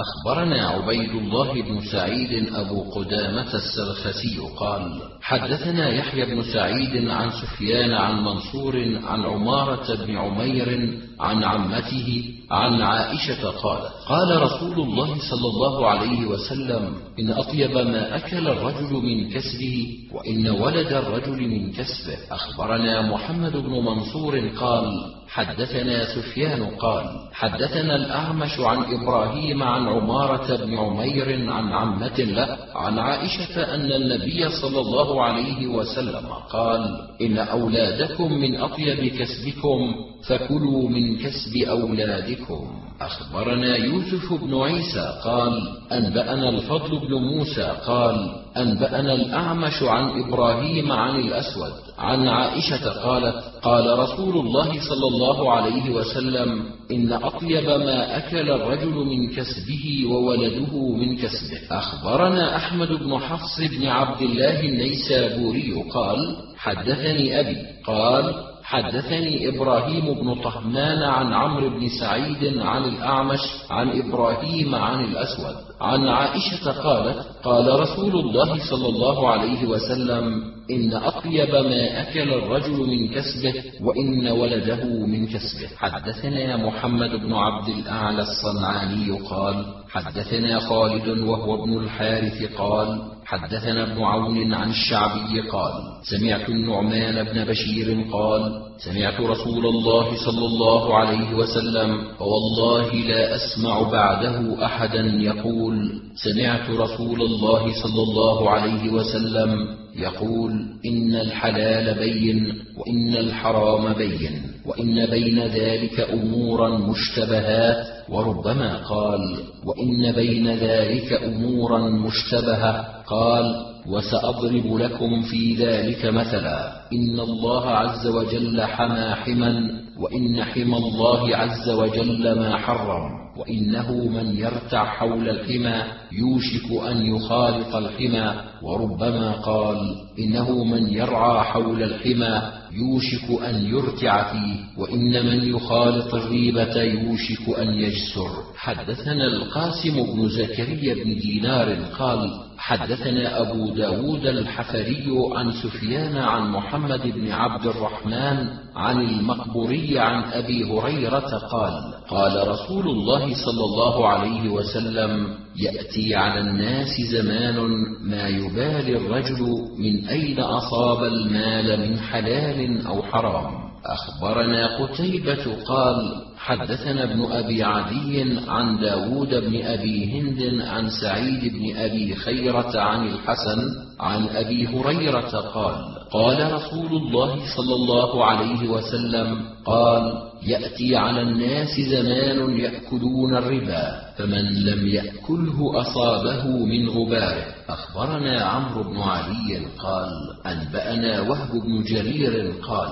أخبرنا عبيد الله بن سعيد أبو قدامة السرخسي قال حدثنا يحيى بن سعيد عن سفيان عن منصور عن عمارة بن عمير عن عمته عن عائشة قالت قال رسول الله صلى الله عليه وسلم إن أطيب ما أكل الرجل من كسبه وإن ولد الرجل من كسبه. أخبرنا محمد بن منصور قال حدثنا سفيان قال حدثنا الأعمش عن إبراهيم عن عمارة بن عمير عن عمة له عن عائشة أن النبي صلى الله عليه وسلم قال إن أولادكم من أطيب كسبكم فكلوا من كسب أولادكم. أخبرنا يوسف بن عيسى قال أنبأنا الفضل بن موسى قال أنبأنا الأعمش عن إبراهيم عن الأسود عن عائشة قالت قال رسول الله صلى الله عليه وسلم إن أطيب ما أكل الرجل من كسبه وولده من كسبه. أخبرنا أحمد بن حفص بن عبد الله النيسابوري قال حدثني أبي قال حدثني إبراهيم بن طهمان عن عمرو بن سعيد عن الأعمش عن إبراهيم عن الأسود عن عائشة قالت قال رسول الله صلى الله عليه وسلم إن أطيب ما أكل الرجل من كسبه وإن ولده من كسبه. حدثنا محمد بن عبد الأعلى الصنعاني قال حدثنا خالد وهو ابن الحارث قال حدثنا ابن عون عن الشعبي قال سمعت النعمان بن بشير قال سمعت رسول الله صلى الله عليه وسلم فوالله لا أسمع بعده أحدا يقول سمعت رسول الله صلى الله عليه وسلم يقول إن الحلال بين وإن الحرام بين وإن بين ذلك أمورا مشتبهات وربما قال وإن بين ذلك أمورا مشتبهة قال وسأضرب لكم في ذلك مثلا إن الله عز وجل حمى حما وإن حمى الله عز وجل ما حرم وإنه من يرتع حول الحمى يوشك أن يخالط الحمى وربما قال إنه من يرعى حول الحمى يوشك أن يرتع فيه وإن من يخالط الريبة يوشك أن يجسر. حدثنا القاسم بن زكريا بن دينار قال حدثنا أبو داود الحفري عن سفيان عن محمد بن عبد الرحمن عن المقبوري عن أبي هريرة قال قال رسول الله صلى الله عليه وسلم يأتي على الناس زمان ما يبالي الرجل من أين أصاب المال من حلال أو حرام. أخبرنا قتيبة قال حدثنا ابن أبي عدي عن داود بن أبي هند عن سعيد بن أبي خيرة عن الحسن عن أبي هريرة قال قال رسول الله صلى الله عليه وسلم قال يأتي على الناس زمان يأكلون الربا فمن لم يأكله أصابه من غباره. أخبرنا عمرو بن علي قال أنبأنا وهب بن جرير قال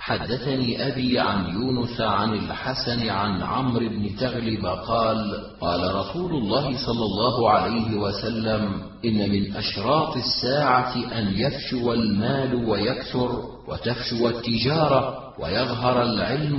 حدثني أبي عن يونس عن الحسن عن عمرو بن تغلب قال قال رسول الله صلى الله عليه وسلم إن من أشراط الساعة أن يفشو المال ويكثر وتفشو التجارة ويظهر العلم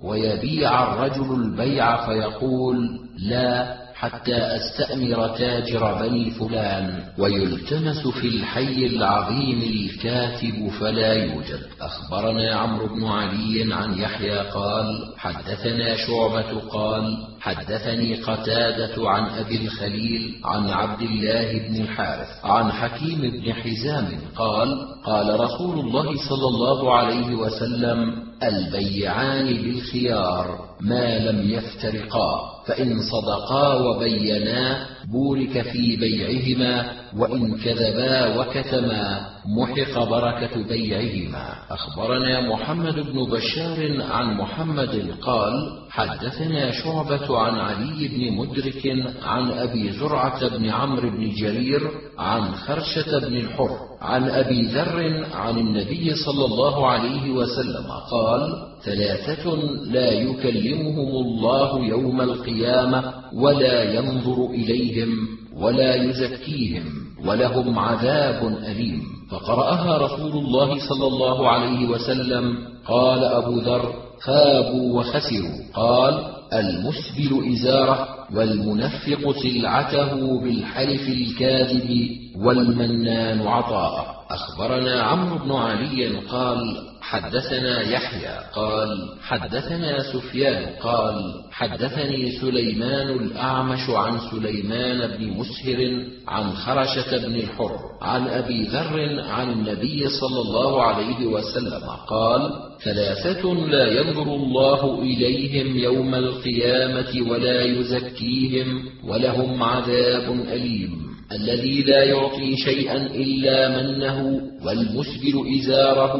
ويبيع الرجل البيع فيقول لا حتى أستأمر تاجر بني فلان ويلتمس في الحي العظيم الكاتب فلا يوجد. أخبرنا عمرو بن علي عن يحيى قال حدثنا شعبة قال حدثني قتادة عن أبي الخليل عن عبد الله بن الحارث عن حكيم بن حزام قال قال رسول الله صلى الله عليه وسلم البيعان بالخيار ما لم يفترقا فإن صدقا وبينا بورك في بيعهما وإن كذبا وكتما محق بركة بيعهما. أخبرنا محمد بن بشار عن محمد قال حدثنا شعبة عن علي بن مدرك عن أبي زرعة بن عمرو بن جرير عن خرشة بن الحر عن أبي ذر عن النبي صلى الله عليه وسلم قال ثلاثة لا يكلمهم الله يوم القيامة ولا ينظر إليهم ولا يزكيهم ولهم عذاب أليم. فقرأها رسول الله صلى الله عليه وسلم قال أبو ذر خابوا وخسروا قال المسبل إزاره والمنفق سلعته بالحلف الكاذب والمنان عطاءه. أخبرنا عمرو بن علي قال حدثنا يحيى قال حدثنا سفيان قال حدثني سليمان الأعمش عن سليمان بن مسهر عن خرشة بن الحر عن أبي ذر عن النبي صلى الله عليه وسلم قال ثلاثة لا ينظر الله إليهم يوم القيامة ولا يزكيهم ولهم عذاب أليم: الذي لا يعطي شيئا إلا منه، والمسبل إزاره،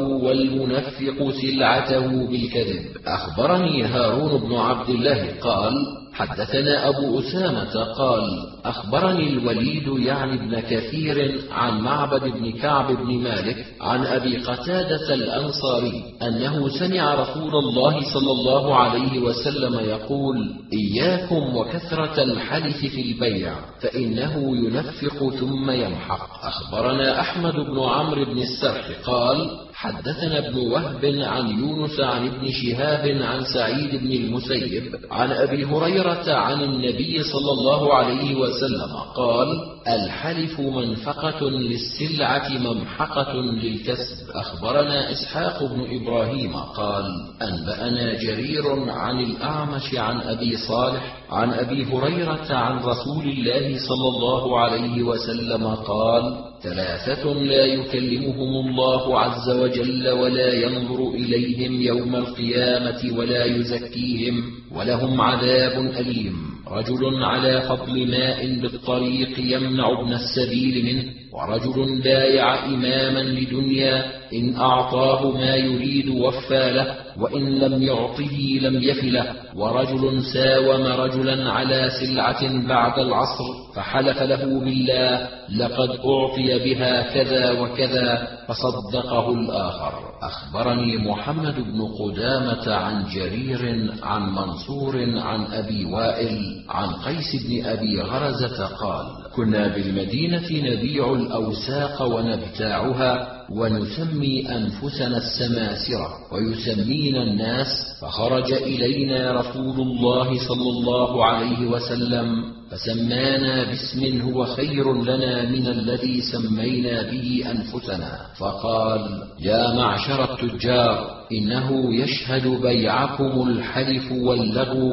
والمنفق سلعته بالكذب. أخبرني هارون بن عبد الله قال حدثنا أبو أسامة قال أخبرني الوليد يعني ابن كثير عن معبد بن كعب بن مالك عن أبي قتادة الأنصاري أنه سمع رسول الله صلى الله عليه وسلم يقول: إياكم وكثرة الحلف في البيع فإنه ينفق ثم يمحق. أخبرنا أحمد بن عمرو بن السرح قال حدثنا ابن وهب عن يونس عن ابن شهاب عن سعيد بن المسيب عن أبي هريرة عن النبي صلى الله عليه وسلم قال: الحلف منفقة للسلعة ممحقة للكسب. أخبرنا إسحاق بن إبراهيم قال أنبأنا جرير عن الأعمش عن أبي صالح عن أبي هريرة عن رسول الله صلى الله عليه وسلم قال: ثلاثة لا يكلمهم الله عز وجل ولا ينظر إليهم يوم القيامة ولا يزكيهم ولهم عذاب أليم: رجل على فضل ماء بالطريق يمنع ابن السبيل منه، ورجل بايع إماما لدنيا إن أعطاه ما يريد وفى له، وإن لم يعطه لم يفله، ورجل ساوم رجلا على سلعة بعد العصر فحلف له بالله: لقد أعطي بها كذا وكذا، فصدقه الآخر. أخبرني محمد بن قدامة عن جرير عن منصور عن أبي وائل عن قيس بن أبي غرزة قال: كنا بالمدينة نبيع الأوساق ونبتاعها ونسمي أنفسنا السماسرة ويسمينا الناس، فخرج إلينا رسول الله صلى الله عليه وسلم فسمانا باسم هو خير لنا من الذي سمينا به أنفسنا، فقال: يا معشر التجار، إنه يشهد بيعكم الحلف واللغو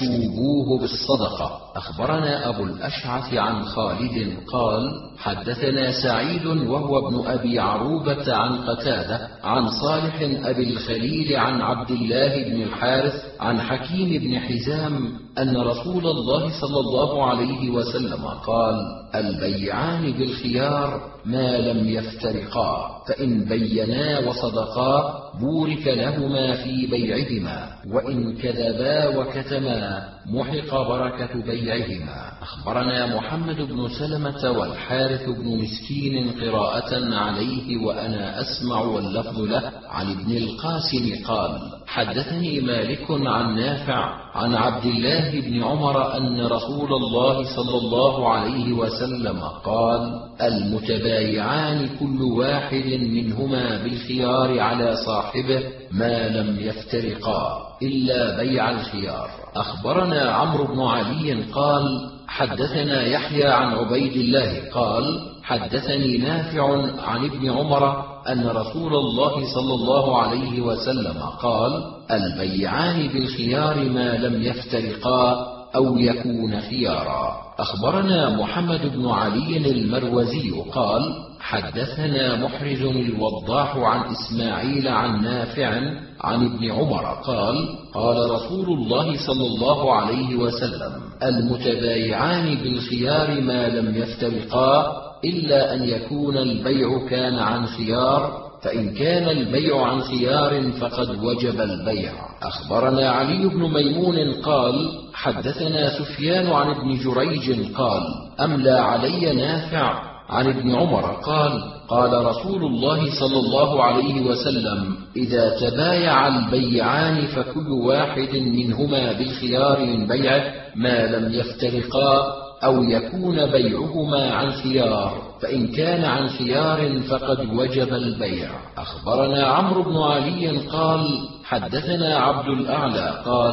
فشوبوه بالصدقة. أخبرنا أبو الأشعث عن خالد قال حدثنا سعيد وهو ابن أبي عروبة عن قتادة عن صالح أبي الخليل عن عبد الله بن الحارث عن حكيم بن حزام أن رسول الله صلى الله عليه وسلم قال: البيعان بالخيار ما لم يفترقا، فإن بينا وصدقا بورك لهما في بيعهما، وإن كذبا وكتما محق بركة بيعهما. أخبرنا محمد بن سلمة والحارث بن مسكين قراءة عليه وأنا أسمع واللفظ له عن ابن القاسم قال: حدثني مالك عن نافع عن عبد الله بن عمر أن رسول الله صلى الله عليه وسلم قال: المتبايعان كل واحد منهما بالخيار على صاحبه ما لم يفترقا إلا بيع الخيار. أخبرنا عمرو بن علي قال حدثنا يحيى عن عبيد الله قال حدثني نافع عن ابن عمر أن رسول الله صلى الله عليه وسلم قال: البيعان بالخيار ما لم يفترقا أو يكون خيارا. أخبرنا محمد بن علي المروزي قال حدثنا محرز الوضاح عن إسماعيل عن نافع عن ابن عمر قال: قال رسول الله صلى الله عليه وسلم: المتبايعان بالخيار ما لم يفترقا إلا أن يكون البيع كان عن خيار، فإن كان البيع عن خيار فقد وجب البيع. أخبرنا علي بن ميمون قال حدثنا سفيان عن ابن جريج قال: أملى علي نافع عن ابن عمر قال: قال رسول الله صلى الله عليه وسلم: إذا تبايع البيعان فكل واحد منهما بالخيار من بيعه ما لم يفترقا أو يكون بيعهما عن خيار، فإن كان عن خيار فقد وجب البيع. أخبرنا عمرو بن علي قال حدثنا عبد الأعلى قال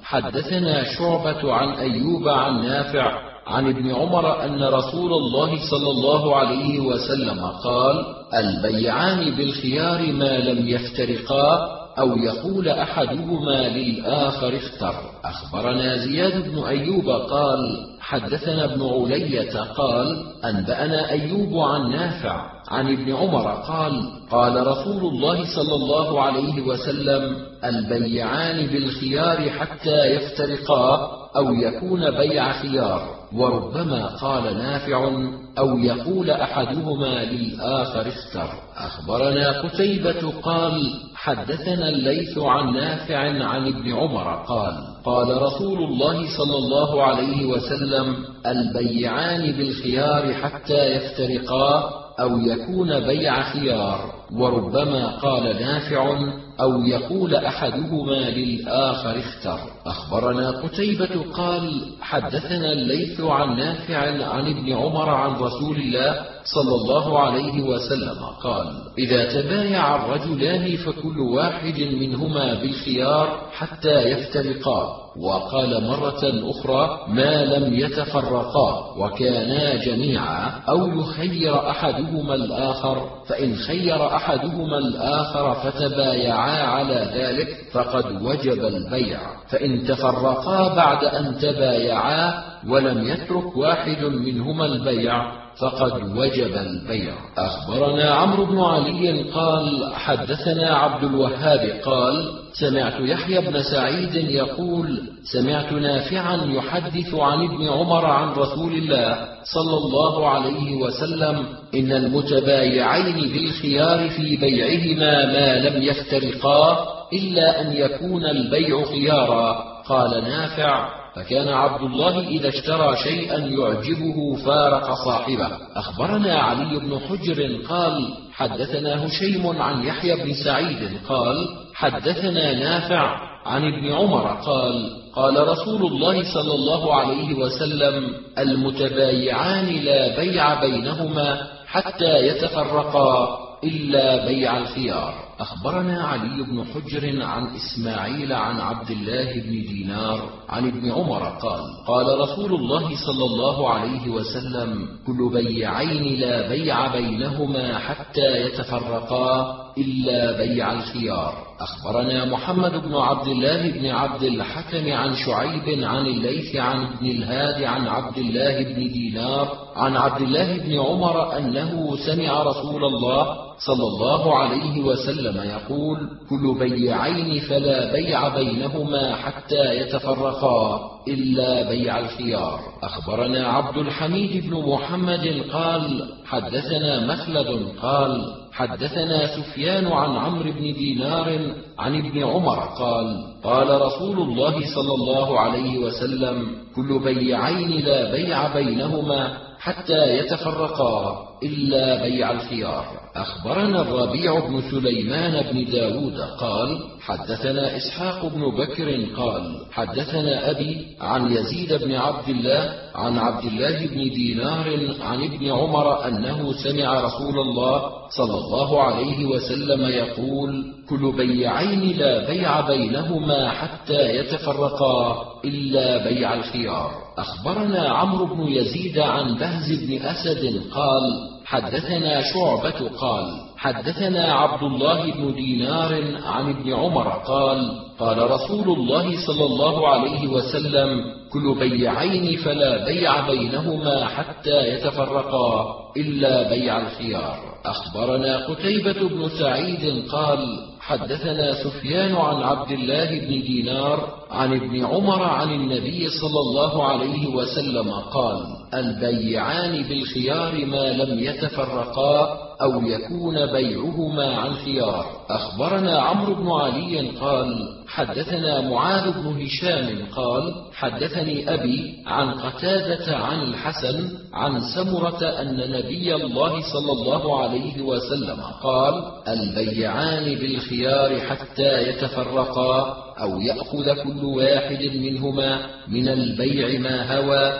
حدثنا شعبة عن أيوب عن نافع عن ابن عمر أن رسول الله صلى الله عليه وسلم قال: البيعان بالخيار ما لم يفترقا أو يقول أحدهما للآخر اختر. أخبرنا زياد بن أيوب قال: حدثنا ابن علية قال: أنبأنا أيوب عن نافع عن ابن عمر قال: قال رسول الله صلى الله عليه وسلم: البيعان بالخيار حتى يفترقا أو يكون بيع خيار. وربما قال نافع: أو يقول أحدهما للآخر اختر. أخبرنا قتيبة قال: حدثنا الليث عن نافع عن ابن عمر قال: قال رسول الله صلى الله عليه وسلم: البيعان بالخيار حتى يفترقا أو يكون بيع خيار. وربما قال نافع: أو يقول أحدهما للآخر اختر. أخبرنا قتيبة قال: حدثنا الليث عن نافع عن ابن عمر عن رسول الله صلى الله عليه وسلم قال: إذا تبايع الرجلان فكل واحد منهما بالخيار حتى يفترقا. وقال مرة أخرى: ما لم يتفرقا وكانا جميعا، أو يخير أحدهما الآخر، فإن خير أحدهما الآخر فتبايعا على ذلك فقد وجب البيع. فإن تفرقا بعد أن تبايعا ولم يترك واحد منهما البيع فقد وجب البيع. أخبرنا عمرو بن علي قال: حدثنا عبد الوهاب قال: سمعت يحيى بن سعيد يقول: سمعت نافعا يحدث عن ابن عمر عن رسول الله صلى الله عليه وسلم: إن المتبايعين بالخيار في بيعهما ما لم يفترقا إلا أن يكون البيع خيارا. قال نافع: فكان عبد الله إذا اشترى شيئا يعجبه فارق صاحبه. أخبرنا علي بن حجر قال: حدثنا هشيم عن يحيى بن سعيد قال: حدثنا نافع عن ابن عمر قال: قال رسول الله صلى الله عليه وسلم: المتبايعان لا بيع بينهما حتى يتفرقا إلا بيع الخيار. أخبرنا علي بن حجر عن إسماعيل عن عبد الله بن دينار عن ابن عمر قال: قال رسول الله صلى الله عليه وسلم: كل بيعين لا بيع بينهما حتى يتفرقا إلا بيع الخيار. أخبرنا محمد بن عبد الله بن عبد الحكم عن شعيب عن الليث عن ابن الهاد عن عبد الله بن دينار عن عبد الله بن عمر أنه سمع رسول الله صلى الله عليه وسلم يقول: كل بيعين فلا بيع بينهما حتى يتفرقا إلا بيع الخيار. أخبرنا عبد الحميد بن محمد قال: حدثنا مخلد قال: حدثنا سفيان عن عمرو بن دينار عن ابن عمر قال: قال رسول الله صلى الله عليه وسلم: كل بيعين لا بيع بينهما حتى يتفرقا إلا بيع الخيار. أخبرنا الربيع بن سليمان بن داود قال: حدثنا إسحاق بن بكر قال: حدثنا أبي عن يزيد بن عبد الله عن عبد الله بن دينار عن ابن عمر أنه سمع رسول الله صلى الله عليه وسلم يقول: كل بيعين لا بيع بينهما حتى يتفرقا إلا بيع الخيار. أخبرنا عمرو بن يزيد عن بهز بن أسد قال: حدثنا شعبة قال: حدثنا عبد الله بن دينار عن ابن عمر قال: قال رسول الله صلى الله عليه وسلم: كل بيعين فلا بيع بينهما حتى يتفرقا إلا بيع الخيار. أخبرنا قتيبة بن سعيد قال: حدثنا سفيان عن عبد الله بن دينار عن ابن عمر عن النبي صلى الله عليه وسلم قال: البيعان بالخيار ما لم يتفرقا أو يكون بيعهما عن خيار. أخبرنا عمرو بن علي قال: حدثنا معاذ بن هشام قال: حدثني أبي عن قتادة عن الحسن عن سمرة أن نبي الله صلى الله عليه وسلم قال: البيعان بالخيار حتى يتفرقا أو يأخذ كل واحد منهما من البيع ما هوى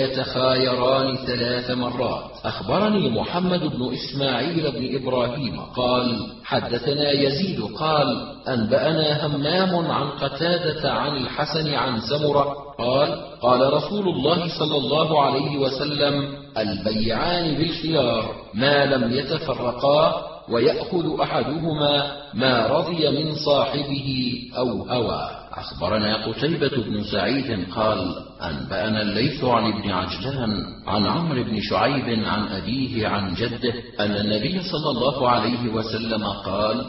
ويتخايران 3 مرات. أخبرني محمد بن إسماعيل بن إبراهيم قال حدثنا يزيد قال أنبأنا همام عن قتادة عن الحسن عن سمرة قال قال رسول الله صلى الله عليه وسلم البيعان بالخيار ما لم يتفرقا ويأخذ أحدهما ما رضي من صاحبه أو هوى. أخبرنا قتيبة بن سعيد قال أنبأنا الليث عن ابن عجلان عن عمرو بن شعيب عن أبيه عن جده أن النبي صلى الله عليه وسلم قال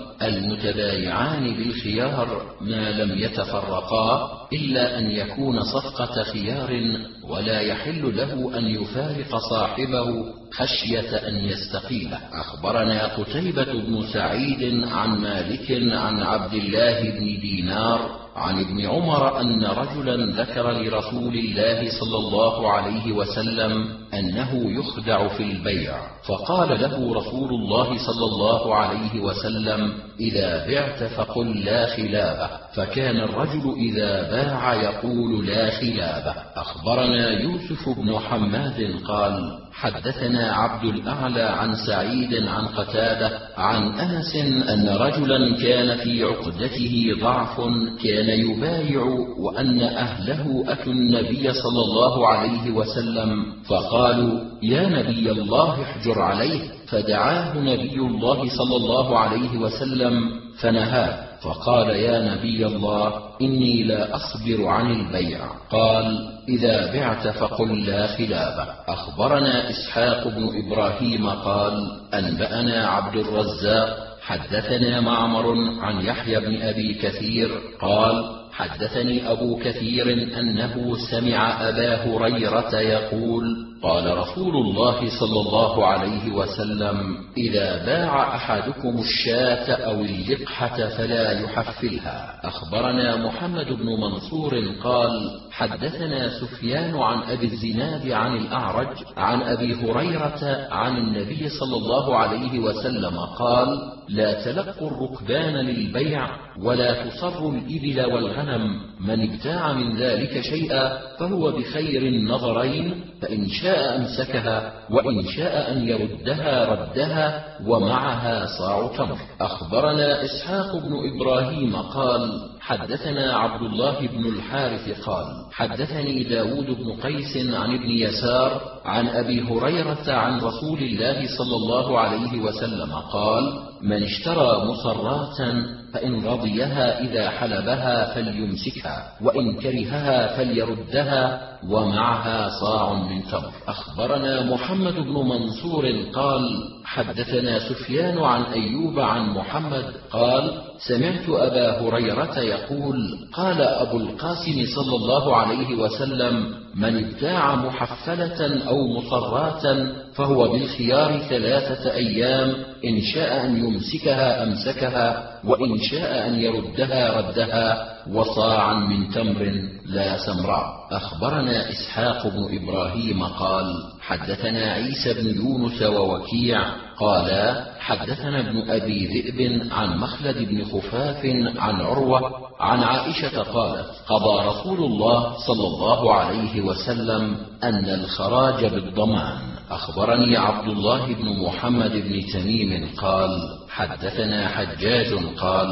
المتبايعان بالخيار ما لم يتفرقا إلا أن يكون صفقة خيار ولا يحل له أن يفارق صاحبه خشية أن يستقيله. أخبرنا قتيبة بن سعيد عن مالك عن عبد الله بن دينار عن ابن عمر أن رجلا ذكر لرسول الله صلى الله عليه وسلم أنه يخدع في البيع فقال له رسول الله صلى الله عليه وسلم إذا بعت فقل لا خلابه فكان الرجل إذا باع يقول لا خلابه. أخبرنا يوسف بن حماد قال حدثنا عبد الأعلى عن سعيد عن قتادة عن أنس أن رجلا كان في عقدته ضعف كان يبايع وأن أهله أتوا النبي صلى الله عليه وسلم فقالوا يا نبي الله احجر عليه فدعاه نبي الله صلى الله عليه وسلم فنهاه فقال يا نبي الله إني لا أصبر عن البيع قال إذا بعت فقل لا خلابه. أخبرنا إسحاق بن إبراهيم قال أنبأنا عبد الرزاق حدثنا معمر عن يحيى بن أبي كثير قال حدثني أبو كثير أنه سمع أبا هريرة يقول قال رسول الله صلى الله عليه وسلم إذا باع أحدكم الشاة أو اللقحة فلا يحفلها. أخبرنا محمد بن منصور قال حدثنا سفيان عن أبي الزناد عن الأعرج عن أبي هريرة عن النبي صلى الله عليه وسلم قال لا تلقوا الركبان للبيع ولا تصروا الإبل والغنم من ابتاع من ذلك شيئا فهو بخير النظرين فإن شاء أمسكها وإن شاء أن يردها ردها ومعها صاع تمر. أخبرنا إسحاق بن إبراهيم قال حدثنا عبد الله بن الحارث قال حدثني داود بن قيس عن ابن يسار عن أبي هريرة عن رسول الله صلى الله عليه وسلم قال من اشترى مصراتا فإن رضيها إذا حلبها فليمسكها وإن كرهها فليردها ومعها صاع من تمر. أخبرنا محمد بن منصور قال حدثنا سفيان عن أيوب عن محمد قال سمعت أبا هريرة يقول قال أبو القاسم صلى الله عليه وسلم من ابتاع محفلة أو مصراتا فهو بالخيار 3 أيام إن شاء أن يمسكها أمسكها وإن شاء أن يردها ردها وصاعا من تمر لا سمراء. أخبرنا إسحاق بن إبراهيم قال حدثنا عيسى بن يونس ووكيع قالا حدثنا ابن أبي ذئب عن مخلد بن خفاف عن عروة عن عائشة قالت قضى رسول الله صلى الله عليه وسلم أن الخراج بالضمان. أخبرني عبد الله بن محمد بن تميم قال حدثنا حجاج قال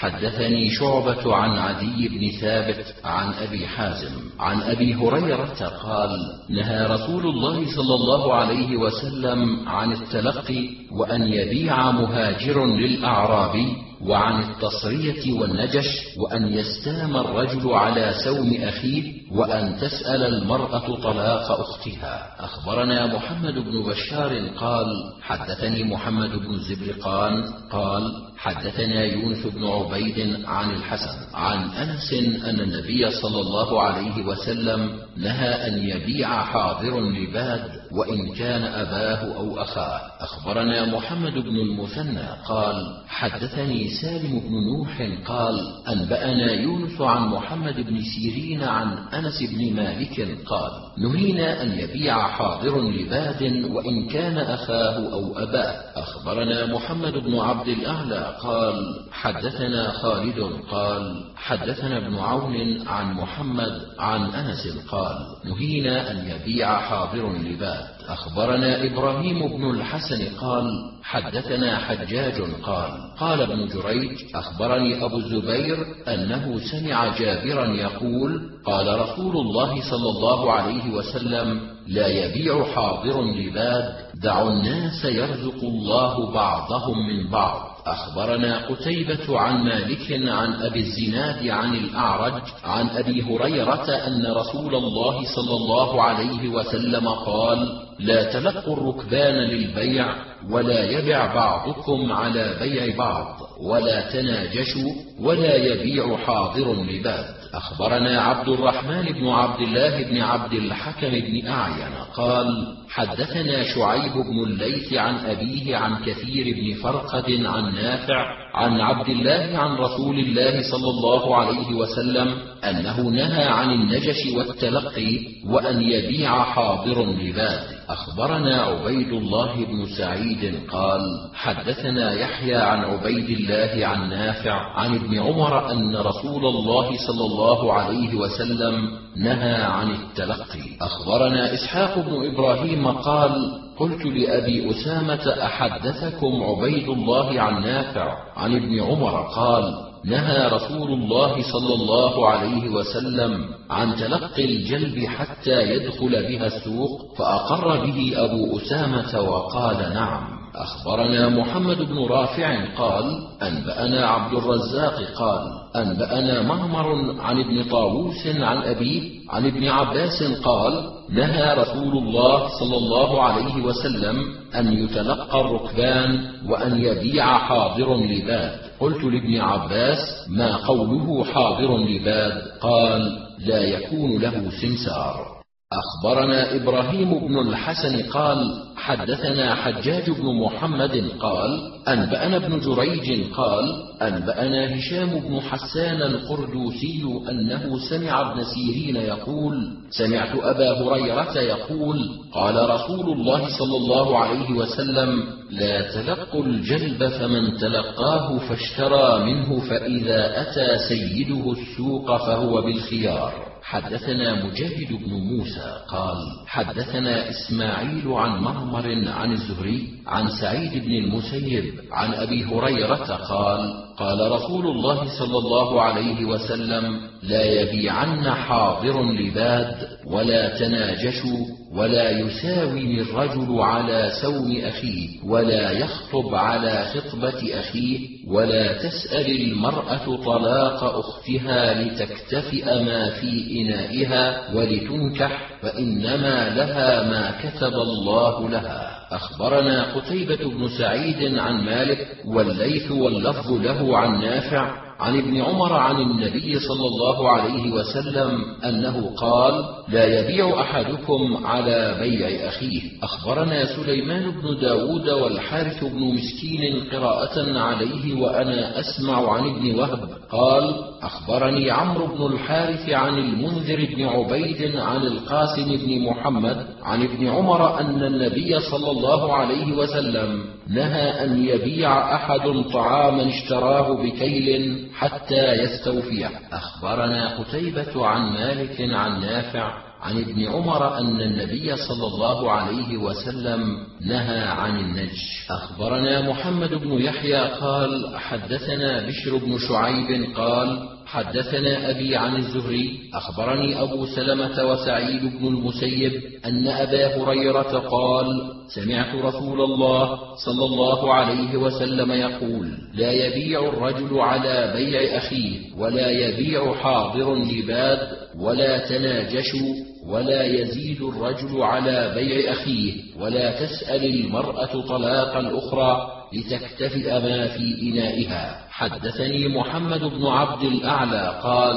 حدثني شعبة عن عدي بن ثابت عن أبي حازم عن أبي هريرة قال نهى رسول الله صلى الله عليه وسلم عن التلقي وأن يبيع مهاجر للأعرابي وعن التصرية والنجش وأن يستام الرجل على سوم أخيه وأن تسأل المرأة طلاق أختها. أخبرنا محمد بن بشار قال حدثني محمد بن الزبرقان قال حدثنا يونس بن عبيد عن الحسن عن أنس أن النبي صلى الله عليه وسلم نهى أن يبيع حاضر لباد وإن كان أباه أو أخاه. أخبرنا محمد بن المثنى قال حدثني سالم بن نوح قال أنبأنا يونس عن محمد بن سيرين عن أنس بن مالك قال: نهينا أن يبيع حاضر لباد وإن كان أخاه أو أباه. أخبرنا محمد بن عبد الأعلى قال: حدثنا خالد قال: حدثنا ابن عون عن محمد عن أنس قال: نهينا أن يبيع حاضر لباد. أخبرنا إبراهيم بن الحسن قال: حدثنا حجاج قال: قال ابن جريج: أخبرني أبو الزبير أنه سمع جابرا يقول: قال رسول الله صلى الله عليه وسلم: لا يبيع حاضر لباد، دعوا الناس يرزق الله بعضهم من بعض. أخبرنا قتيبة عن مالك عن أبي الزناد عن الأعرج عن أبي هريرة أن رسول الله صلى الله عليه وسلم قال: لا تلقوا الركبان للبيع، ولا يبع بعضكم على بيع بعض، ولا تناجشوا، ولا يبيع حاضر لباد. أخبرنا عبد الرحمن بن عبد الله بن عبد الحكم بن أعين قال: حدثنا شعيب بن الليث عن أبيه عن كثير بن فرقد عن نافع عن عبد الله عن رسول الله صلى الله عليه وسلم أنه نهى عن النجش والتلقي وأن يبيع حاضر لباد. أخبرنا عبيد الله بن سعيد قال: حدثنا يحيى عن عبيد الله عن نافع عن ابن عمر أن رسول الله صلى الله عليه وسلم نهى عن التلقي. أخبرنا إسحاق بن إبراهيم قال: قلت لأبي أسامة: أحدثكم عبيد الله عن نافع عن ابن عمر قال: نهى رسول الله صلى الله عليه وسلم عن تلقي الجلب حتى يدخل بها السوق؟ فأقر به أبو أسامة وقال: نعم. أخبرنا محمد بن رافع قال: أنبأنا عبد الرزاق قال: أنبأنا معمر عن ابن طاووس عن أبيه عن ابن عباس قال: نهى رسول الله صلى الله عليه وسلم أن يتلقى الركبان وأن يبيع حاضر لباد. قلت لابن عباس: ما قوله حاضر لباد؟ قال: لا يكون له سمسار. أخبرنا إبراهيم بن الحسن قال: حدثنا حجاج بن محمد قال: أنبأنا ابن جريج قال: أنبأنا هشام بن حسان القردوسي أنه سمع ابن سيرين يقول: سمعت أبا هريرة يقول: قال رسول الله صلى الله عليه وسلم: لا تلقوا الجلب، فمن تلقاه فاشترى منه فإذا أتى سيده السوق فهو بالخيار. حدثنا مجاهد بن موسى قال: حدثنا إسماعيل عن معمر عن الزهري عن سعيد بن المسيب عن أبي هريرة قال: قال رسول الله صلى الله عليه وسلم: لا يبيعن حاضر لباد، ولا تناجشوا، ولا يساوم الرجل على سوم أخيه، ولا يخطب على خطبة أخيه، ولا تسأل المرأة طلاق أختها لتكتفئ ما في إنائها ولتنكح، فإنما لها ما كتب الله لها. أخبرنا قتيبة بن سعيد عن مالك والليث واللفظ له عن نافع عن ابن عمر عن النبي صلى الله عليه وسلم أنه قال: لا يبيع أحدكم على بيع أخيه. أخبرنا سليمان بن داود والحارث بن مسكين قراءة عليه وأنا أسمع عن ابن وهب قال: أخبرني عمرو بن الحارث عن المنذر بن عبيد عن القاسم بن محمد عن ابن عمر أن النبي صلى الله عليه وسلم نهى أن يبيع أحد طعاما اشتراه بكيل حتى يستوفيه. أخبرنا قتيبة عن مالك عن نافع عن ابن عمر أن النبي صلى الله عليه وسلم نهى عن النجش. أخبرنا محمد بن يحيى قال: حدثنا بشر بن شعيب قال: حدثنا أبي عن الزهري أخبرني أبو سلمة وسعيد بن المسيب أن أبا هريرة قال: سمعت رسول الله صلى الله عليه وسلم يقول: لا يبيع الرجل على بيع أخيه، ولا يبيع حاضر لباد، ولا تناجشوا، ولا يزيد الرجل على بيع أخيه، ولا تسأل المرأة طلاق الأخرى لتكتفئ ما في إنائها. حدثني محمد بن عبد الأعلى قال: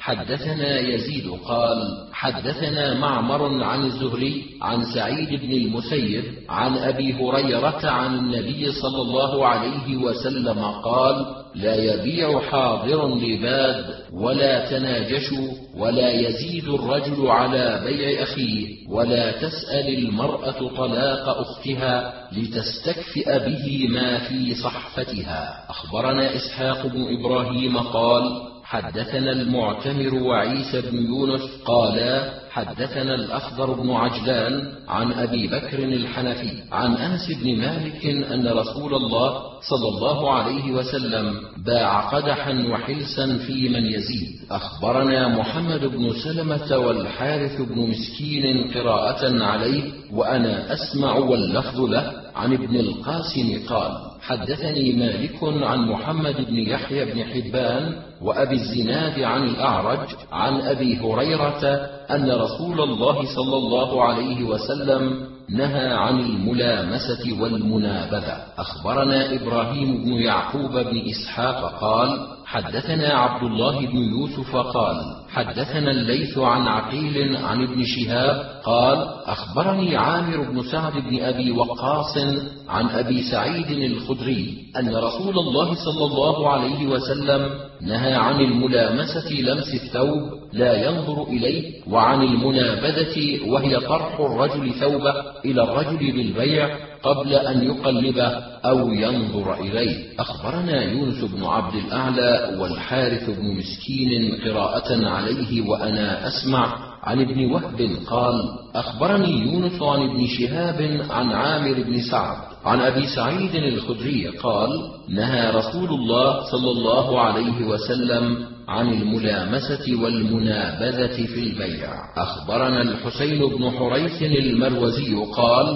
حدثنا يزيد قال حدثنا معمر عن الزهري عن سعيد بن المسيب عن أبي هريرة عن النبي صلى الله عليه وسلم قال لا يبيع حاضر لباد ولا تناجشوا ولا يزيد الرجل على بيع أخيه ولا تسأل المرأة طلاق أختها لتستكفئ به ما في صحفتها. أخبرنا إسحاق بن إبراهيم قال حدثنا المعتمر وعيسى بن يونس قالا حدثنا الأخضر بن عجلان عن أبي بكر الحنفي عن أنس بن مالك أن رسول الله صلى الله عليه وسلم باع قدحا وحلسا في من يزيد. أخبرنا محمد بن سلمة والحارث بن مسكين قراءة عليه وأنا أسمع واللفظ له عن ابن القاسم قال حدثني مالك عن محمد بن يحيى بن حبان وأبي الزناد عن الأعرج عن أبي هريرة أن رسول الله صلى الله عليه وسلم نهى عن الملامسة والمنابذة. أخبرنا إبراهيم بن يعقوب بن إسحاق قال حدثنا عبد الله بن يوسف قال حدثنا الليث عن عقيل عن ابن شهاب قال أخبرني عامر بن سعد بن أبي وقاص عن أبي سعيد الخدري أن رسول الله صلى الله عليه وسلم نهى عن الملامسة لمس الثوب لا ينظر إليه وعن المنابذة وهي طرح الرجل ثوبه إلى الرجل بالبيع قبل أن يقلبه أو ينظر إليه. أخبرنا يونس بن عبد الأعلى والحارث بن مسكين قراءة عليه وأنا أسمع عن ابن وهب قال أخبرني يونس عن ابن شهاب عن عامر بن سعد عن أبي سعيد الخدري قال نهى رسول الله صلى الله عليه وسلم عن الملامسة والمنابذة في البيع. أخبرنا الحسين بن حريث المروزي قال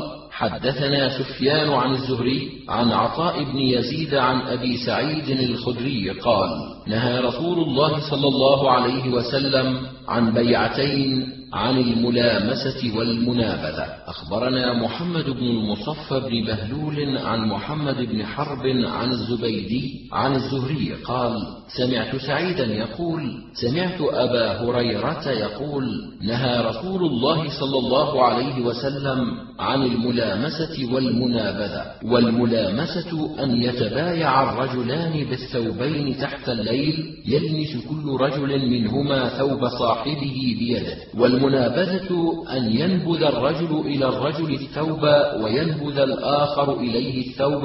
حدثنا سفيان عن الزهري عن عطاء بن يزيد عن أبي سعيد الخدري قال نهى رسول الله صلى الله عليه وسلم عن بيعتين عن الملامسة والمنابذة. أخبرنا محمد بن المصفى بن بهلول عن محمد بن حرب عن الزبيدي عن الزهري قال سمعت سعيدا يقول سمعت أبا هريرة يقول نهى رسول الله صلى الله عليه وسلم عن الملامسة والمنابذة. والملامسة أن يتبايع الرجلان بالثوبين تحت الليل يلمس كل رجل منهما ثوب صاحبه بيده. والمنابذة أن ينبذ الرجل إلى الرجل الثوب وينبذ الآخر إليه الثوب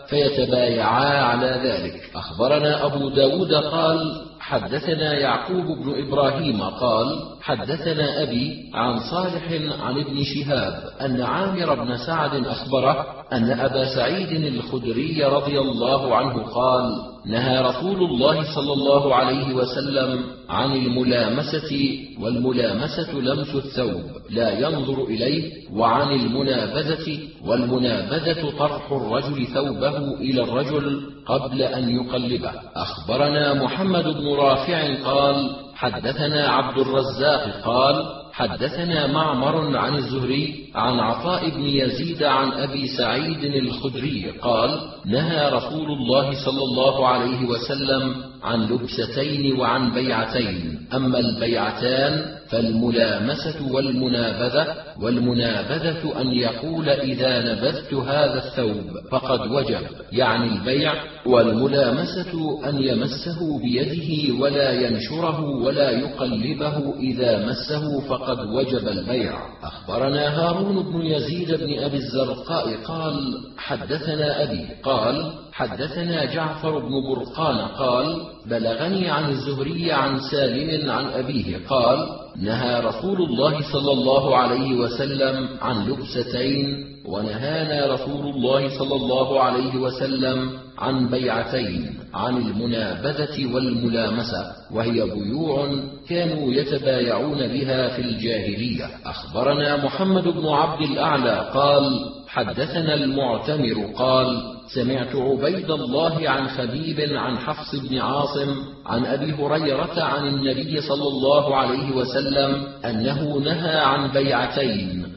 فيتبايعا على ذلك. أخبرنا أبو داود قال حدثنا يعقوب بن إبراهيم قال حدثنا أبي عن صالح عن ابن شهاب أن عامر بن سعد أخبره أن أبا سعيد الخدري رضي الله عنه قال نهى رسول الله صلى الله عليه وسلم عن الملامسة والملامسة لمس الثوب لا ينظر إليه وعن المنابذة والمنابذة طرح الرجل ثوبه إلى الرجل قبل أن يقلبه. أخبرنا محمد بن رافع قال حدثنا عبد الرزاق قال حدثنا معمر عن الزهري عن عطاء بن يزيد عن أبي سعيد الخدري قال نهى رسول الله صلى الله عليه وسلم عن لبستين وعن بيعتين. أما البيعتان فالملامسة والمنابذة. والمنابذة أن يقول إذا نبذت هذا الثوب فقد وجب يعني البيع. والملامسة أن يمسه بيده ولا ينشره ولا يقلبه إذا مسه فقد وجب البيع. أخبرنا هارون بن يزيد بن أبي الزرقاء قال حدثنا أبي قال حدثنا جعفر بن برقان قال بلغني عن الزهري عن سالم عن أبيه قال نهى رسول الله صلى الله عليه وسلم عن لبستين ونهانا رسول الله صلى الله عليه وسلم عن بيعتين عن المنابذة والملامسة وهي بيوع كانوا يتبايعون بها في الجاهلية. أخبرنا محمد بن عبد الأعلى قال حدثنا المعتمر قال سمعت عبيد الله عن خبيب عن حفص بن عاصم عن أبي هريرة عن النبي صلى الله عليه وسلم أنه نهى عن بيعتين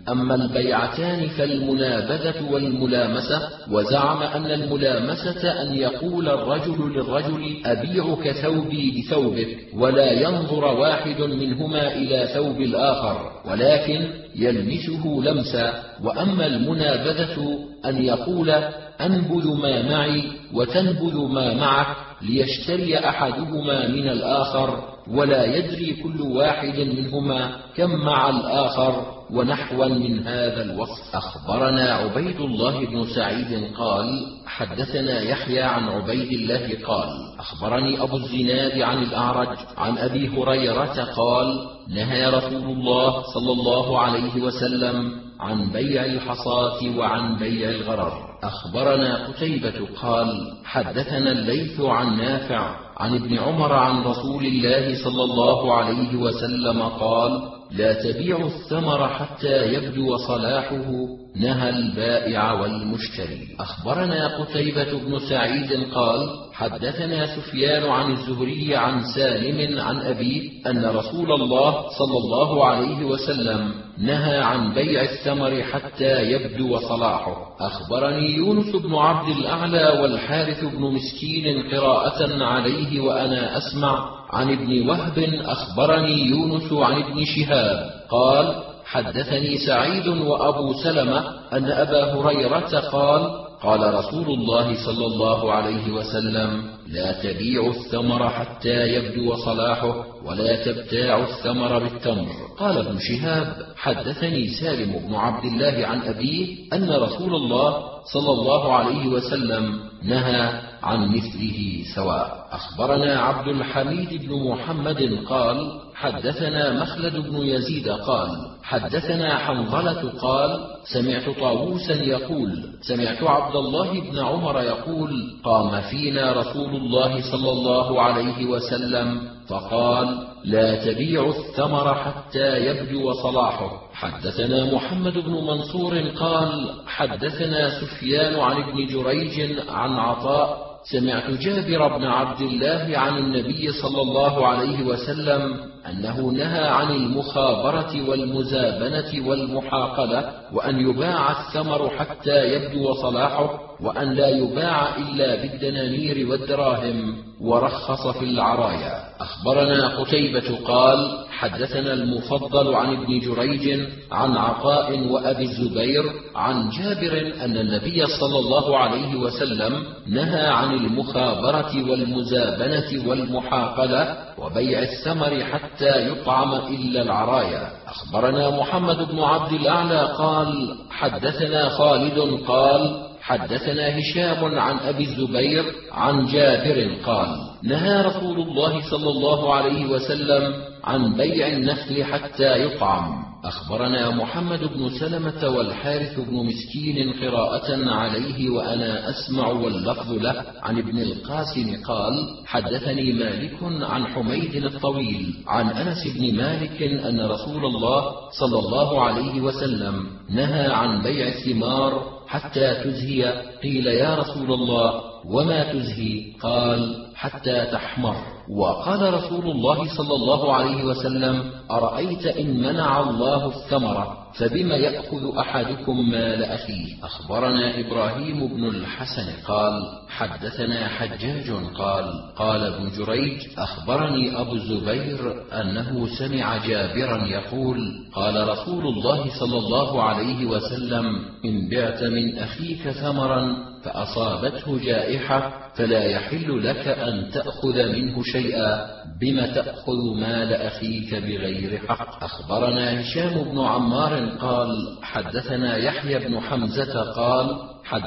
أما البيعتان فالمنابذة والملامسة. وزعم أن الملامسة أن يقول الرجل للرجل أبيعك ثوبي بثوبك، ولا ينظر واحد منهما إلى ثوب الآخر ولكن يلمسه لمسا. وأما المنابذة أن يقول أنبذ ما معي وتنبذ ما معك، ليشتري أحدهما من الآخر ولا يدري كل واحد منهما كم مع الآخر، ونحوا من هذا الوصف. أخبرنا عبيد الله بن سعيد قال حدثنا يحيى عن عبيد الله قال أخبرني أبو الزناد عن الأعرج عن أبي هريرة قال نهى رسول الله صلى الله عليه وسلم عن بيع الحصاة وعن بيع الغرر. أخبرنا قتيبة قال حدثنا الليث عن نافع عن ابن عمر عن رسول الله صلى الله عليه وسلم قال لا تبيعوا الثمر حتى يبدو صلاحه، نهى البائع والمشتري. أخبرنا قتيبة بن سعيد قال حدثنا سفيان عن الزهري عن سالم عن أبيه أن رسول الله صلى الله عليه وسلم نهى عن بيع الثمر حتى يبدو صلاحه. أخبرني يونس بن عبد الأعلى والحارث بن مسكين قراءة عليه وأنا أسمع عن ابن وهب. أخبرني يونس عن ابن شهاب قال حدثني سعيد وأبو سلمة أن أبا هريرة قال قال رسول الله صلى الله عليه وسلم لا تبيعوا الثمر حتى يبدو صلاحه ولا تبتاعوا الثمر بالتمر. قال ابن شهاب حدثني سالم بن عبد الله عن أبيه أن رسول الله صلى الله عليه وسلم نهى عن مثله سواء. أخبرنا عبد الحميد بن محمد قال حدثنا مخلد بن يزيد قال حدثنا حنظلة قال سمعت طاووسا يقول سمعت عبد الله بن عمر يقول قام فينا رسول الله صلى الله عليه وسلم فقال لا تبيعوا الثمر حتى يبدو صلاحه. حدثنا محمد بن منصور قال حدثنا سفيان عن ابن جريج عن عطاء سمعت جابر بن عبد الله عن النبي صلى الله عليه وسلم أنه نهى عن المخابرة والمزابنة والمحاقلة، وأن يباع الثمر حتى يبدو صلاحه، وأن لا يباع إلا بالدنانير والدراهم، ورخص في العرايا. أخبرنا قتيبة قال حدثنا المفضل عن ابن جريج عن عطاء وأبي الزبير عن جابر أن النبي صلى الله عليه وسلم نهى عن المخابرة والمزابنة والمحاقلة وبيع الثمر حتى يطعم إلا العرايا. أخبرنا محمد بن عبد الأعلى قال حدثنا خالد قال حدثنا هشام عن أبي الزبير عن جابر قال نهى رسول الله صلى الله عليه وسلم عن بيع النخل حتى يطعم. أخبرنا محمد بن سلمة والحارث بن مسكين قراءة عليه وأنا أسمع واللفظ له عن ابن القاسم قال حدثني مالك عن حميد الطويل عن أنس بن مالك أن رسول الله صلى الله عليه وسلم نهى عن بيع الثمار حتى تزهي. قيل يا رسول الله وما تزهي؟ قال حتى تحمر. وقال رسول الله صلى الله عليه وسلم أرأيت إن منع الله الثمرة فبما يأخذ أحدكم مال أخيه. أخبرنا إبراهيم بن الحسن قال حدثنا حجاج قال قال ابن جريج أخبرني أبو الزبير أنه سمع جابرا يقول قال رسول الله صلى الله عليه وسلم إن بعت من أخيك ثمرا فأصابته جائحة فلا يحل لك أن تأخذ منه شيئا، بما تأخذ مال أخيك بغير حق. أخبرنا هشام بن عمار قال حدثنا يحيى بن حمزة قال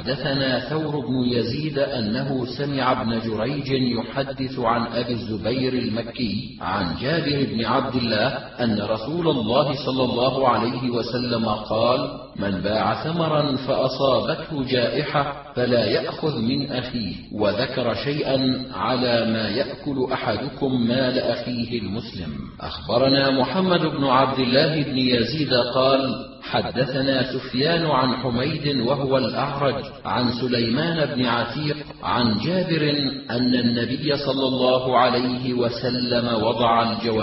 حدثنا ثور بن يزيد أنه سمع ابن جريج يحدث عن أبي الزبير المكي عن جابر بن عبد الله أن رسول الله صلى الله عليه وسلم قال من باع ثمرا فأصابته جائحة فلا يأخذ من أخيه، وذكر شيئا على ما يأكل أحدكم مال أخيه المسلم. أخبرنا محمد بن عبد الله بن يزيد قال حدثنا سفيان عن حميد وهو الأعرج عن سليمان بن عتيق عن جابر أن النبي صلى الله عليه وسلم وضع الجوائح.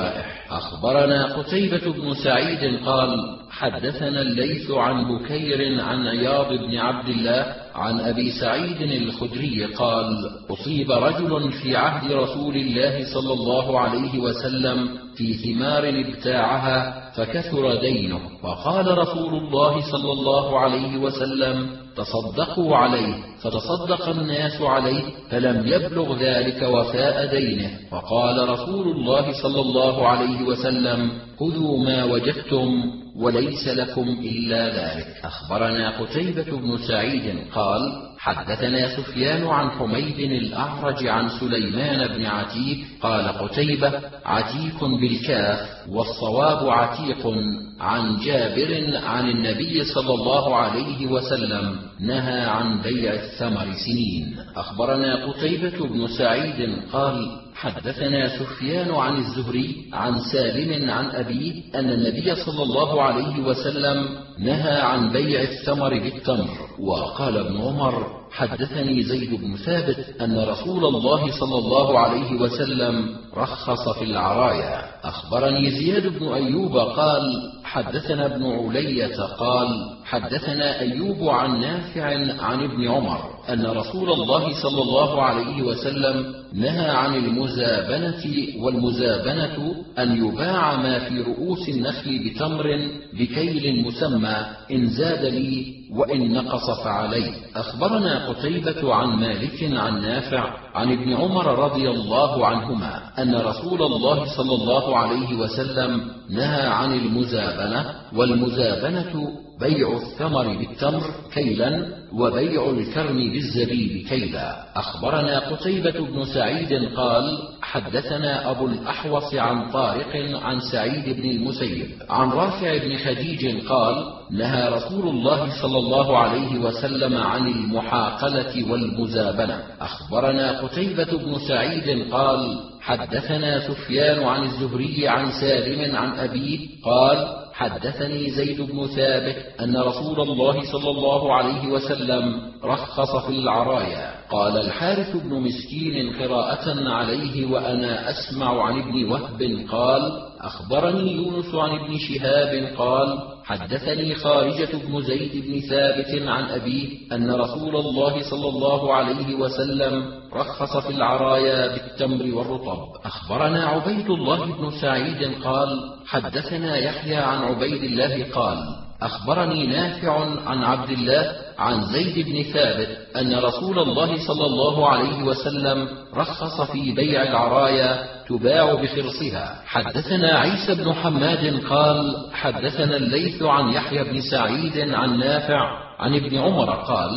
أخبرنا قتيبة بن سعيد قال حدثنا الليث عن بكير عن عياض بن عبد الله عن أبي سعيد الخدري قال أصيب رجل في عهد رسول الله صلى الله عليه وسلم في ثمار ابتاعها فكثر دينه، فقال رسول الله صلى الله عليه وسلم تصدقوا عليه، فتصدق الناس عليه فلم يبلغ ذلك وفاء دينه، فقال رسول الله صلى الله عليه وسلم خذوا ما وجدتم وليس لكم إلا ذلك. أخبرنا قتيبة بن سعيد قال حدثنا سفيان عن حميد الأعرج عن سليمان بن عتيق قال قتيبة عتيق بالكاف والصواب عتيق عن جابر عن النبي صلى الله عليه وسلم نهى عن بيع الثمر سنين. أخبرنا قتيبة بن سعيد قال حدثنا سفيان عن الزهري عن سالم عن أبيه أن النبي صلى الله عليه وسلم نهى عن بيع الثمر بالتمر. وقال ابن عمر حدثني زيد بن ثابت أن رسول الله صلى الله عليه وسلم رخص في العرايا. أخبرني زياد بن أيوب قال حدثنا ابن علية قال حدثنا أيوب عن نافع عن ابن عمر أن رسول الله صلى الله عليه وسلم نهى عن المزابنة، والمزابنة أن يباع ما في رؤوس النخل بتمر بكيل مسمى إن زاد لي وإن نقص فعليه. أخبرنا قتيبة عن مالك عن نافع عن ابن عمر رضي الله عنهما أن رسول الله صلى الله عليه وسلم نهى عن المزابنة، والمزابنة بيع الثمر بالتمر كيلا وبيع الكرم بالزبيب كيلا. أخبرنا قتيبة بن سعيد قال حدثنا أبو الأحوص عن طارق عن سعيد بن المسيب عن رافع بن خديج قال نهى رسول الله صلى الله عليه وسلم عن المحاقلة والمزابنة. أخبرنا قتيبة بن سعيد قال حدثنا سفيان عن الزهري عن سالم عن أبيه قال حدثني زيد بن ثابت أن رسول الله صلى الله عليه وسلم رخص في العرايا. قال الحارث بن مسكين قراءة عليه وأنا أسمع عن ابن وهب قال أخبرني يونس عن ابن شهاب قال حدثني خارجة بن زيد بن ثابت عن أبيه أن رسول الله صلى الله عليه وسلم رخص في العرايا بالتمر والرطب. أخبرنا عبيد الله بن سعيد قال حدثنا يحيى عن عبيد الله قال أخبرني نافع عن عبد الله عن زيد بن ثابت أن رسول الله صلى الله عليه وسلم رخص في بيع العرايا تباع بخرصها. حدثنا عيسى بن حماد قال حدثنا الليث عن يحيى بن سعيد عن نافع عن ابن عمر قال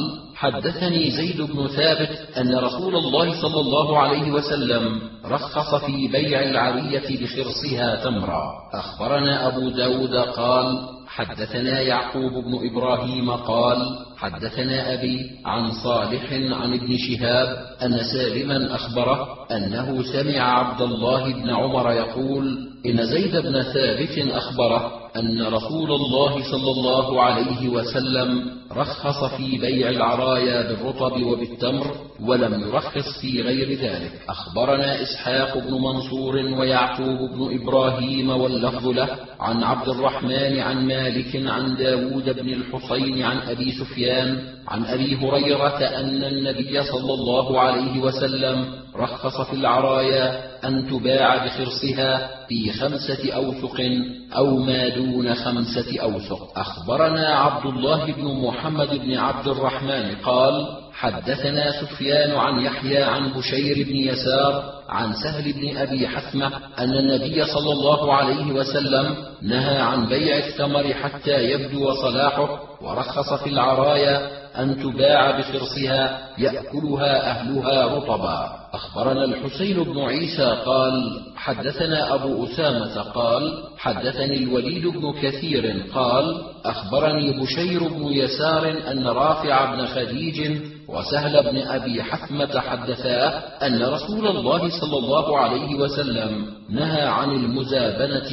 حدثني زيد بن ثابت أن رسول الله صلى الله عليه وسلم رخص في بيع العرية بخرصها تمرا. أخبرنا أبو داود قال حدثنا يعقوب بن إبراهيم قال حدثنا أبي عن صالح عن ابن شهاب أن سالما أخبره أنه سمع عبد الله بن عمر يقول إن زيد بن ثابت أخبره أن رسول الله صلى الله عليه وسلم رخص في بيع العرايا بالرطب وبالتمر ولم يرخص في غير ذلك. أخبرنا إسحاق بن منصور ويعقوب بن إبراهيم واللفظ له عن عبد الرحمن عن مالك عن داود بن الحصين عن أبي سفيان عن أبي هريرة أن النبي صلى الله عليه وسلم رخص في العرايا أن تباع بخرصها في 5 أوسق أو ما دون 5 أوسق. أخبرنا عبد الله بن محمد بن عبد الرحمن قال حدثنا سفيان عن يحيى عن بشير بن يسار عن سهل بن أبي حثمة أن النبي صلى الله عليه وسلم نهى عن بيع الثمر حتى يبدو صلاحه، ورخص في العرايا أن تباع بخرصها يأكلها أهلها رطبا. أخبرنا الحسين بن عيسى قال حدثنا أبو أسامة قال حدثني الوليد بن كثير قال أخبرني بشير بن يسار أن رافع بن خديج وسهل بن أبي حثمة حدثاه أن رسول الله صلى الله عليه وسلم نهى عن المزابنة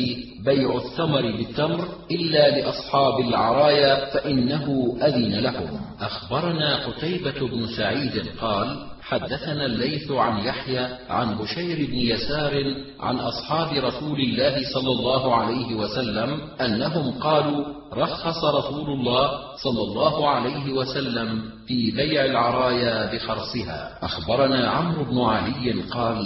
بيع الثمر بالتمر إلا لأصحاب العرايا فإنه أذن لهم. أخبرنا قتيبة بن سعيد قال حدثنا الليث عن يحيى عن بشير بن يسار عن أصحاب رسول الله صلى الله عليه وسلم أنهم قالوا رخص رسول الله صلى الله عليه وسلم في بيع العرايا بخرصها. أخبرنا عمرو بن علي قال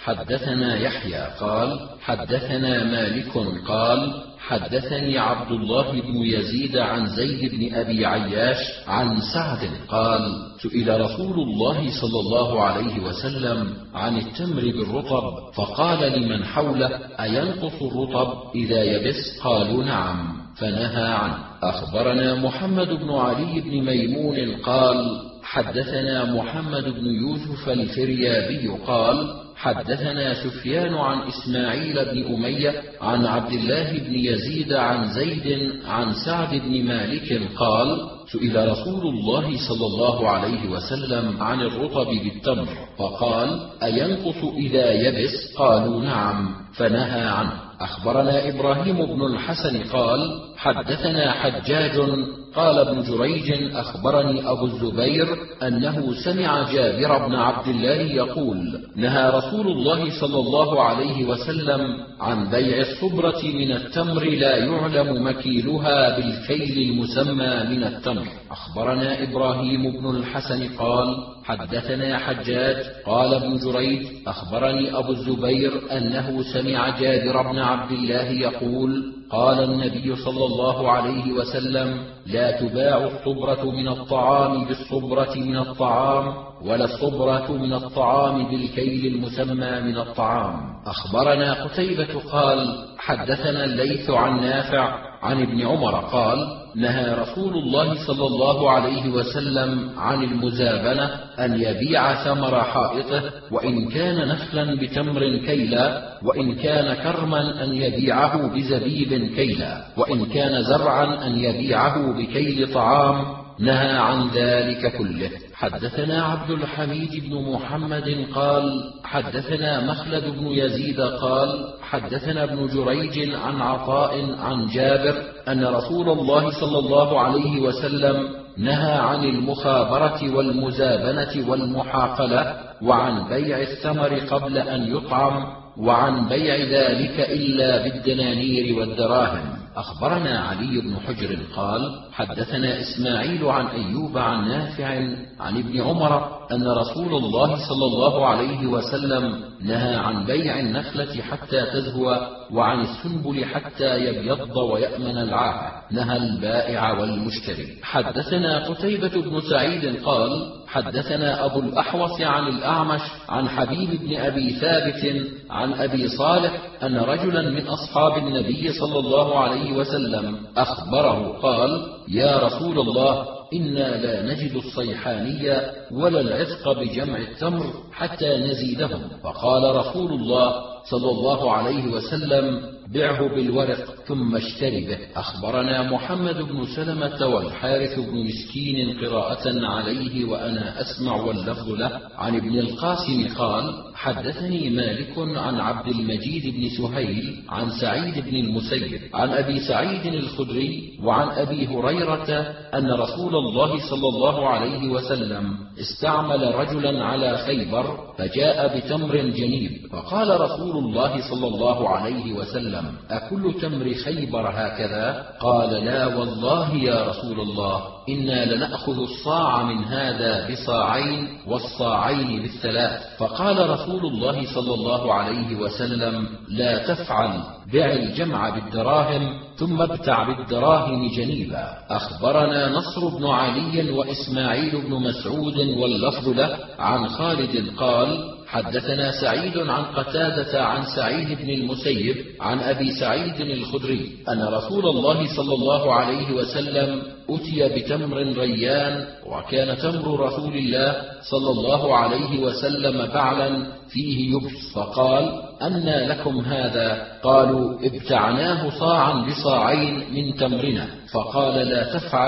حدثنا يحيى قال حدثنا مالك قال حدثني عبد الله بن يزيد عن زيد بن أبي عياش عن سعد قال سئل رسول الله صلى الله عليه وسلم عن التمر بالرطب فقال لمن حوله أينقص الرطب إذا يبس؟ قالوا نعم، فنهى عنه. أخبرنا محمد بن علي بن ميمون قال حدثنا محمد بن يوسف الفريابي قال حدثنا سفيان عن إسماعيل بن أمية عن عبد الله بن يزيد عن زيد عن سعد بن مالك قال سئل رسول الله صلى الله عليه وسلم عن الرطب بالتمر فقال أينقص إذا يبس؟ قالوا نعم، فنهى عنه. أخبرنا إبراهيم بن الحسن قال حدثنا حجاج قال ابن جريج أخبرني أبو الزبير أنه سمع جابر بن عبد الله يقول نهى رسول الله صلى الله عليه وسلم عن بيع الصبرة من التمر لا يعلم مكيلها بالكيل المسمى من التمر. أخبرنا إبراهيم بن الحسن قال حدثنا حجاج قال ابن جريج أخبرني أبو الزبير أنه سمع جابر بن عبد الله يقول قال النبي صلى الله عليه وسلم لا تباع الصبرة من الطعام بالصبرة من الطعام ولا الصبرة من الطعام بالكيل المسمى من الطعام. أخبرنا قتيبة قال حدثنا الليث عن نافع عن ابن عمر قال نهى رسول الله صلى الله عليه وسلم عن المزابنة أن يبيع ثمر حائطه وإن كان نخلا بتمر كيلا وإن كان كرما أن يبيعه بزبيب كيلا وإن كان زرعا أن يبيعه بكيل طعام، نهى عن ذلك كله. حدثنا عبد الحميد بن محمد قال حدثنا مخلد بن يزيد قال حدثنا ابن جريج عن عطاء عن جابر أن رسول الله صلى الله عليه وسلم نهى عن المخابرة والمزابنة والمحاقلة وعن بيع الثمر قبل أن يطعم وعن بيع ذلك إلا بالدنانير والدراهم. أخبرنا علي بن حجر قال حدثنا إسماعيل عن أيوب عن نافع عن ابن عمر أن رسول الله صلى الله عليه وسلم نهى عن بيع النخلة حتى تزهو وعن السنبل حتى يبيض ويأمن العاهة، نهى البائع والمشتري. حدثنا قتيبة بن سعيد قال حدثنا أبو الأحوص عن الأعمش عن حبيب بن أبي ثابت عن أبي صالح أن رجلا من أصحاب النبي صلى الله عليه وسلم أخبره قال يا رسول الله إنا لا نجد الصيحانية ولا العتق بجمع التمر حتى نزيدهم، فقال رسول الله صلى الله عليه وسلم بعه بالورق ثم اشتري به. أخبرنا محمد بن سلمة والحارث بن مسكين قراءة عليه وأنا أسمع واللفظ له عن ابن القاسم قال حدثني مالك عن عبد المجيد بن سهيل عن سعيد بن المسيب عن أبي سعيد الخدري وعن أبي هريرة أن رسول الله صلى الله عليه وسلم استعمل رجلا على خيبر فجاء بتمر جنيب، فقال رسول الله صلى الله عليه وسلم أكل تمر خيبر هكذا؟ قال لا والله يا رسول الله إنا لنأخذ الصاع من هذا بصاعين والصاعين بالثلاث. فقال رسول الله صلى الله عليه وسلم لا تفعل، بع الجمع بالدراهم ثم ابتع بالدراهم جنيبا. أخبرنا نصر بن علي وإسماعيل بن مسعود واللفظ له عن خالد قال حدثنا سعيد عن قتادة عن سعيد بن المسيب عن أبي سعيد الخدري أن رسول الله صلى الله عليه وسلم أتي بتمر ريان وكان تمر رسول الله صلى الله عليه وسلم بعلا فيه يبس، فقال أنى لكم هذا؟ قالوا ابتعناه صاعا بصاعين من تمرنا، فقال لا تفعل،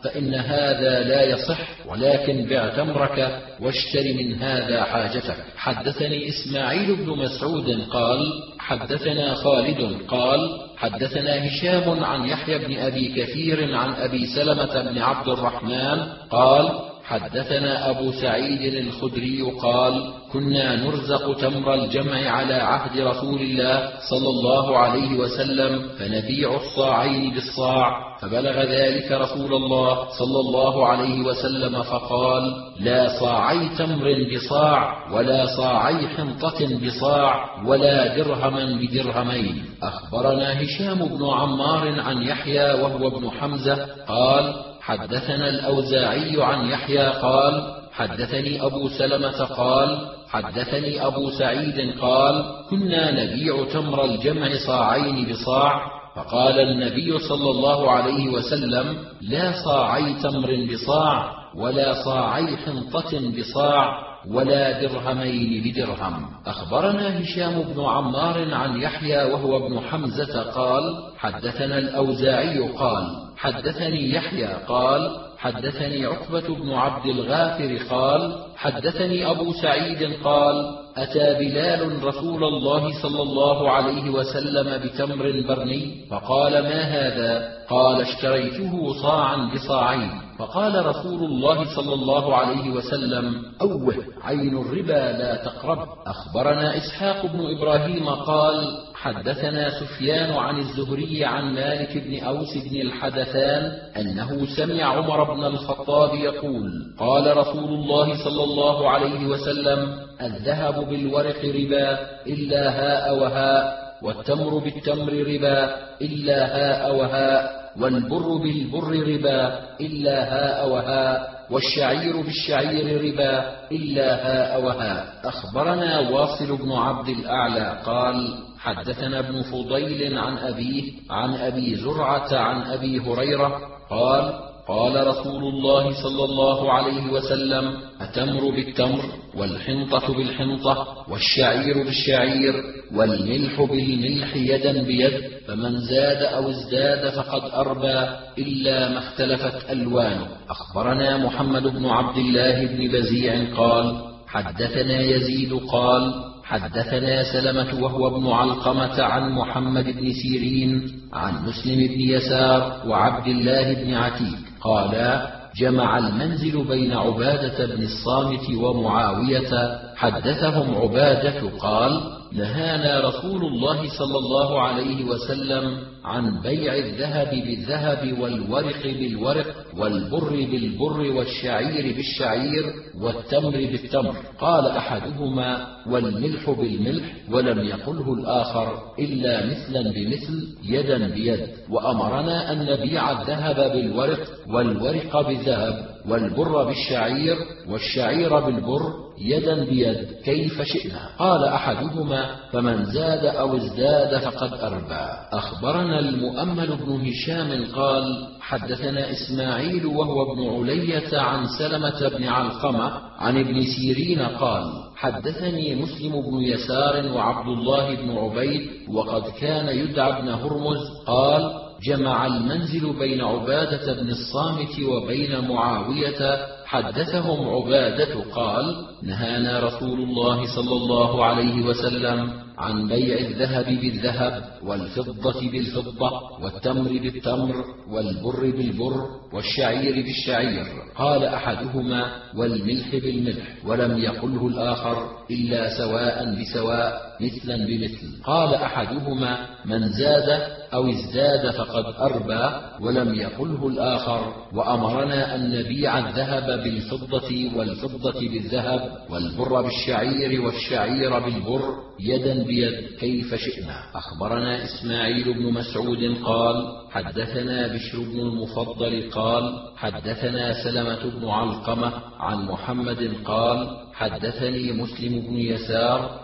فإن هذا لا يصح، ولكن بع تمرك واشتر من هذا حاجتك. حدثني إسماعيل بن مسعود قال حدثنا خالد قال حدثنا هشام عن يحيى بن أبي كثير عن أبي سلمة بن عبد الرحمن قال حدثنا أبو سعيد الخدري قال كنا نرزق تمر الجمع على عهد رسول الله صلى الله عليه وسلم، فنبيع الصاعين بالصاع، فبلغ ذلك رسول الله صلى الله عليه وسلم فقال لا صاعي تمر بصاع ولا صاعي حنطة بصاع ولا درهما بدرهمين. أخبرنا هشام بن عمار عن يحيى وهو ابن حمزة قال حدثنا الأوزاعي عن يحيى قال حدثني أبو سلمة قال حدثني أبو سعيد قال كنا نبيع تمر الجمع صاعين بصاع، فقال النبي صلى الله عليه وسلم لا صاعي تمر بصاع ولا صاعي حنطة بصاع ولا درهمين بدرهم. أخبرنا هشام بن عمار عن يحيى وهو ابن حمزة قال حدثنا الأوزاعي قال حدثني يحيى قال حدثني عقبة بن عبد الغافر قال حدثني أبو سعيد قال أتى بلال رسول الله صلى الله عليه وسلم بتمر برني، فقال ما هذا؟ قال اشتريته صاعا بصاعين، فقال رسول الله صلى الله عليه وسلم أوه عين الربا لا تقرب. أخبرنا إسحاق بن إبراهيم قال حدثنا سفيان عن الزهري عن مالك بن أوس بن الحدثان أنه سمع عمر بن الخطاب يقول قال رسول الله صلى الله عليه وسلم الذهب بالورق ربا إلا هاء وهاء، والتمر بالتمر ربا إلا هاء وهاء، والبر بالبر ربا إلا هاء وهاء، والشعير بالشعير ربا إلا هاء وهاء. أخبرنا واصل بن عبد الأعلى قال حدثنا ابن فضيل عن أبيه عن أبي زرعة عن أبي هريرة قال قال رسول الله صلى الله عليه وسلم التمر بالتمر والحنطة بالحنطة والشعير بالشعير والملح بالملح يدا بيد، فمن زاد أو ازداد فقد أربى إلا ما اختلفت ألوانه. أخبرنا محمد بن عبد الله بن بزيع قال حدثنا يزيد قال حدثنا سلمة وهو ابن علقمة عن محمد بن سيرين عن مسلم بن يسار وعبد الله بن عتيق قالا جمع المنزل بين عبادة بن الصامت ومعاوية. حدثهم عبادة قال نهانا رسول الله صلى الله عليه وسلم عن بيع الذهب بالذهب والورق بالورق والبر بالبر والشعير بالشعير والتمر بالتمر. قال أحدهما والملح بالملح، ولم يقله الآخر إلا مثلا بمثل يدا بيد. وأمرنا أن نبيع الذهب بالورق والورق بالذهب والبر بالشعير والشعير بالبر يدا بيد كيف شئنا. قال أحدهما فمن زاد أو ازداد فقد أربى. أخبرنا المؤمل بن هشام قال حدثنا إسماعيل وهو ابن علية عن سلمة بن علقمة عن ابن سيرين قال حدثني مسلم بن يسار وعبد الله بن عبيد وقد كان يدعى ابن هرمز قال جمع المنزل بين عبادة بن الصامت وبين معاوية. حدثهم عبادة قال نهانا رسول الله صلى الله عليه وسلم عن بيع الذهب بالذهب والفضة بالفضة والتمر بالتمر والبر بالبر والشعير بالشعير. قال أحدهما والملح بالملح، ولم يقله الآخر إلا سواء بسواء مثلا بمثل. قال أحدهما من زاد أو ازداد فقد أربى، ولم يقله الآخر. وأمرنا أن نبيع الذهب بالفضة والفضة بالذهب والبر بالشعير والشعير بالبر يدا بيد كيف شئنا. أخبرنا إسماعيل بن مسعود قال حدثنا بشر بن المفضل قال حدثنا سلمة بن علقمة عن محمد قال حدثني مسلم بن يسار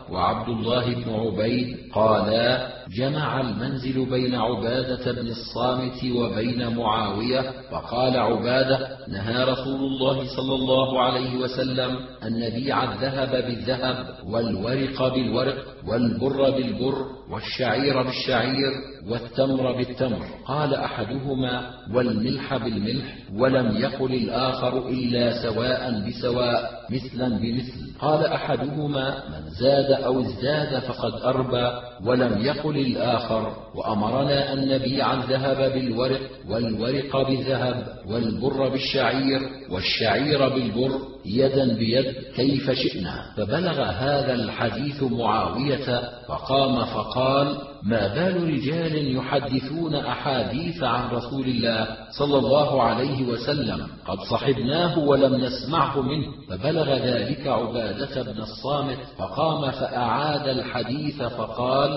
وعبد الله بن عبيد قالا: جمع المنزل بين عبادة بن الصامت وبين معاوية. فقال عبادة: نهى رسول الله صلى الله عليه وسلم أن نبيع الذهب بالذهب والورق بالورق والبر بالبر والشعير بالشعير والتمر بالتمر. قال أحدهما: والملح بالملح، ولم يقل الآخر إلا سواء بسواء مثلا بمثل. قال أحدهما: من زاد أو ازداد فقد أربى، ولم يقل الآخر: وأمرنا أن نبيع الذهب بالورق والورق بالذهب والبر بالشعير والشعير بالبر يدا بيد كيف شئنا. فبلغ هذا الحديث معاوية فقام فقال: ما بال رجال يحدثون أحاديث عن رسول الله صلى الله عليه وسلم قد صحبناه ولم نسمعه منه. فبلغ ذلك عبادة بن الصامت فقام فأعاد الحديث فقال: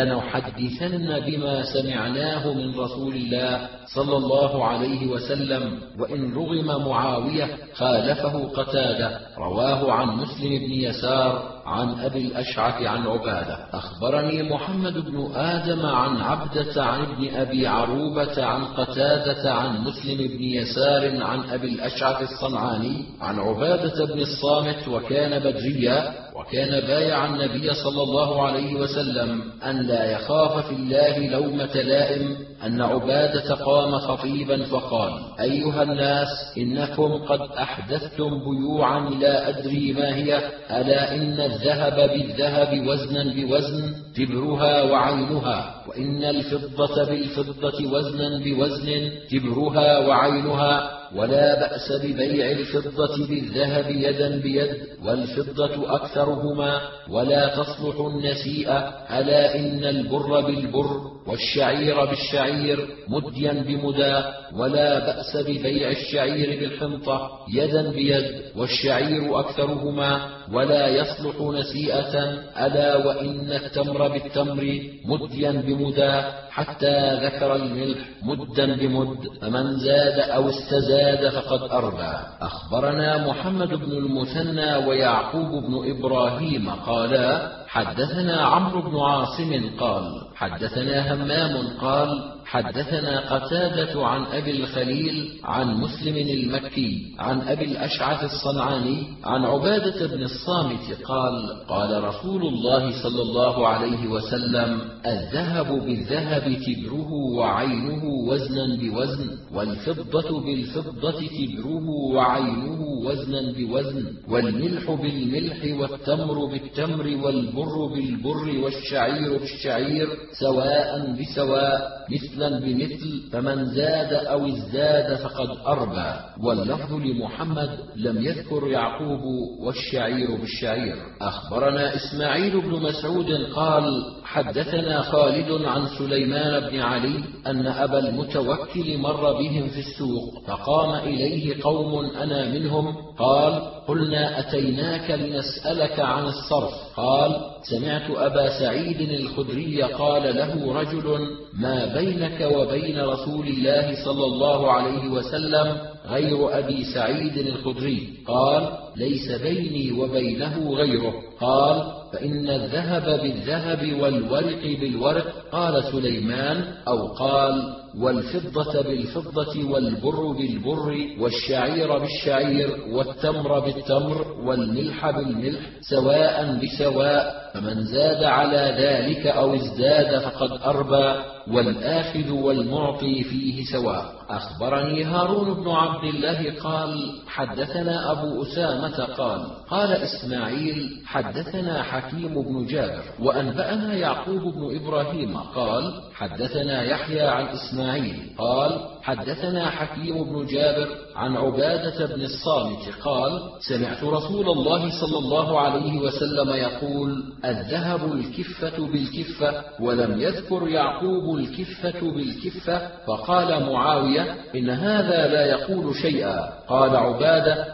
لنحدثن بما سمعناه من رسول الله صلى الله عليه وسلم، وإن رغم معاوية خالفه قتادة. رواه عن مسلم بن يسار عن أبي الأشعث عن عبادة. أخبرني محمد بن آدم عن عبدة عن ابن أبي عروبة عن قتادة عن مسلم بن يسار عن أبي الأشعث الصنعاني عن عبادة بن الصامت، وكان بدريا، وكان بايع النبي صلى الله عليه وسلم أن لا يخاف في الله لومة لائم، أن عبادة قام خطيبا فقال: أيها الناس، إنكم قد أحدثتم بيوعا لا أدري ما هي، ألا إن الذهب بالذهب وزنا بوزن تبرها وعينها، وإن الفضة بالفضة وزنا بوزن تبرها وعينها، ولا بأس ببيع الفضة بالذهب يدا بيد، والفضة أكثرهما، ولا تصلح النسيئة، ألا إن البر بالبر والشعير بالشعير مديا بمدى، ولا بأس ببيع الشعير بالحنطة يدا بيد، والشعير أكثرهما، ولا يصلح نسيئة، ألا وإن التمر بالتمر مديا بمدى، حتى ذكر الملح مدا بمد، فمن زاد أو استزاد فقد أربى. أخبرنا محمد بن المثنى ويعقوب بن إبراهيم قالا: حدثنا عمرو بن عاصم قال: حدثنا همام قال: حدثنا قتادة عن أبي الخليل عن مسلم المكي عن أبي الأشعث الصنعاني عن عبادة بن الصامت قال: قال رسول الله صلى الله عليه وسلم: الذهب بالذهب تبره وعينه وزنا بوزن، والفضة بالفضة تبره وعينه وزنا بوزن، والملح بالملح والتمر بالتمر والبر بالبر والشعير بالشعير سواء بسواء مثلا بمثل، فمن زاد أو ازداد فقد أربى. واللفظ لمحمد لم يذكر يعقوب والشعير بالشعير. أخبرنا إسماعيل بن مسعود قال: حدثنا خالد عن سليمان بن علي أن أبا المتوكل مر بهم في السوق، فقام إليه قوم أنا منهم، قال: قلنا أتيناك لنسألك عن الصرف. قال: سمعت أبا سعيد الخدري قال له رجل: ما بينك وبين رسول الله صلى الله عليه وسلم غير أبي سعيد الخدري؟ قال: ليس بيني وبينه غيره. قال: فإن الذهب بالذهب والورق بالورق. قال سليمان: أو قال: والفضة بالفضة والبر بالبر والشعير بالشعير والتمر بالتمر والملح بالملح سواء بسواء، فمن زاد على ذلك أو ازداد فقد أربى، والآخذ والمعطي فيه سواء. أخبرني هارون بن عبد الله قال: حدثنا أبو أسامة قال: قال إسماعيل: حدثنا حكيم بن جابر، وأنبأنا يعقوب بن إبراهيم قال: حدثنا يحيى عن إسماعيل قال: حدثنا حكيم بن جابر عن عبادة بن الصامت قال: سمعت رسول الله صلى الله عليه وسلم يقول: الذهب الكفة بالكفة، ولم يذكر يعقوب الكفة بالكفة. فقال معاوية: إن هذا لا يقول شيئا. قال عبادة: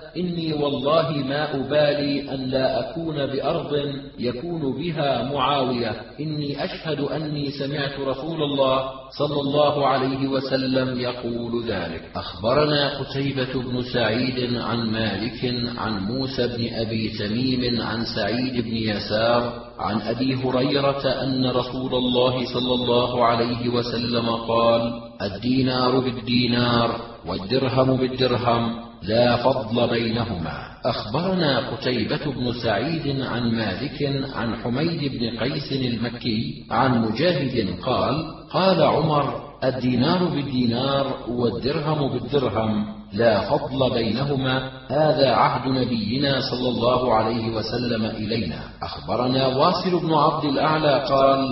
إني والله ما أبالي أن لا أكون بأرض يكون بها معاوية، إني أشهد أني سمعت رسول الله صلى الله عليه وسلم يقول ذلك. أخبرنا قتيبة بن سعيد عن مالك عن موسى بن أبي تميم عن سعيد بن يسار عن أبي هريرة أن رسول الله صلى الله عليه وسلم قال: الدينار بالدينار والدرهم بالدرهم لا فضل بينهما. أخبرنا قتيبة بن سعيد عن مالك عن حميد بن قيس المكي عن مجاهد قال: قال عمر: الدينار بالدينار والدرهم بالدرهم لا فضل بينهما، هذا عهد نبينا صلى الله عليه وسلم إلينا. أخبرنا واصل بن عبد الأعلى قال: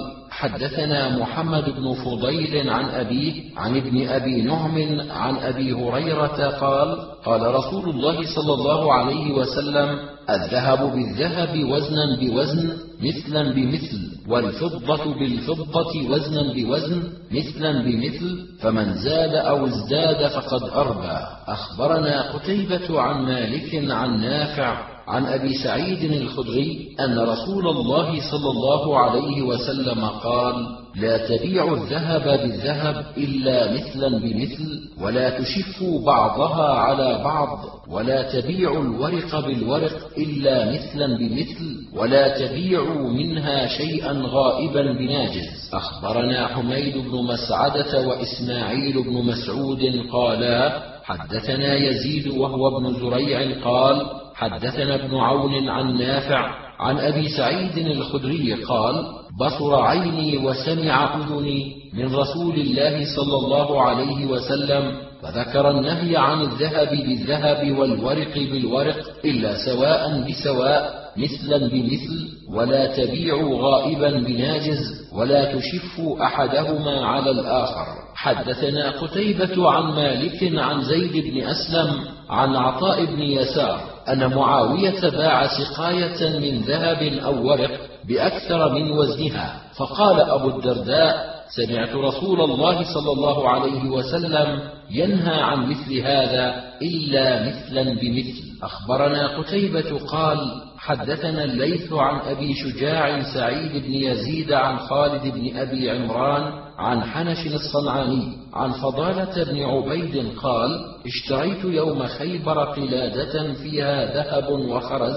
حدثنا محمد بن فضيل عن أبيه عن ابن أبي نعم عن أبي هريرة قال: قال رسول الله صلى الله عليه وسلم: الذهب بالذهب وزنا بوزن مثلا بمثل، والفضة بالفضة وزنا بوزن مثلا بمثل، فمن زاد أو ازداد فقد أربى. أخبرنا قتيبة عن مالك عن نافع عن أبي سعيد الخدري أن رسول الله صلى الله عليه وسلم قال: لا تبيعوا الذهب بالذهب إلا مثلا بمثل، ولا تشفوا بعضها على بعض، ولا تبيعوا الورق بالورق إلا مثلا بمثل، ولا تبيعوا منها شيئا غائبا بناجز. أخبرنا حميد بن مسعدة وإسماعيل بن مسعود قالا: حدثنا يزيد وهو ابن زريع قال: حدثنا ابن عون عن نافع عن أبي سعيد الخدري قال: بصر عيني وسمع أذني من رسول الله صلى الله عليه وسلم، فذكر النهي عن الذهب بالذهب والورق بالورق إلا سواء بسواء مثلا بمثل، ولا تبيعوا غائبا بناجز، ولا تشفوا أحدهما على الآخر. حدثنا قتيبة عن مالك عن زيد بن أسلم عن عطاء بن يسار أن معاوية باع سقاية من ذهب أو ورق بأكثر من وزنها، فقال أبو الدرداء: سمعت رسول الله صلى الله عليه وسلم ينهى عن مثل هذا إلا مثلا بمثل. أخبرنا قتيبة قال: حدثنا الليث عن أبي شجاع سعيد بن يزيد عن خالد بن أبي عمران عن حنش الصنعاني عن فضالة بن عبيد قال: اشتريت يوم خيبر قلادة فيها ذهب وخرز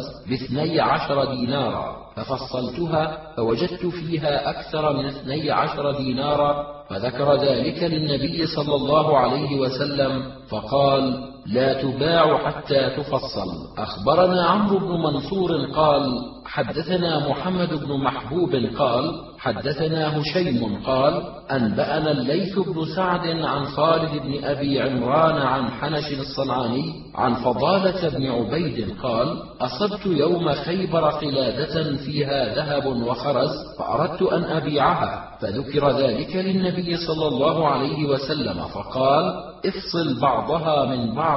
ب12 دينارا، ففصلتها فوجدت فيها أكثر من 12 دينارا، فذكر ذلك للنبي صلى الله عليه وسلم فقال: لا تباع حتى تفصل. أخبرنا عمرو بن منصور قال: حدثنا محمد بن محبوب قال: حدثنا هشيم قال: أنبأنا الليث بن سعد عن خالد بن أبي عمران عن حنش الصنعاني عن فضالة بن عبيد قال: أصبت يوم خيبر قلادة فيها ذهب وخرز، فأردت أن أبيعها، فذكر ذلك للنبي صلى الله عليه وسلم فقال: افصل بعضها من بعض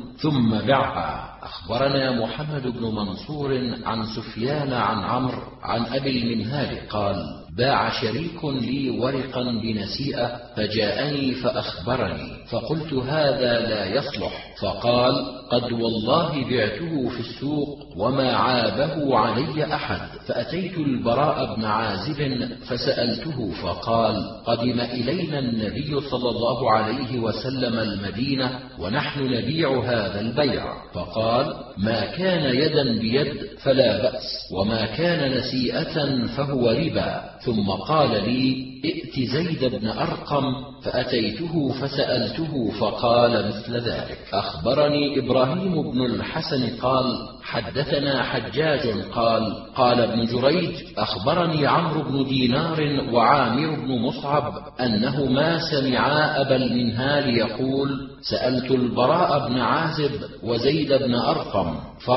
ثم بعها. أخبرنا محمد بن منصور عن سفيان عن عمرو عن أبي المنهال قال: باع شريك لي ورقا بنسيئة، فجاءني فأخبرني، فقلت: هذا لا يصلح، فقال: قد والله بعته في السوق وما عابه علي أحد. فأتيت البراء بن عازب فسألته، فقال: قدم إلينا النبي صلى الله عليه وسلم المدينة ونحن نبيع هذا البيع، فقال: ما كان يدا بيد فلا بأس، وما كان نسيئة فهو ربا. ثم قال لي: ائت زيد بن أرقم، فأتيته فسألته فقال مثل ذلك. أخبرني إبراهيم بن الحسن قال: حدثنا حجاج قال: قال ابن جريج: أخبرني عمرو بن دينار وعامر بن مصعب أنهما سمعا أبا المنهال يقول: سألت البراء بن عازب وزيد بن أرقم،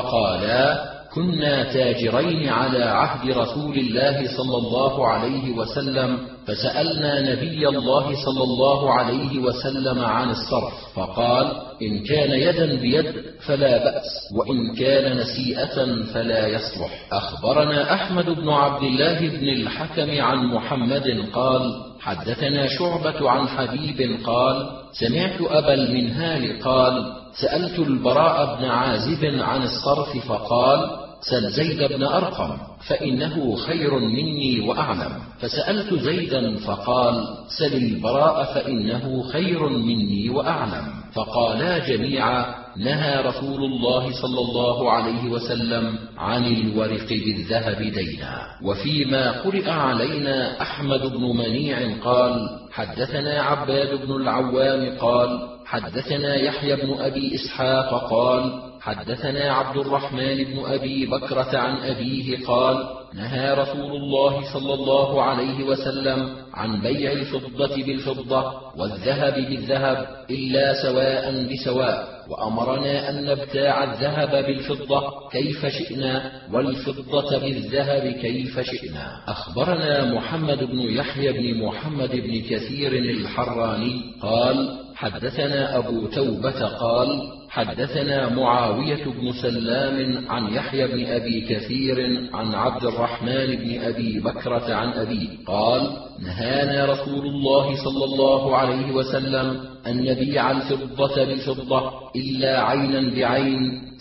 فقالا: كنا تاجرين على عهد رسول الله صلى الله عليه وسلم، فسألنا نبي الله صلى الله عليه وسلم عن الصرف، فقال: إن كان يدا بيد فلا بأس، وإن كان نسيئة فلا يصلح. أخبرنا أحمد بن عبد الله بن الحكم عن محمد قال: حدثنا شعبة عن حبيب قال: سمعت أبا المنهال قال: سألت البراء بن عازب عن الصرف فقال: سل زيد بن أرقم فإنه خير مني وأعلم. فسألت زيدا فقال: سل البراء فإنه خير مني وأعلم. فقالا جميعا: نهى رسول الله صلى الله عليه وسلم عن الورق بالذهب دينا. وفيما قرئ علينا أحمد بن منيع قال: حدثنا عباد بن العوام قال: حدثنا يحيى بن أبي إسحاق قال: حدثنا عبد الرحمن بن أبي بكرة عن أبيه قال: نهى رسول الله صلى الله عليه وسلم عن بيع الفضة بالفضة والذهب بالذهب إلا سواء بسواء، وأمرنا أن نبتاع الذهب بالفضة كيف شئنا والفضة بالذهب كيف شئنا. أخبرنا محمد بن يحيى بن محمد بن كثير الحراني قال: حدثنا أبو توبة قال: حدثنا معاوية بن سلام عن يحيى بن أبي كثير عن عبد الرحمن بن أبي بكرة عن أبيه قال: نهانا رسول الله صلى الله عليه وسلم أن نبيع الفضة بالفضة إلا عينا بعين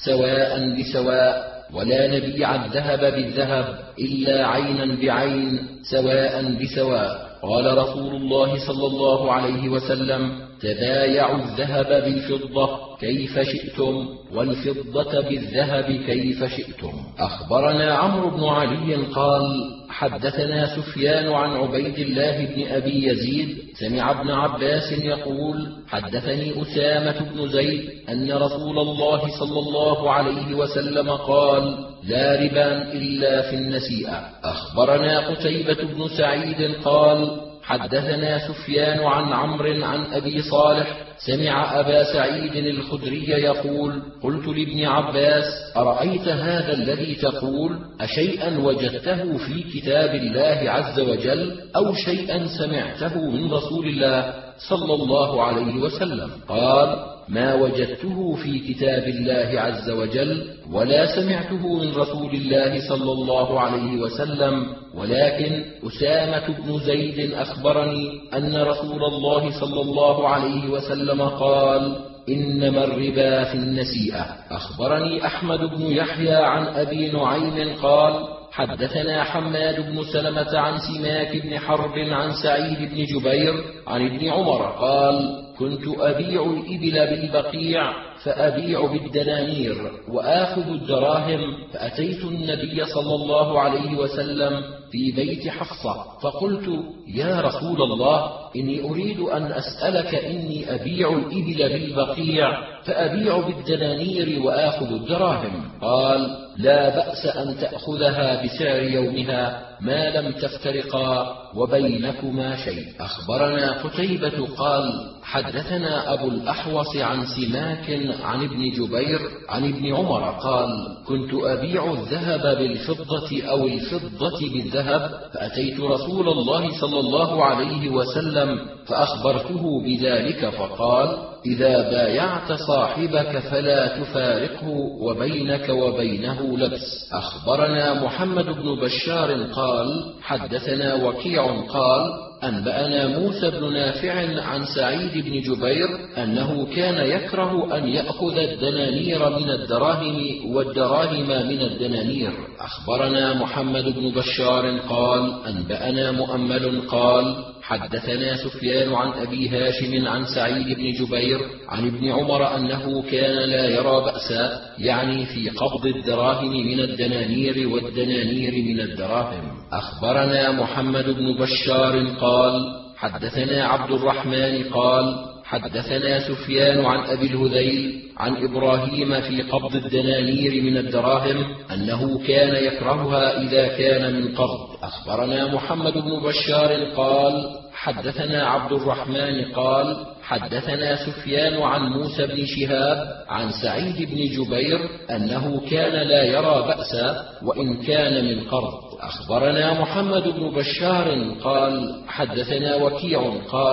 سواء بسواء، ولا نبيع الذهب بالذهب إلا عينا بعين سواء بسواء. قال رسول الله صلى الله عليه وسلم: تبايعوا الذهب بالفضة كيف شئتم والفضة بالذهب كيف شئتم. أخبرنا عمرو بن علي قال: حدثنا سفيان عن عبيد الله بن أبي يزيد سمع ابن عباس يقول: حدثني أسامة بن زيد أن رسول الله صلى الله عليه وسلم قال: لا ربا إلا في النسيئة. أخبرنا قتيبة بن سعيد قال: حدثنا سفيان عن عمرو عن أبي صالح سمع أبا سعيد الخدري يقول: قلت لابن عباس: أرأيت هذا الذي تقول أشيئا وجدته في كتاب الله عز وجل أو شيئا سمعته من رسول الله صلى الله عليه وسلم؟ قال: ما وجدته في كتاب الله عز وجل ولا سمعته من رسول الله صلى الله عليه وسلم، ولكن أسامة بن زيد أخبرني أن رسول الله صلى الله عليه وسلم قال: إنما الربا في النسيئة. أخبرني أحمد بن يحيى عن أبي نعيم قال: حدثنا حماد بن سلمة عن سماك بن حرب عن سعيد بن جبير عن ابن عمر قال: كنت أبيع الإبل بالبقيع فأبيع بالدنانير وآخذ الدراهم، فأتيت النبي صلى الله عليه وسلم في بيت حفصة فقلت: يا رسول الله، إني أريد أن أسألك، إني أبيع الإبل بالبقيع فأبيع بالدنانير وآخذ الدراهم. قال: لا بأس أن تأخذها بسعر يومها ما لم تفترقا وبينكما شيء. أخبرنا قتيبة قال: حدثنا أبو الأحوص عن سماك عن ابن جبير عن ابن عمر قال: كنت أبيع الذهب بالفضة أو الفضة بالذهب، فأتيت رسول الله صلى الله عليه وسلم فأخبرته بذلك فقال: إذا بايعت صاحبك فلا تفارقه وبينك وبينه لبس. أخبرنا محمد بن بشار قال: حدثنا وكيع قال: أنبأنا موسى بن نافع عن سعيد بن جبير أنه كان يكره أن يأخذ الدنانير من الدراهم والدراهم من الدنانير. أخبرنا محمد بن بشار قال: أنبأنا مؤمل قال: حدثنا سفيان عن أبي هاشم عن سعيد بن جبير عن ابن عمر أنه كان لا يرى بأسا، يعني في قبض الدراهم من الدنانير والدنانير من الدراهم. أخبرنا محمد بن بشار قال: حدثنا عبد الرحمن قال: حدثنا سفيان عن أبي الهذيل عن إبراهيم في قبض الدنانير من الدراهم أنه كان يكرهها إذا كان من قبض. أخبرنا محمد بن بشار قال: حدثنا عبد الرحمن قال: حدثنا سفيان عن موسى بن شهاب عن سعيد بن جبير أنه كان لا يرى بأسا وإن كان من قرض. أخبرنا محمد بن بشار قال: حدثنا وكيع قال: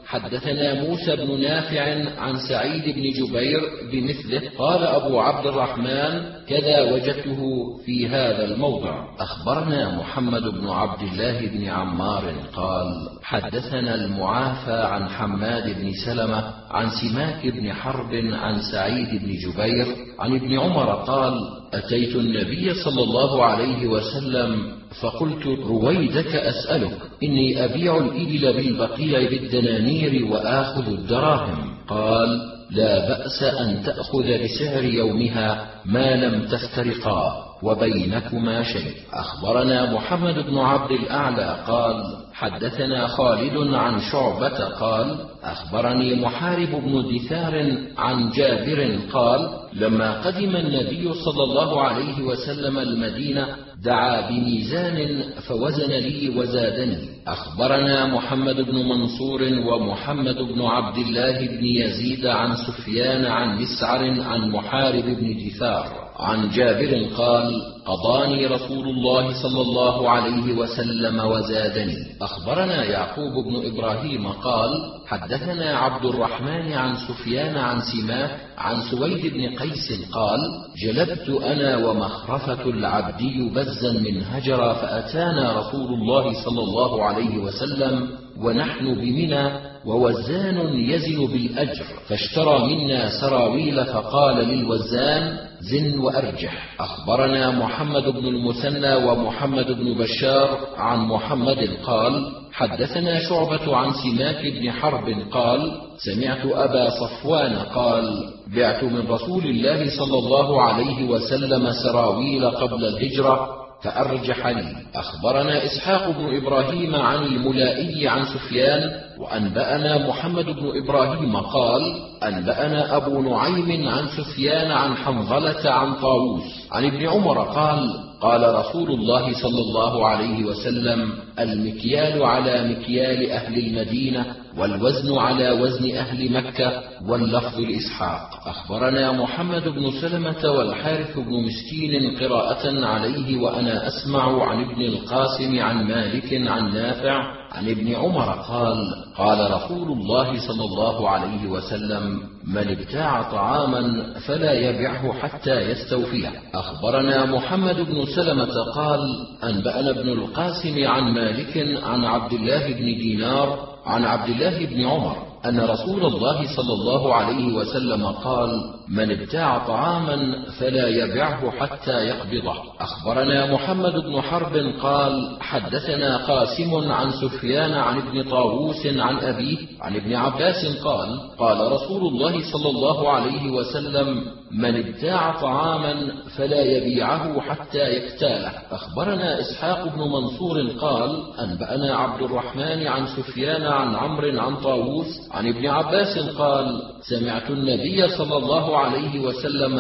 حدثنا موسى بن نافع عن سعيد بن جبير بمثله. قال أبو عبد الرحمن: كذا وجدته في هذا الموضع. أخبرنا محمد بن عبد الله بن عمار قال: حدثنا المعافى عن حماد بن سلمة عن سماك بن حرب عن سعيد بن جبير عن ابن عمر قال: أتيت النبي صلى الله عليه وسلم فقلت: رويدك أسألك، إني أبيع الإبل بالبقيع بالدنانير وآخذ الدراهم. قال: لا بأس أن تأخذ بسعر يومها ما لم تفترقا وبينكما شيء. أخبرنا محمد بن عبد الأعلى قال: حدثنا خالد عن شعبة قال: أخبرني محارب بن دثار عن جابر قال: لما قدم النبي صلى الله عليه وسلم المدينة دعا بميزان فوزن لي وزادني. أخبرنا محمد بن منصور ومحمد بن عبد الله بن يزيد عن سفيان عن مسعر عن محارب بن دثار عن جابر قال: قضاني رسول الله صلى الله عليه وسلم وزادني. أخبرنا يعقوب بن إبراهيم قال: حدثنا عبد الرحمن عن سفيان عن سماك عن سويد بن قيس قال: جلبت أنا ومخرفة العبدي بزا من هجر فأتانا رسول الله صلى الله عليه وسلم ونحن بمنى ووزان يزن بالأجر، فاشترى منا سراويل فقال للوزان: زن وأرجح. أخبرنا محمد بن المثنى ومحمد بن بشار عن محمد قال: حدثنا شعبة عن سماك بن حرب قال: سمعت أبا صفوان قال: بعت من رسول الله صلى الله عليه وسلم سراويل قبل الهجرة فأرجح لي. أخبرنا إسحاق بن إبراهيم عن الملائي عن سفيان وأنبأنا محمد بن إبراهيم قال: أنبأنا أبو نعيم عن سفيان عن حنظلة عن طاووس عن ابن عمر قال: قال رسول الله صلى الله عليه وسلم: المكيال على مكيال أهل المدينة والوزن على وزن أهل مكة، واللفظ لإسحاق. أخبرنا محمد بن سلمة والحارث بن مسكين قراءة عليه وأنا أسمع عن ابن القاسم عن مالك عن نافع عن ابن عمر قال: قال رسول الله صلى الله عليه وسلم: من ابتاع طعاما فلا يبعه حتى يستوفيه. أخبرنا محمد بن سلمة قال: أنبأنا ابن القاسم عن مالك عن عبد الله بن دينار عن عبد الله بن عمر أن رسول الله صلى الله عليه وسلم قال: من ابتاع طعاما فلا يبعه حتى يقبضه. أخبرنا محمد بن حرب قال: حدثنا قاسم عن سفيان عن ابن طاووس عن أبيه عن ابن عباس قال: قال رسول الله صلى الله عليه وسلم: من ابتاع طعاما فلا يبيعه حتى يكتاله. أخبرنا إسحاق بن منصور قال: أنبأنا عبد الرحمن عن سفيان عن عمرو عن طاووس عن ابن عباس قال: سمعت النبي صلى الله عليه وسلم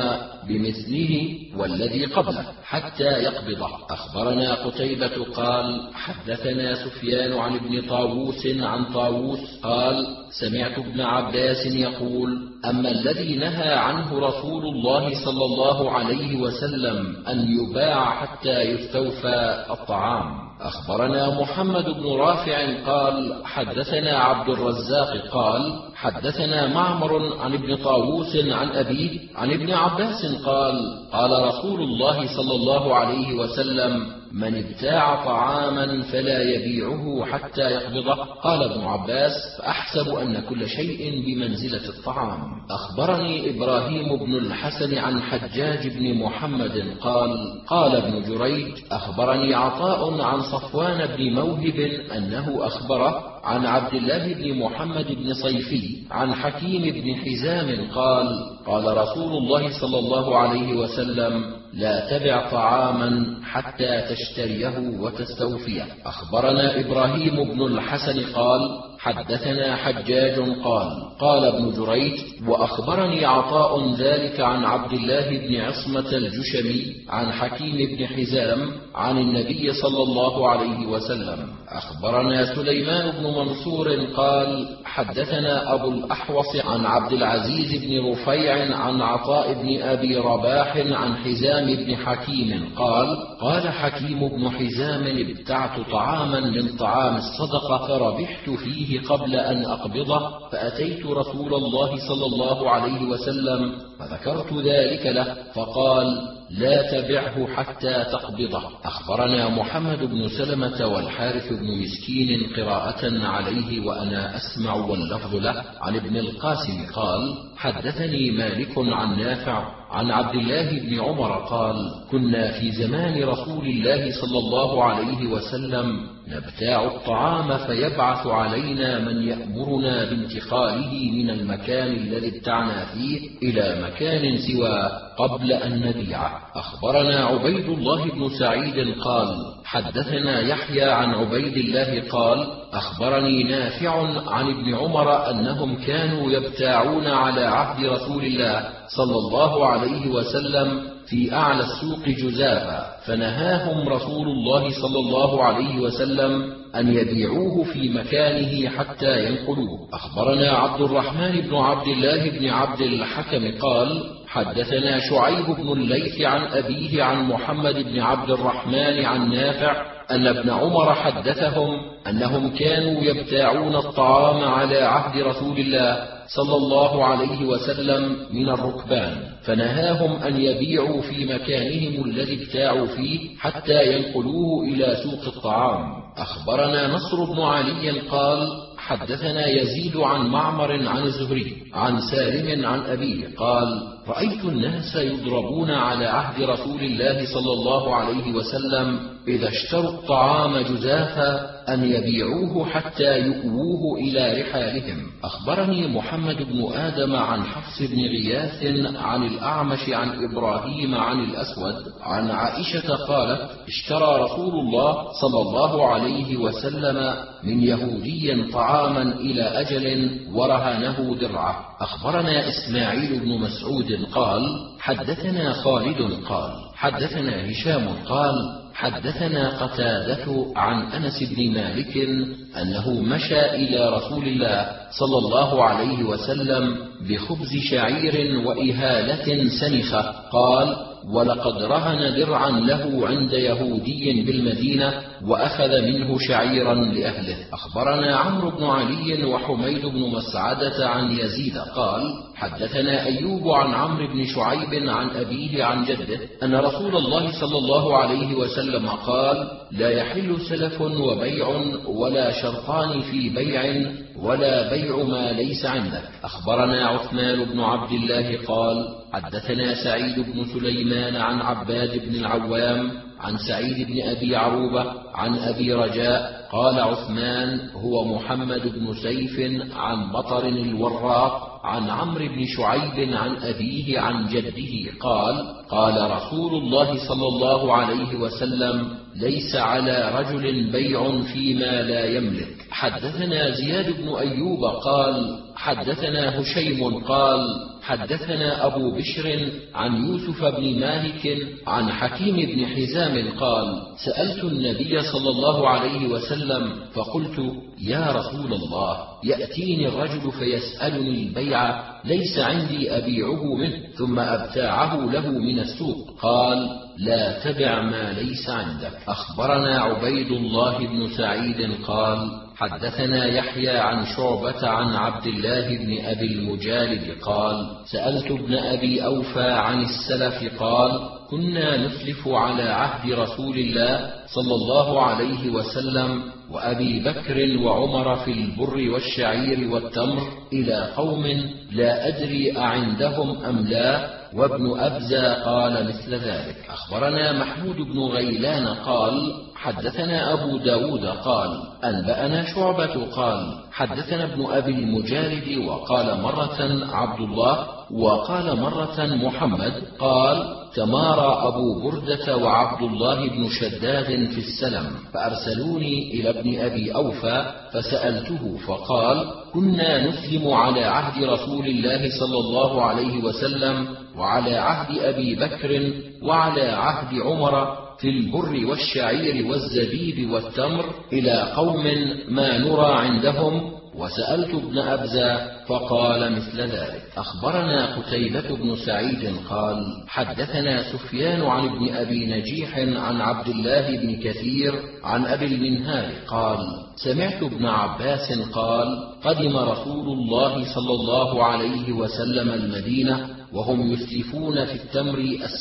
بمثله والذي قبله حتى يقبضه. أخبرنا قتيبة قال: حدثنا سفيان عن ابن طاووس عن طاووس قال: سمعت ابن عباس يقول: أما الذي نهى عنه رسول الله صلى الله عليه وسلم أن يباع حتى يستوفى الطعام. أخبرنا محمد بن رافع قال: حدثنا عبد الرزاق قال: حدثنا معمر عن ابن طاووس عن أبيه عن ابن عباس قال: قال رسول الله صلى الله عليه وسلم: من ابتاع طعاما فلا يبيعه حتى يقبضه. قال ابن عباس: فأحسب أن كل شيء بمنزلة الطعام. أخبرني إبراهيم بن الحسن عن حجاج بن محمد قال: قال ابن جريج: أخبرني عطاء عن صفوان بن موهب أنه أخبره عن عبد الله بن محمد بن صيفي عن حكيم بن حزام قال: قال رسول الله صلى الله عليه وسلم: لا تبع طعاما حتى تشتريه وتستوفيه. أخبرنا إبراهيم بن الحسن قال: حدثنا حجاج قال: قال ابن جريج: وأخبرني عطاء ذلك عن عبد الله بن عصمة الجشمي عن حكيم بن حزام عن النبي صلى الله عليه وسلم. أخبرنا سليمان بن منصور قال: حدثنا أبو الأحوص عن عبد العزيز بن رفيع نافع عن عطاء بن أبي رباح عن حزام بن حكيم قال: قال حكيم بن حزام: ابتعت طعاما من طعام الصدقة فربحت فيه قبل أن أقبضه، فأتيت رسول الله صلى الله عليه وسلم فذكرت ذلك له، فقال: لا تبعه حتى تقبضه. أخبرنا محمد بن سلمة والحارث بن مسكين قراءة عليه وأنا أسمع واللفظ له عن ابن القاسم قال: حدثني مالك عن نافع عن عبد الله بن عمر قال: كنا في زمان رسول الله صلى الله عليه وسلم نبتاع الطعام فيبعث علينا من يأمرنا بانتقاله من المكان الذي ابتعنا فيه إلى مكان سواه قبل أن نبيعه. أخبرنا عبيد الله بن سعيد قال: حدثنا يحيى عن عبيد الله قال: أخبرني نافع عن ابن عمر أنهم كانوا يبتاعون على عهد رسول الله صلى الله عليه وسلم في أعلى السوق جزافا، فنهاهم رسول الله صلى الله عليه وسلم أن يبيعوه في مكانه حتى ينقلوه. أخبرنا عبد الرحمن بن عبد الله بن عبد الحكم قال: حدثنا شعيب بن الليث عن أبيه عن محمد بن عبد الرحمن عن نافع أن ابن عمر حدثهم أنهم كانوا يبتاعون الطعام على عهد رسول الله صلى الله عليه وسلم من الركبان، فنهاهم أن يبيعوا في مكانهم الذي ابتاعوا فيه حتى ينقلوه إلى سوق الطعام. أخبرنا نصر بن علي قال: حدثنا يزيد عن معمر عن الزهري عن سالم عن أبيه قال: رأيت الناس يضربون على عهد رسول الله صلى الله عليه وسلم إذا اشتروا الطعام جزافا أن يبيعوه حتى يؤووه إلى رحالهم. أخبرني محمد بن آدم عن حفص بن غياث عن الأعمش عن إبراهيم عن الأسود عن عائشة قالت: اشترى رسول الله صلى الله عليه وسلم من يهودي طعاما إلى أجل ورهنه درعه. أخبرنا إسماعيل بن مسعود قال: حدثنا خالد قال: حدثنا هشام قال: حدثنا قتادة عن أنس بن مالك أنه مشى إلى رسول الله صلى الله عليه وسلم بخبز شعير وإهالة سنخة، قال: ولقد رهن درعا له عند يهودي بالمدينة وأخذ منه شعيرا لأهله. أخبرنا عمرو بن علي وحميد بن مسعدة عن يزيد قال: حدثنا أيوب عن عمرو بن شعيب عن أبيه عن جده أن رسول الله صلى الله عليه وسلم قال: لا يحل سلف وبيع ولا شرطان في بيع ولا بيع ما ليس عندك. أخبرنا عثمان بن عبد الله قال: حدثنا سعيد بن سليمان عن عباد بن العوام عن سعيد بن أبي عروبة عن أبي رجاء قال عثمان هو محمد بن سيف عن بطر الوراق عن عمرو بن شعيب عن أبيه عن جده قال: قال رسول الله صلى الله عليه وسلم: ليس على رجل بيع فيما لا يملك. حدثنا زياد بن أيوب قال: حدثنا هشيم قال: حدثنا أبو بشر عن يوسف بن مالك عن حكيم بن حزام قال: سألت النبي صلى الله عليه وسلم فقلت: يا رسول الله، يأتيني الرجل فيسألني البيع ليس عندي أبيعه منه ثم أبتاعه له من السوق، قال: لا تبع ما ليس عندك. أخبرنا عبيد الله بن سعيد قال: حدثنا يحيى عن شعبة عن عبد الله بن أبي المجالد قال: سألت ابن أبي أوفى عن السلف قال: كنا نسلف على عهد رسول الله صلى الله عليه وسلم وأبي بكر وعمر في البر والشعير والتمر إلى قوم لا أدري أعندهم أم لا، وابن أبزة قال مثل ذلك. أخبرنا محمود بن غيلان قال: حدثنا أبو داود قال: أنبأنا شعبة قال: حدثنا ابن أبي المجالد وقال مرة عبد الله وقال مرة محمد قال: تمارى أبو بردة وعبد الله بن شداد في السلم فأرسلوني إلى ابن أبي أوفى فسألته فقال: كنا نسلم على عهد رسول الله صلى الله عليه وسلم وعلى عهد أبي بكر وعلى عهد عمر في البر والشعير والزبيب والتمر إلى قوم ما نرى عندهم وسألت ابن أبزة فقال مثل ذلك. أخبرنا قتيبة بن سعيد قال حدثنا سفيان عن ابن أبي نجيح عن عبد الله بن كثير عن أبي المنهال قال سمعت ابن عباس قال قدم رسول الله صلى الله عليه وسلم المدينة وهم يسلفون في التمر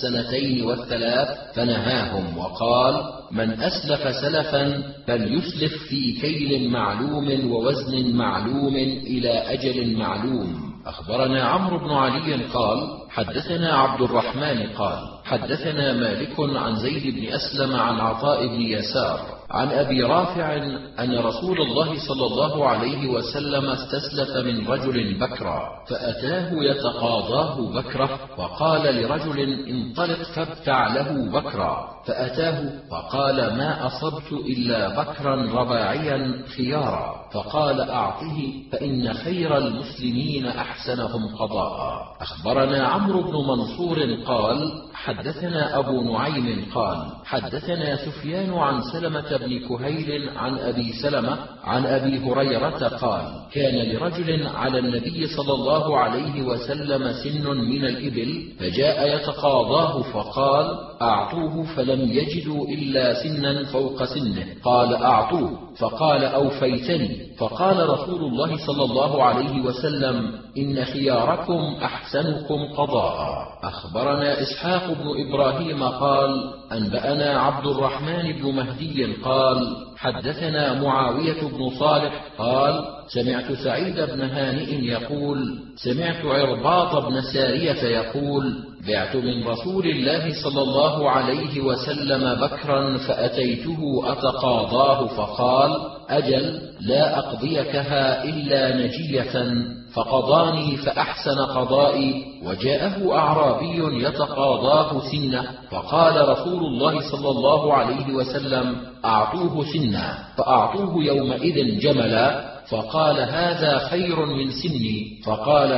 2 و3 فنهاهم وقال من أسلف سلفا فليسلف في كيل معلوم ووزن معلوم إلى أجل معلوم. أخبرنا عمرو بن علي قال حدثنا عبد الرحمن قال حدثنا مالك عن زيد بن أسلم عن عطاء بن يسار عن أبي رافع أن رسول الله صلى الله عليه وسلم استسلف من رجل بكرا فأتاه يتقاضاه بكره فقال لرجل انطلق فابتع له بكرا فأتاه فقال ما أصبت إلا بكرا رباعيا خيارا فقال أعطه فإن خير المسلمين أحسنهم قضاء. أخبرنا عمرو بن منصور قال حدثنا أبو نعيم قال حدثنا سفيان عن سلمة بن كهيل عن أبي سلمة عن أبي هريرة قال كان لرجل على النبي صلى الله عليه وسلم سن من الإبل فجاء يتقاضاه فقال أعطوه فلم يجدوا إلا سنا فوق سنه قال أعطوه فقال أوفيتني فقال رسول الله صلى الله عليه وسلم إن خياركم أحسنكم قضاء. أخبرنا إسحاق بن إبراهيم قال أنبأنا عبد الرحمن بن مهدي قال حدثنا معاوية بن صالح قال سمعت سعيد بن هانئ يقول سمعت عرباط بن سارية يقول بعت من رسول الله صلى الله عليه وسلم بكرا فأتيته أتقاضاه فقال أجل لا أقضيكها إلا نجية فقضاني فأحسن قضائي وجاءه أعرابي يتقاضاه سنة فقال رسول الله صلى الله عليه وسلم أعطوه سنا فأعطوه يومئذ جملا فقال هذا خير من سني فقال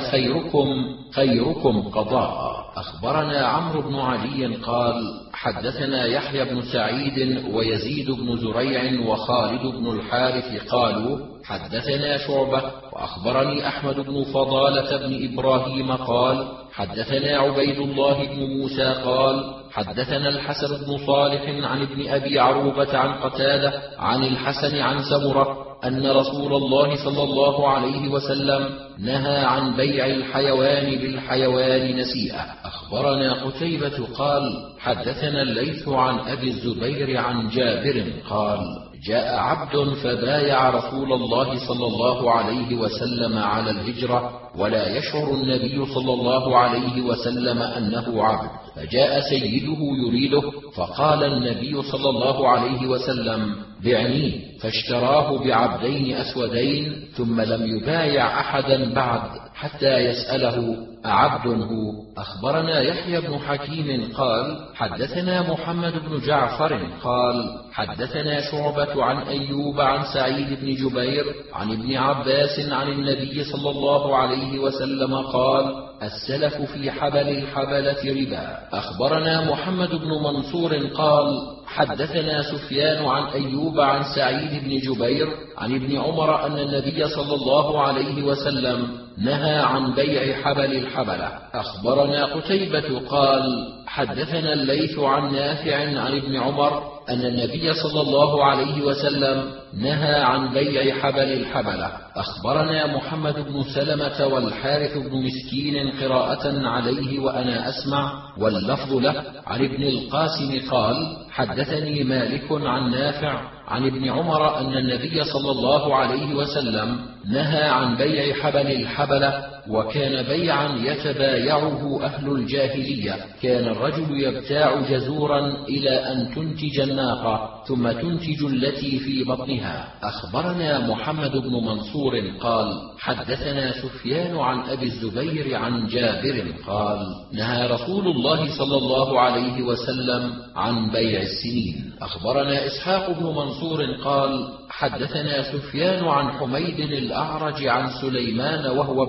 خيركم قضاء. أخبرنا عمرو بن علي قال حدثنا يحيى بن سعيد ويزيد بن زريع وخالد بن الحارث قالوا حدثنا شعبة وأخبرني أحمد بن فضالة بن إبراهيم قال حدثنا عبيد الله بن موسى قال حدثنا الحسن بن صالح عن ابن أبي عروبة عن قتادة عن الحسن عن سمرة أن رسول الله صلى الله عليه وسلم نهى عن بيع الحيوان بالحيوان نسيئة. أخبرنا قتيبة قال حدثنا الليث عن أبي الزبير عن جابر قال جاء عبد فبايع رسول الله صلى الله عليه وسلم على الهجرة ولا يشعر النبي صلى الله عليه وسلم أنه عبد فجاء سيده يريده فقال النبي صلى الله عليه وسلم بعنيه فاشتراه بعبدين أسودين ثم لم يبايع أحدا بعد حتى يسأله أعبد هو. أخبرنا يحيى بن حكيم قال حدثنا محمد بن جعفر قال حدثنا شعبة عن أيوب عن سعيد بن جبير عن ابن عباس عن النبي صلى الله عليه وسلم قال السلف في حبل الحبلة ربا. أخبرنا محمد بن منصور قال حدثنا سفيان عن أيوب عن سعيد بن جبير عن ابن عمر أن النبي صلى الله عليه وسلم نهى عن بيع حبل الحبلة. أخبرنا قتيبة قال حدثنا الليث عن نافع عن ابن عمر أن النبي صلى الله عليه وسلم نهى عن بيع حبل الحبلة. أخبرنا محمد بن سلمة والحارث بن مسكين قراءة عليه وأنا أسمع واللفظ له عن ابن القاسم قال حدثني مالك عن نافع عن ابن عمر أن النبي صلى الله عليه وسلم نهى عن بيع حبل الحبلة وكان بيعا يتبايعه أهل الجاهلية. كان الرجل يبتاع جزورا إلى أن تنتج الناقة ثم تنتج التي في بطنها. أخبرنا محمد بن منصور قال حدثنا سفيان عن أبي الزبير عن جابر قال نهى رسول الله صلى الله عليه وسلم عن بيع السنين. أخبرنا إسحاق بن منصور قال حدثنا سفيان عن حميد الأعرج عن سليمان وهو ابن عتيق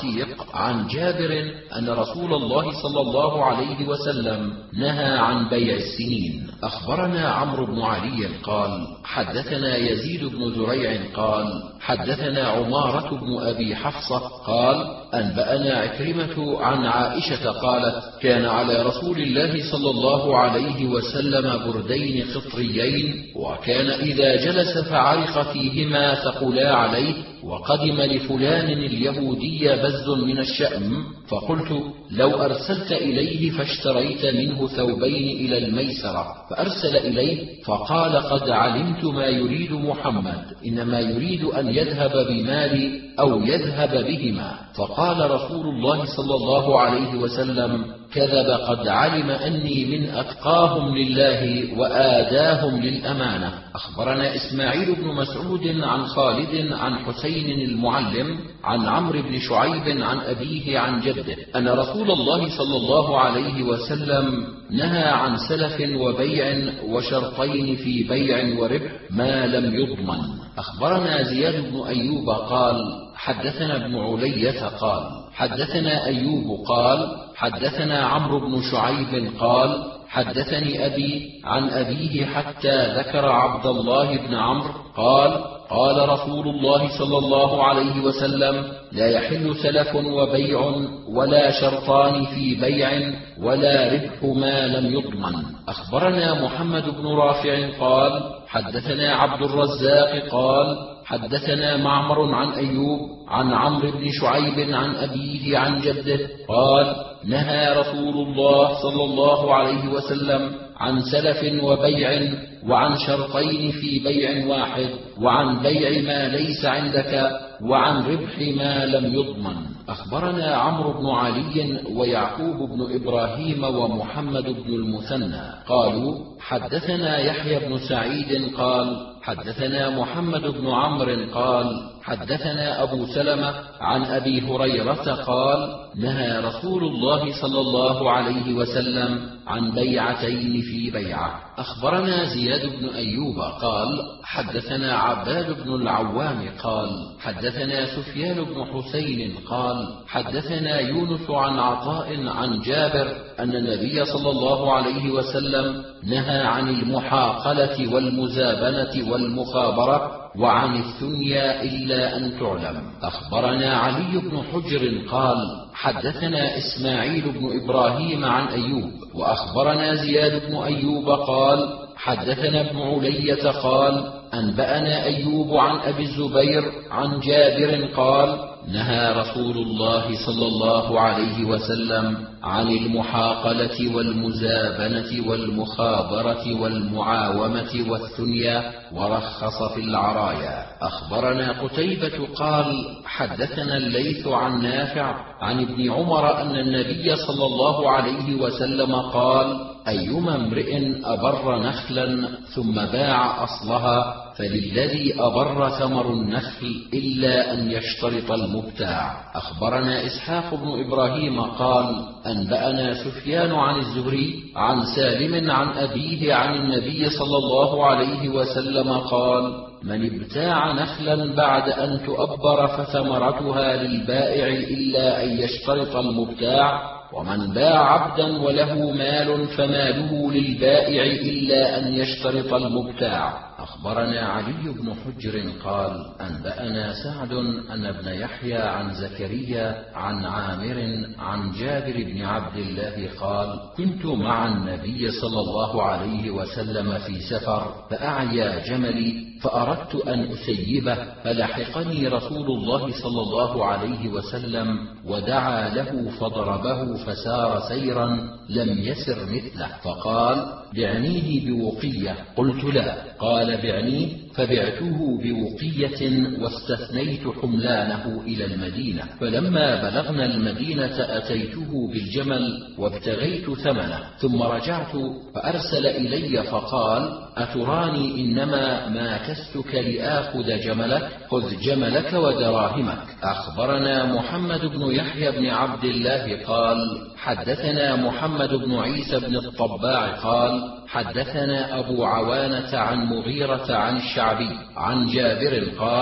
عتيق عن جابر أن رسول الله صلى الله عليه وسلم نهى عن بيع السنين. أخبرنا عمرو بن علي قال حدثنا يزيد بن زريع قال حدثنا عمارة بن أبي حفصة قال أنبأنا عكرمة عن عائشة قالت كان على رسول الله صلى الله عليه وسلم بردين خطريين، وكان إذا جلس فعرق فيهما ثقلا عليه، وقدم لفلان اليهودي بز من الشأم، فقلت لو أرسلت إليه فاشتريت منه ثوبين إلى الميسرة، فأرسل إليه فقال قد علمت ما يريد محمد، إنما يريد أن يذهب بمالي أو يذهب بهما. فقال رسول الله صلى الله عليه وسلم كذب، قد علم أني من أتقاهم لله وآداهم للأمانة. أخبرنا إسماعيل بن مسعود عن خالد عن حسين المعلم عن عمرو بن شعيب عن أبيه عن جده أن رسول الله صلى الله عليه وسلم نهى عن سلف وبيع وشرطين في بيع وربح ما لم يضمن. أخبرنا زياد بن أيوب قال حدثنا ابن علية قال حدثنا أيوب قال حدثنا عمرو بن شعيب قال حدثني أبي عن أبيه حتى ذكر عبد الله بن عمرو قال قال رسول الله صلى الله عليه وسلم لا يحل سلف وبيع ولا شرطان في بيع ولا ربح ما لم يضمن. أخبرنا محمد بن رافع قال حدثنا عبد الرزاق قال حدثنا معمر عن أيوب عن عمرو بن شعيب عن أبيه عن جده قال نهى رسول الله صلى الله عليه وسلم عن سلف وبيع وعن شرطين في بيع واحد وعن بيع ما ليس عندك وعن ربح ما لم يضمن. أخبرنا عمرو بن علي ويعقوب بن إبراهيم ومحمد بن المثنى قالوا حدثنا يحيى بن سعيد قال حدثنا محمد بن عمرو قال حدثنا أبو سلمة عن أبي هريرة قال نهى رسول الله صلى الله عليه وسلم عن بيعتين في بيعة. أخبرنا زياد بن أيوب قال حدثنا عباد بن العوام قال حدثنا سفيان بن حسين قال حدثنا يونس عن عطاء عن جابر أن النبي صلى الله عليه وسلم نهى عن المحاقلة والمزابنة والمخابرة وعن الثنيا إلا أن تعلم. أخبرنا علي بن حجر قال حدثنا إسماعيل بن إبراهيم عن أيوب وأخبرنا زياد بن أيوب قال حدثنا ابن علية قال أنبأنا أيوب عن أبي الزبير عن جابر قال نهى رسول الله صلى الله عليه وسلم عن المحاقلة والمزابنة والمخابرة والمعاومة والثنيا ورخص في العرايا. أخبرنا قتيبة قال حدثنا الليث عن نافع عن ابن عمر أن النبي صلى الله عليه وسلم قال أيما امرئ أبر نخلا ثم باع أصلها فللذي أبر ثمر النخل إلا أن يشترط المبتاع. أخبرنا إسحاق بن إبراهيم قال أنبأنا سفيان عن الزهري عن سالم عن أبيه عن النبي صلى الله عليه وسلم قال من ابتاع نخلا بعد أن تؤبر فثمرتها للبائع إلا أن يشترط المبتاع، ومن باع عبدا وله مال فماله للبائع إلا أن يشترط المبتاع. أخبرنا علي بن حجر قال أنبأنا سعد أن ابن يحيى عن زكريا عن عامر عن جابر بن عبد الله قال كنت مع النبي صلى الله عليه وسلم في سفر فأعيا جملي فأردت أن أسيبه فلحقني رسول الله صلى الله عليه وسلم ودعا له فضربه فسار سيرا لم يسر مثله، فقال بعنيه بوقية، قلت لا، قال بعنيه، فبعته بوقية واستثنيت حملانه إلى المدينة، فلما بلغنا المدينة أتيته بالجمل وابتغيت ثمنه، ثم رجعت فأرسل إلي فقال أتراني إنما ماكستك لآخذ جملك، خذ جملك ودراهمك. أخبرنا محمد بن يحيى بن عبد الله قال حدثنا محمد بن عيسى بن الطباع قال حدثنا أبو عوانة عن مغيرة عن الشعبي عن جابر قال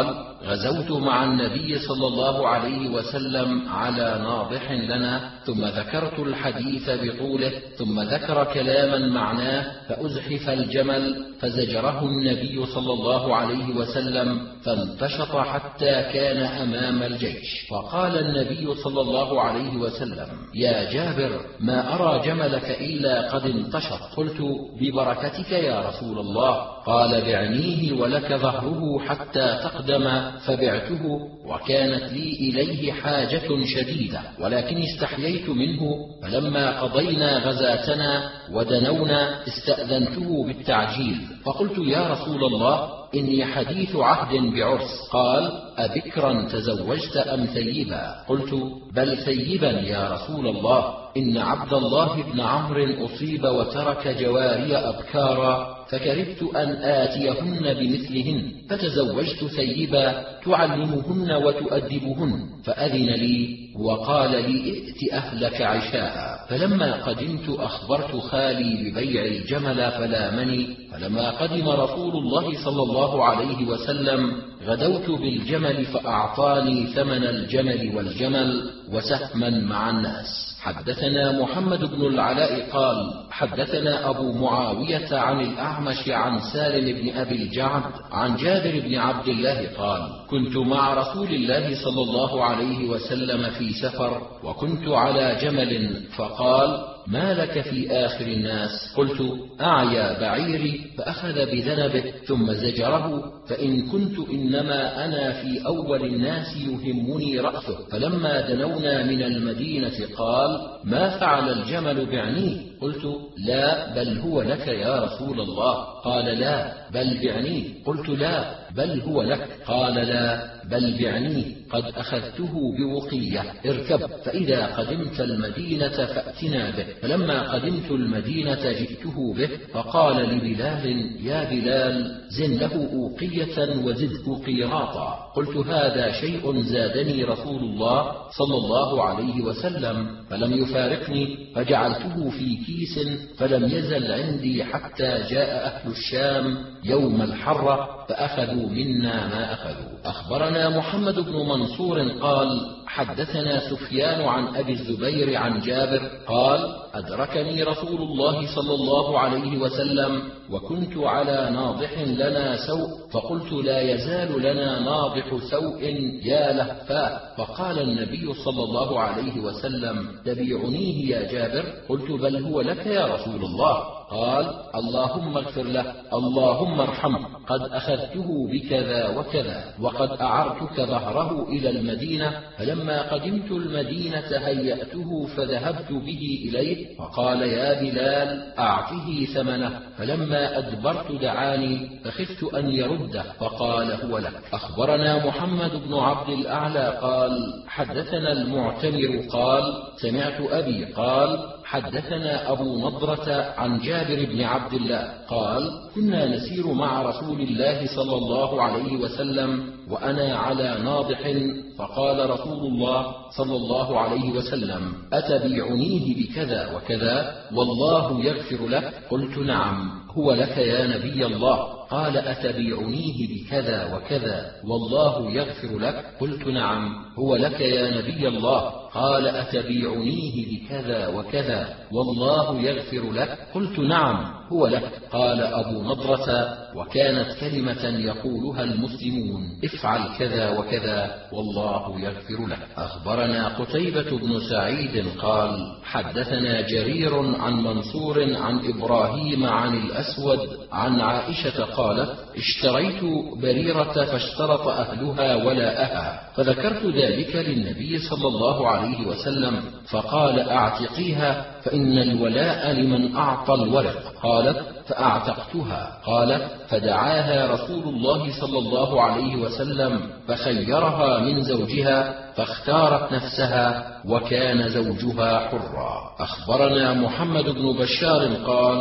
غزوت مع النبي صلى الله عليه وسلم على ناضح لنا، ثم ذكرت الحديث بطوله، ثم ذكر كلاما معناه، فأزحف الجمل فزجره النبي صلى الله عليه وسلم فانتشط حتى كان أمام الجيش، فقال النبي صلى الله عليه وسلم: يا جابر، ما أرى جملك إلا قد انتشط. قلت: ببركتك يا رسول الله. قال: بعنيه ولك ظهره حتى تقدم، فبعته، وكانت لي إليه حاجة شديدة، ولكن استحييت منه، فلما قضينا غزاتنا ودنونا استأذنته بالتعجيل، فقلت: يا رسول الله، إني حديث عهد بعرس. قال: أبكرا تزوجت أم ثيبا؟ قلت: بل ثيبا يا رسول الله، إن عبد الله بن عمرو أصيب وترك جواري أبكارا، فكرهت أن آتيهن بمثلهن، فتزوجت ثيبا تعلمهن وتؤدبهن، فأذن لي وقال لي: ائت أهلك عشاء. فلما قدمت أخبرت خالي ببيع الجمل فلامني، فلما قدم رسول الله صلى الله عليه وسلم غدوت بالجمل، فأعطاني ثمن الجمل والجمل وسهما مع الناس. حدثنا محمد بن العلاء قال: حدثنا أبو معاوية عن الأعمش عن سالم بن أبي الجعد عن جابر بن عبد الله قال: كنت مع رسول الله صلى الله عليه وسلم في سفر، وكنت على جمل، فقال: ما لك في آخر الناس؟ قلت: أعيا بعيري، فأخذ بذنبه ثم زجره، فإن كنت إنما أنا في أول الناس يهمني رأسه. فلما دنونا من المدينة قال: ما فعل الجمل بعنيه؟ قلت: لا، بل هو لك يا رسول الله. قال: لا، بل بعنيه. قلت: لا، بل هو لك. قال: لا، بل بعنيه، قد أخذته بوقية، اركب، فإذا قدمت المدينة فأتنا به. فلما قدمت المدينة جئته به، فقال لبلال: يا بلال، زن له أوقية وزده قيراطا. قلت: هذا شيء زادني رسول الله صلى الله عليه وسلم، فلم يفارقني، فجعلته في كيس، فلم يزل عندي حتى جاء أهل الشام يوم الحرة، فأخذوا منا ما أخذوا. أخبرنا محمد بن منصور قال: حدثنا سفيان عن أبي الزبير عن جابر قال: أدركني رسول الله صلى الله عليه وسلم وكنت على ناضح لنا سوء، فقلت: لا يزال لنا ناضح سوء يا لهفاه. فقال النبي صلى الله عليه وسلم: تبيعنيه يا جابر؟ قلت: بل هو لك يا رسول الله. قال: اللهم اغفر له، اللهم ارحمه، قد أخذته بكذا وكذا، وقد أعرتك ظهره إلى المدينة. فلما قدمت المدينة هيأته فذهبت به إليه، فقال: يا بلال، أعطه ثمنه. فلما أدبرت دعاني، فخفت أن يرده، فقال: هو لك. أخبرنا محمد بن عبد الأعلى قال: حدثنا المعتمر قال: سمعت أبي قال: حدثنا أبو نضرة عن جابر بن عبد الله قال: كنا نسير مع رسول الله صلى الله عليه وسلم وأنا على ناضح، فقال رسول الله صلى الله عليه وسلم: أتبيعنيه بكذا وكذا والله يغفر لك؟ قلت: نعم، هو لك يا نبي الله. قال: أتبيعنيه بكذا وكذا والله يغفر لك؟ قلت: نعم، هو لك يا نبي الله. قال: أتبيعنيه بكذا وكذا والله يغفر لك؟ قلت: نعم، هو لك. قال أبو نضرة: وكانت كلمة يقولها المسلمون: افعل كذا وكذا والله يغفر لك. أخبرنا قتيبة بن سعيد قال: حدثنا جرير عن منصور عن إبراهيم عن الأسود عن عائشة قالت: اشتريت بريرة فاشترط أهلها ولاءها، فذكرت ذلك للنبي صلى الله عليه وسلم، فقال: أعتقيها، فإن الولاء لمن أعطى الورق. قالت: فأعتقتها. قالت: فدعاها رسول الله صلى الله عليه وسلم فخيرها من زوجها، فاختارت نفسها، وكان زوجها حرا. أخبرنا محمد بن بشار قال: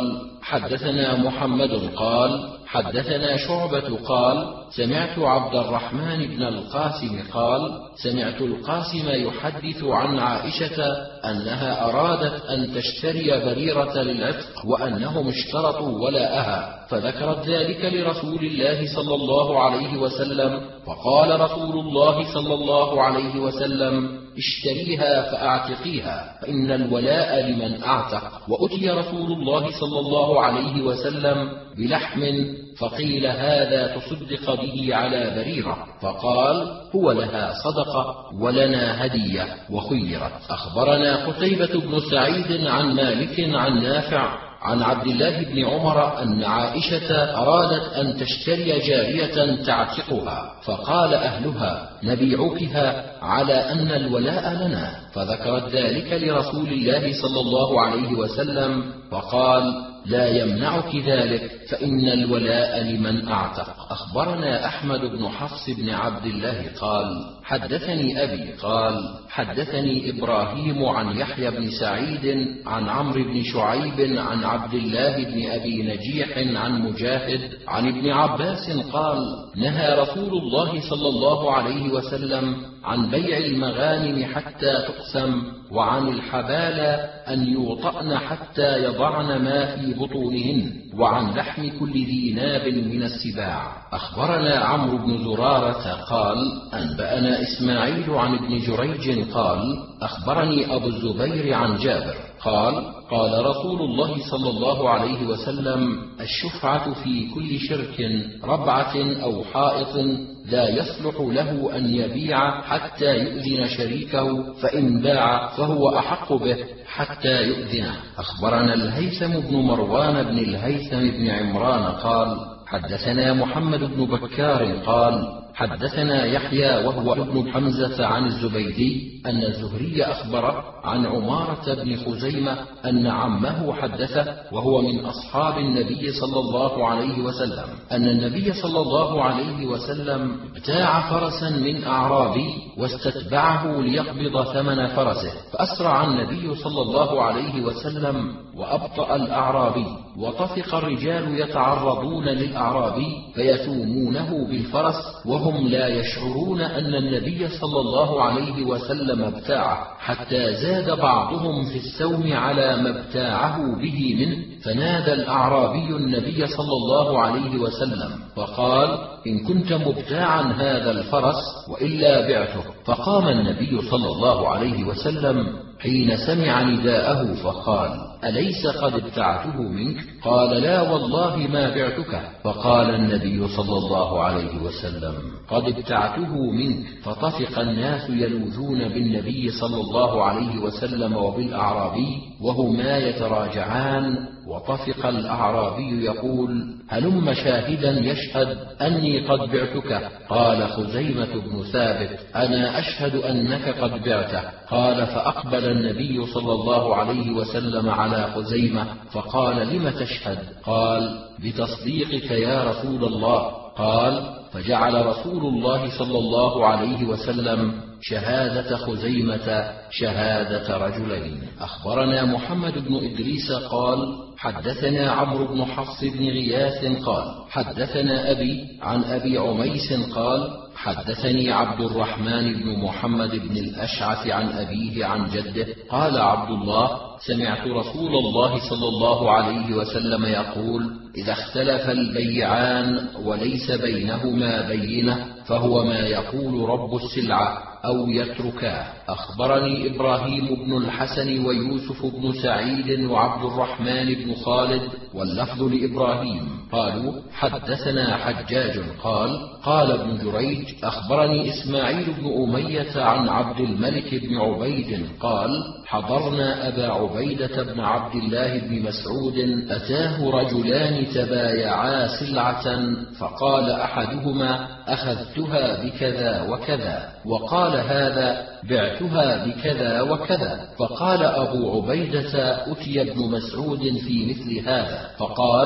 حدثنا محمد قال حدثنا شعبة قال سمعت عبد الرحمن بن القاسم قال سمعت القاسم يحدث عن عائشة أنها أرادت أن تشتري بريرة للعتق وأنهم اشترطوا ولاءها، فذكرت ذلك لرسول الله صلى الله عليه وسلم، فقال رسول الله صلى الله عليه وسلم اشتريها فأعتقيها فإن الولاء لمن أعتق. وأتي رسول الله صلى الله عليه وسلم بلحم فقيل هذا تصدق به على بريرة، فقال هو لها صدقة ولنا هدية وخيرت. أخبرنا قتيبة بن سعيد عن مالك عن نافع عن عبد الله بن عمر أن عائشة أرادت أن تشتري جارية تعتقها، فقال أهلها نبيعكها على أن الولاء لنا، فذكرت ذلك لرسول الله صلى الله عليه وسلم، فقال لا يمنعك ذلك فإن الولاء لمن أعتق. أخبرنا أحمد بن حفص بن عبد الله قال حدثني أبي قال حدثني إبراهيم عن يحيى بن سعيد عن عمرو بن شعيب عن عبد الله بن أبي نجيح عن مجاهد عن ابن عباس قال نهى رسول الله صلى الله عليه وسلم عن بيع المغانم حتى تقسم، وعن الحبالة أن يوطأن حتى يضعن ما في بطونهن، وعن لحم كل ذي ناب من السباع. أخبرنا عمرو بن زرارة قال أنبأنا إسماعيل عن ابن جريج قال أخبرني أبو الزبير عن جابر قال قال رسول الله صلى الله عليه وسلم الشفعة في كل شرك ربعة أو حائط لا يصلح له أن يبيع حتى يؤذن شريكه، فإن باع فهو أحق به حتى يؤذنه. أخبرنا الهيثم بن مروان بن الهيثم بن عمران قال حدثنا محمد بن بكار قال حدثنا يحيى وهو ابن حمزة عن الزبيدي أن الزهري أخبره عن عمارة بن خزيمة أن عمه حدثه وهو من أصحاب النبي صلى الله عليه وسلم أن النبي صلى الله عليه وسلم ابتاع فرسا من أعرابي واستتبعه ليقبض ثمن فرسه، فأسرع النبي صلى الله عليه وسلم وأبطأ الأعرابي، وطفق الرجال يتعرضون للأعرابي فيثومونه بالفرس وهم لا يشعرون أن النبي صلى الله عليه وسلم ابتاعه، حتى زاد بعضهم في السوم على ما ابتاعه به منه، فنادى الأعرابي النبي صلى الله عليه وسلم فقال إن كنت مبتاعا هذا الفرس وإلا بعته، فقام النبي صلى الله عليه وسلم حين سمع نداءه فقال أليس قد ابتعته منك؟ قال لا والله ما بعتك. فقال النبي صلى الله عليه وسلم قد ابتعته منك، فطفق الناس يلوذون بالنبي صلى الله عليه وسلم وبالأعرابي وهما يتراجعان، وطفق الأعرابي يقول هلم شاهدا يشهد أني قد بعتك. قال خزيمة بن ثابت أنا أشهد أنك قد بعته. قال فأقبل النبي صلى الله عليه وسلم على خزيمة فقال لم تشهد؟ قال بتصديقك يا رسول الله. قال فجعل رسول الله صلى الله عليه وسلم شهادة خزيمة شهادة رجلين. أخبرنا محمد بن إدريس قال حدثنا عمرو بن حفص بن غياث قال حدثنا أبي عن أبي عميس قال حدثني عبد الرحمن بن محمد بن الأشعث عن أبيه عن جده قال عبد الله سمعت رسول الله صلى الله عليه وسلم يقول إذا اختلف البيعان وليس بينهما بينة فهو ما يقول رب السلعة أو يتركاه. أخبرني إبراهيم بن الحسن ويوسف بن سعيد وعبد الرحمن بن خالد واللفظ لإبراهيم قالوا حدثنا حجاج قال قال ابن جريج أخبرني إسماعيل بن أمية عن عبد الملك بن عبيد قال حضرنا أبا عبيدة بن عبد الله بن مسعود أتاه رجلان تبايعا سلعة فقال أحدهما أخذتها بكذا وكذا، وقال هذا بعتها بكذا وكذا، فقال أبو عبيدة أتي ابن مسعود في مثل هذا فقال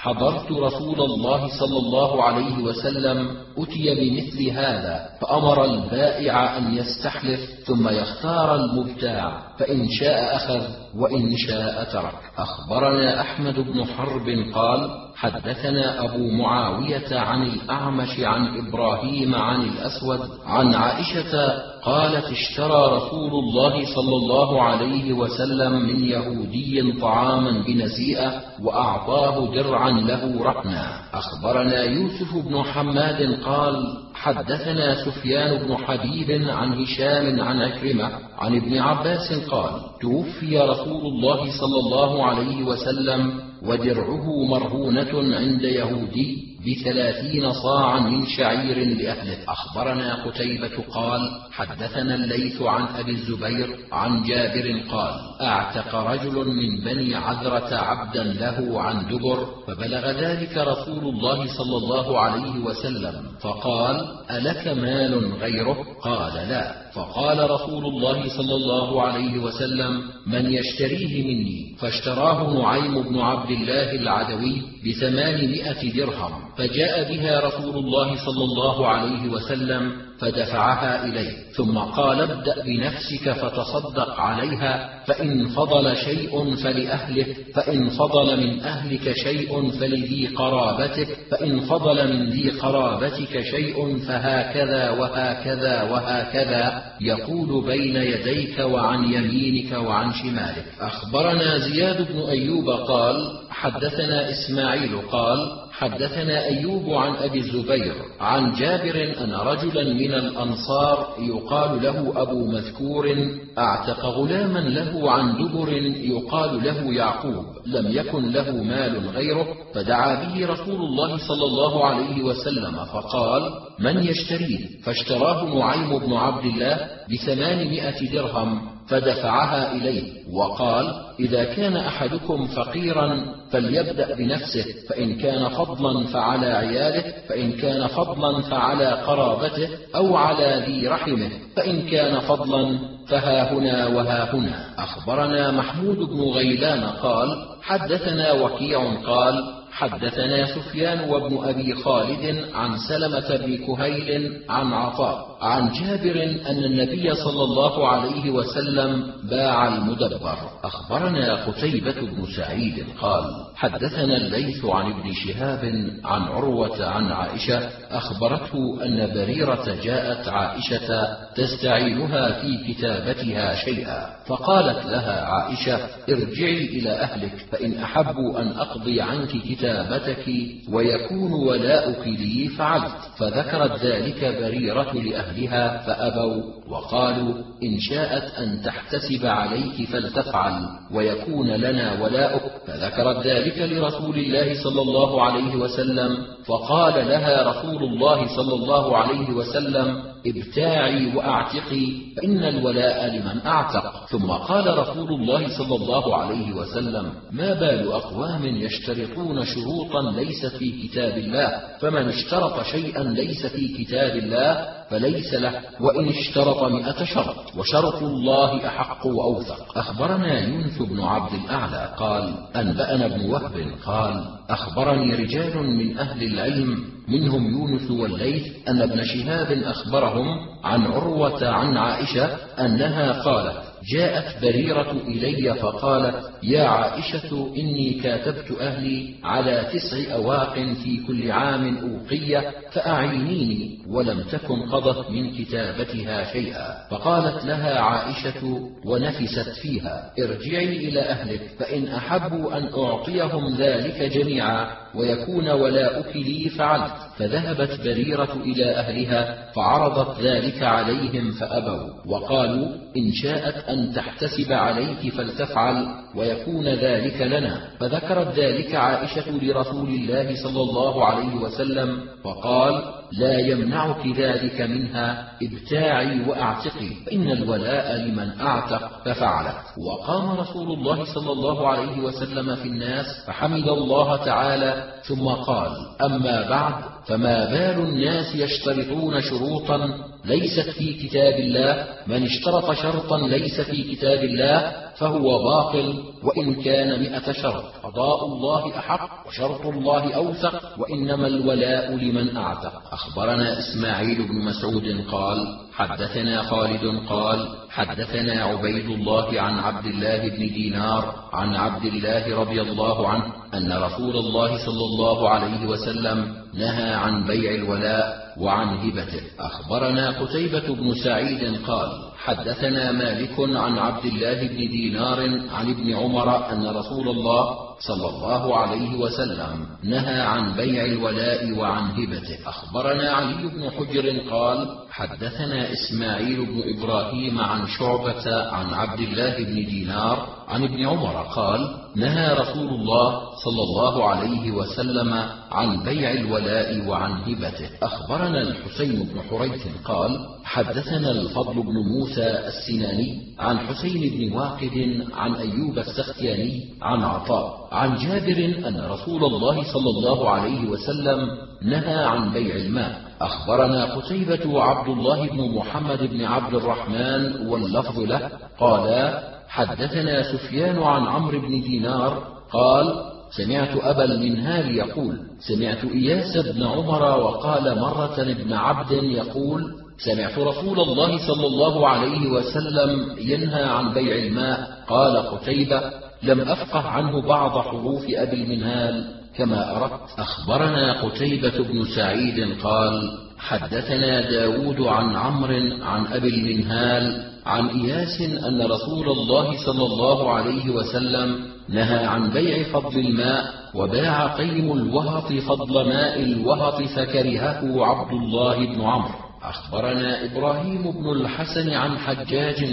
حضرت رسول الله صلى الله عليه وسلم أتي بمثل هذا، فأمر البائع أن يستحلف ثم يختار المبتاع، فإن شاء أخذ وإن شاء ترك. أخبرنا أحمد بن حرب قال حدثنا أبو معاوية عن الأعمش عن إبراهيم عن الأسود عن عائشة قالت اشترى رسول الله صلى الله عليه وسلم من يهودي طعاما بنسيئة وأعطاه درعا له رهنا. أخبرنا يوسف بن حماد قال حدثنا سفيان بن حبيب عن هشام عن عكرمة عن ابن عباس قال توفي رسول الله صلى الله عليه وسلم ودرعه مرهونة عند يهودي ب30 صاعا من شعير لأهله. أخبرنا قتيبة قال حدثنا الليث عن أبي الزبير عن جابر قال أعتق رجل من بني عذرة عبدا له عن دبر، فبلغ ذلك رسول الله صلى الله عليه وسلم فقال ألك مال غيره؟ قال لا. فقال رسول الله صلى الله عليه وسلم من يشتريه مني؟ فاشتراه نعيم بن عبد الله العدوي ب800 درهم، فجاء بها رسول الله صلى الله عليه وسلم فدفعها إليه، ثم قال ابدأ بنفسك فتصدق عليها، فإن فضل شيء فلأهلك، فإن فضل من أهلك شيء فلذي قرابتك، فإن فضل من ذي قرابتك شيء فهكذا وهكذا وهكذا، يقول بين يديك وعن يمينك وعن شمالك. أخبرنا زياد بن أيوب قال حدثنا إسماعيل قال حدثنا أيوب عن أبي الزبير عن جابر أن رجلا من الأنصار يقال له أبو مذكور أعتق غلاما له عن دبر يقال له يعقوب، لم يكن له مال غيره، فدعا به رسول الله صلى الله عليه وسلم فقال من يشتريه؟ فاشتراه نعيم بن عبد الله ب800 درهم فدفعها إليه، وقال إذا كان أحدكم فقيرا فليبدأ بنفسه، فإن كان فضلا فعلى عياله، فإن كان فضلا فعلى قرابته أو على ذي رحمه، فإن كان فضلا فها هنا وها هنا. أخبرنا محمود بن غيلان قال حدثنا وكيع قال حدثنا سفيان وابن أبي خالد عن سلمة بن كهيل عن عطاء عن جابر أن النبي صلى الله عليه وسلم باع المدبر. أخبرنا قتيبة بن سعيد قال حدثنا الليث عن ابن شهاب عن عروة عن عائشة أخبرته أن بريرة جاءت عائشة تستعينها في كتابتها شيئا، فقالت لها عائشة ارجعي إلى أهلك، فإن أحبوا أن أقضي عنك كتابتك ويكون ولاؤك لي فعلت، فذكرت ذلك بريرة لأهلها فأبوا، وقالوا إن شاءت أن تحتسب عليك فلتفعل ويكون لنا ولاؤك، فذكرت ذلك لرسول الله صلى الله عليه وسلم، فقال لها رسول الله صلى الله عليه وسلم ابتاعي وأعتقي، فإن الولاء لمن أعتق. ثم قال رسول الله صلى الله عليه وسلم ما بال أقوام يشترطون شروطا ليست في كتاب الله، فمن اشترط شيئا ليس في كتاب الله فليس له، وإن اشترط 100 شرط، وشرط الله أحق وأوثق. أخبرنا يونس بن عبد الأعلى قال أنبأنا ابن وهب قال أخبرني رجال من أهل العلم منهم يونس والليث أن ابن شهاب أخبرهم عن عروة عن عائشة أنها قالت جاءت بريرة إلي فقالت يا عائشة إني كاتبت أهلي على 9 أواق في كل عام أوقية فأعينيني، ولم تكن قضت من كتابتها شيئا. فقالت لها عائشة ونفست فيها ارجعي إلى أهلك، فإن أحبوا أن أعطيهم ذلك جميعا ويكون ولاؤك لي فعلت. فذهبت بريرة إلى أهلها فعرضت ذلك عليهم فأبوا، وقالوا إن شاءت أن تحتسب عليك فلتفعل ويكون ذلك لنا. فذكرت ذلك عائشة لرسول الله صلى الله عليه وسلم فقال لا يمنعك ذلك منها، ابتاعي وأعتقي، فإن الولاء لمن أعتق. ففعلت. وقام رسول الله صلى الله عليه وسلم في الناس فحمد الله تعالى ثم قال أما بعد، فما بال الناس يشترطون شروطا ليست في كتاب الله، من اشترط شرطا ليس في كتاب الله فهو باطل وإن كان 100 شرط، قضاء الله أحق وشرط الله أوثق، وإنما الولاء لمن أعتق. أخبرنا إسماعيل بن مسعود قال حدثنا خالد قال حدثنا عبيد الله عن عبد الله بن دينار عن عبد الله رضي الله عنه أن رسول الله صلى الله عليه وسلم نهى عن بيع الولاء وعن هبته. أخبرنا قتيبة بن سعيد قال حدثنا مالك عن عبد الله بن دينار عن ابن عمر أن رسول الله صلى الله عليه وسلم نهى عن بيع الولاء وعن هبته. أخبرنا علي بن حجر قال حدثنا إسماعيل بن إبراهيم عن شعبة عن عبد الله بن دينار عن ابن عمر قال نهى رسول الله صلى الله عليه وسلم عن بيع الولاء وعن هبته. أخبرنا الحسين بن حريث قال حدثنا الفضل بن موسى السناني عن حسين بن واقد عن أيوب السختياني عن عطاء عن جابر أن رسول الله صلى الله عليه وسلم نهى عن بيع الماء. أخبرنا قتيبة وعبد الله بن محمد بن عبد الرحمن واللفظ له قال حدثنا سفيان عن عمرو بن دينار قال سمعت أبا المنهال يقول سمعت إياس بن عمر وقال مرة ابن عبد يقول سمعت رسول الله صلى الله عليه وسلم ينهى عن بيع الماء. قال قتيبة لم أفقه عنه بعض حروف أبي المنهال كما أردت. أخبرنا قتيبة بن سعيد قال حدثنا داود عن عمرو عن أبي المنهال عن إياس أن رسول الله صلى الله عليه وسلم نهى عن بيع فضل الماء وباع قيم الوهط فضل ماء الوهط فكرهه عبد الله بن عمرو. أخبرنا إبراهيم بن الحسن عن حجاج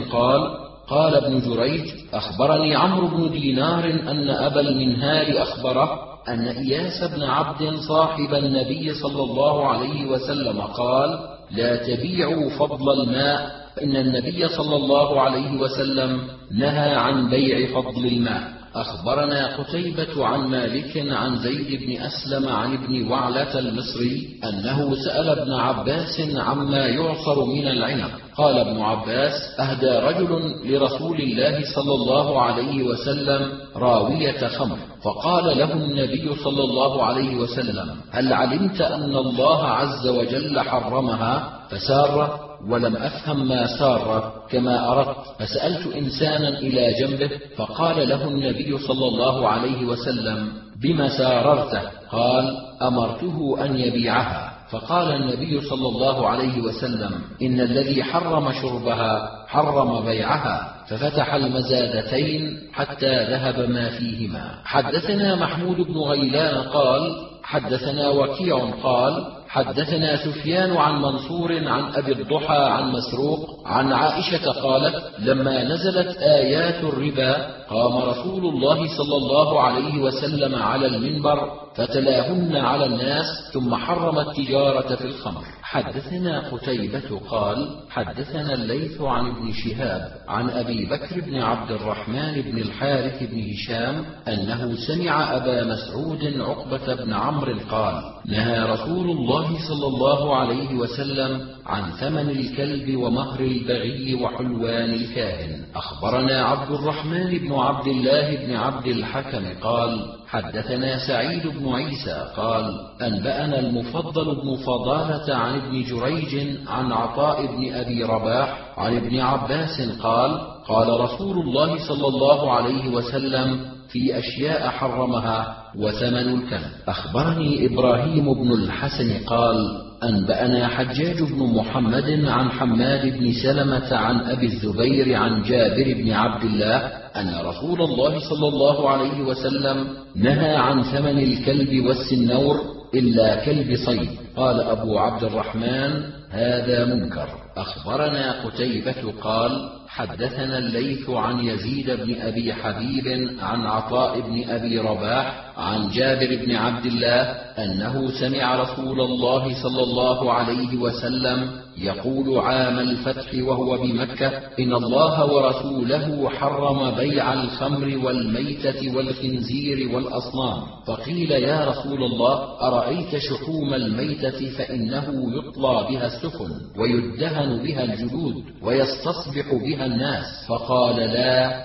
قال ابن جريج أخبرني عمرو بن دينار أن أبا المنهال أخبره أن إياس بن عبد صاحب النبي صلى الله عليه وسلم قال لا تبيعوا فضل الماء فإن النبي صلى الله عليه وسلم نهى عن بيع فضل الماء. أخبرنا قتيبة عن مالك عن زيد بن أسلم عن ابن وعلة المصري أنه سأل ابن عباس عما يعصر من العنب. قال ابن عباس أهدى رجل لرسول الله صلى الله عليه وسلم راوية خمر، فقال له النبي صلى الله عليه وسلم هل علمت أن الله عز وجل حرمها؟ فسار ولم أفهم ما سار كما أردت، فسألت إنسانا إلى جنبه فقال له النبي صلى الله عليه وسلم بما ساررته؟ قال أمرته أن يبيعها. فقال النبي صلى الله عليه وسلم إن الذي حرم شربها حرم بيعها، ففتح المزادتين حتى ذهب ما فيهما. حدثنا محمود بن غيلان قال حدثنا وكيع قال حدثنا سفيان عن منصور عن أبي الضحى عن مسروق عن عائشة قالت لما نزلت آيات الربا قام رسول الله صلى الله عليه وسلم على المنبر فتلاهن على الناس ثم حرم التجارة في الخمر. حدثنا قتيبة قال حدثنا الليث عن ابن شهاب عن أبي بكر بن عبد الرحمن بن الحارث بن هشام أنه سمع أبا مسعود عقبة بن عمرو قال نهى رسول الله صلى الله عليه وسلم عن ثمن الكلب ومهر البغي وحلوان الكاهن. أخبرنا عبد الرحمن بن عبد الله بن عبد الحكم قال حدثنا سعيد بن عيسى قال أنبأنا المفضل بن فضالة عن ابن جريج عن عطاء بن أبي رباح عن ابن عباس قال قال رسول الله صلى الله عليه وسلم في أشياء حرمها وثمن الكلب. أخبرني إبراهيم بن الحسن قال أنبأنا حجاج بن محمد عن حماد بن سلمة عن أبي الزبير عن جابر بن عبد الله أن رسول الله صلى الله عليه وسلم نهى عن ثمن الكلب والسنور إلا كلب صيد. قال أبو عبد الرحمن هذا منكر. أخبرنا قتيبة قال حدثنا الليث عن يزيد بن أبي حبيب عن عطاء بن أبي رباح عن جابر بن عبد الله أنه سمع رسول الله صلى الله عليه وسلم يقول عام الفتح وهو بمكة إن الله ورسوله حرم بيع الخمر والميتة والخنزير والأصنام. فقيل يا رسول الله أرأيت شحوم الميتة فإنه يطلى بها السفن ويدهن بها الجلود ويستصبح بها الناس؟ فقال لا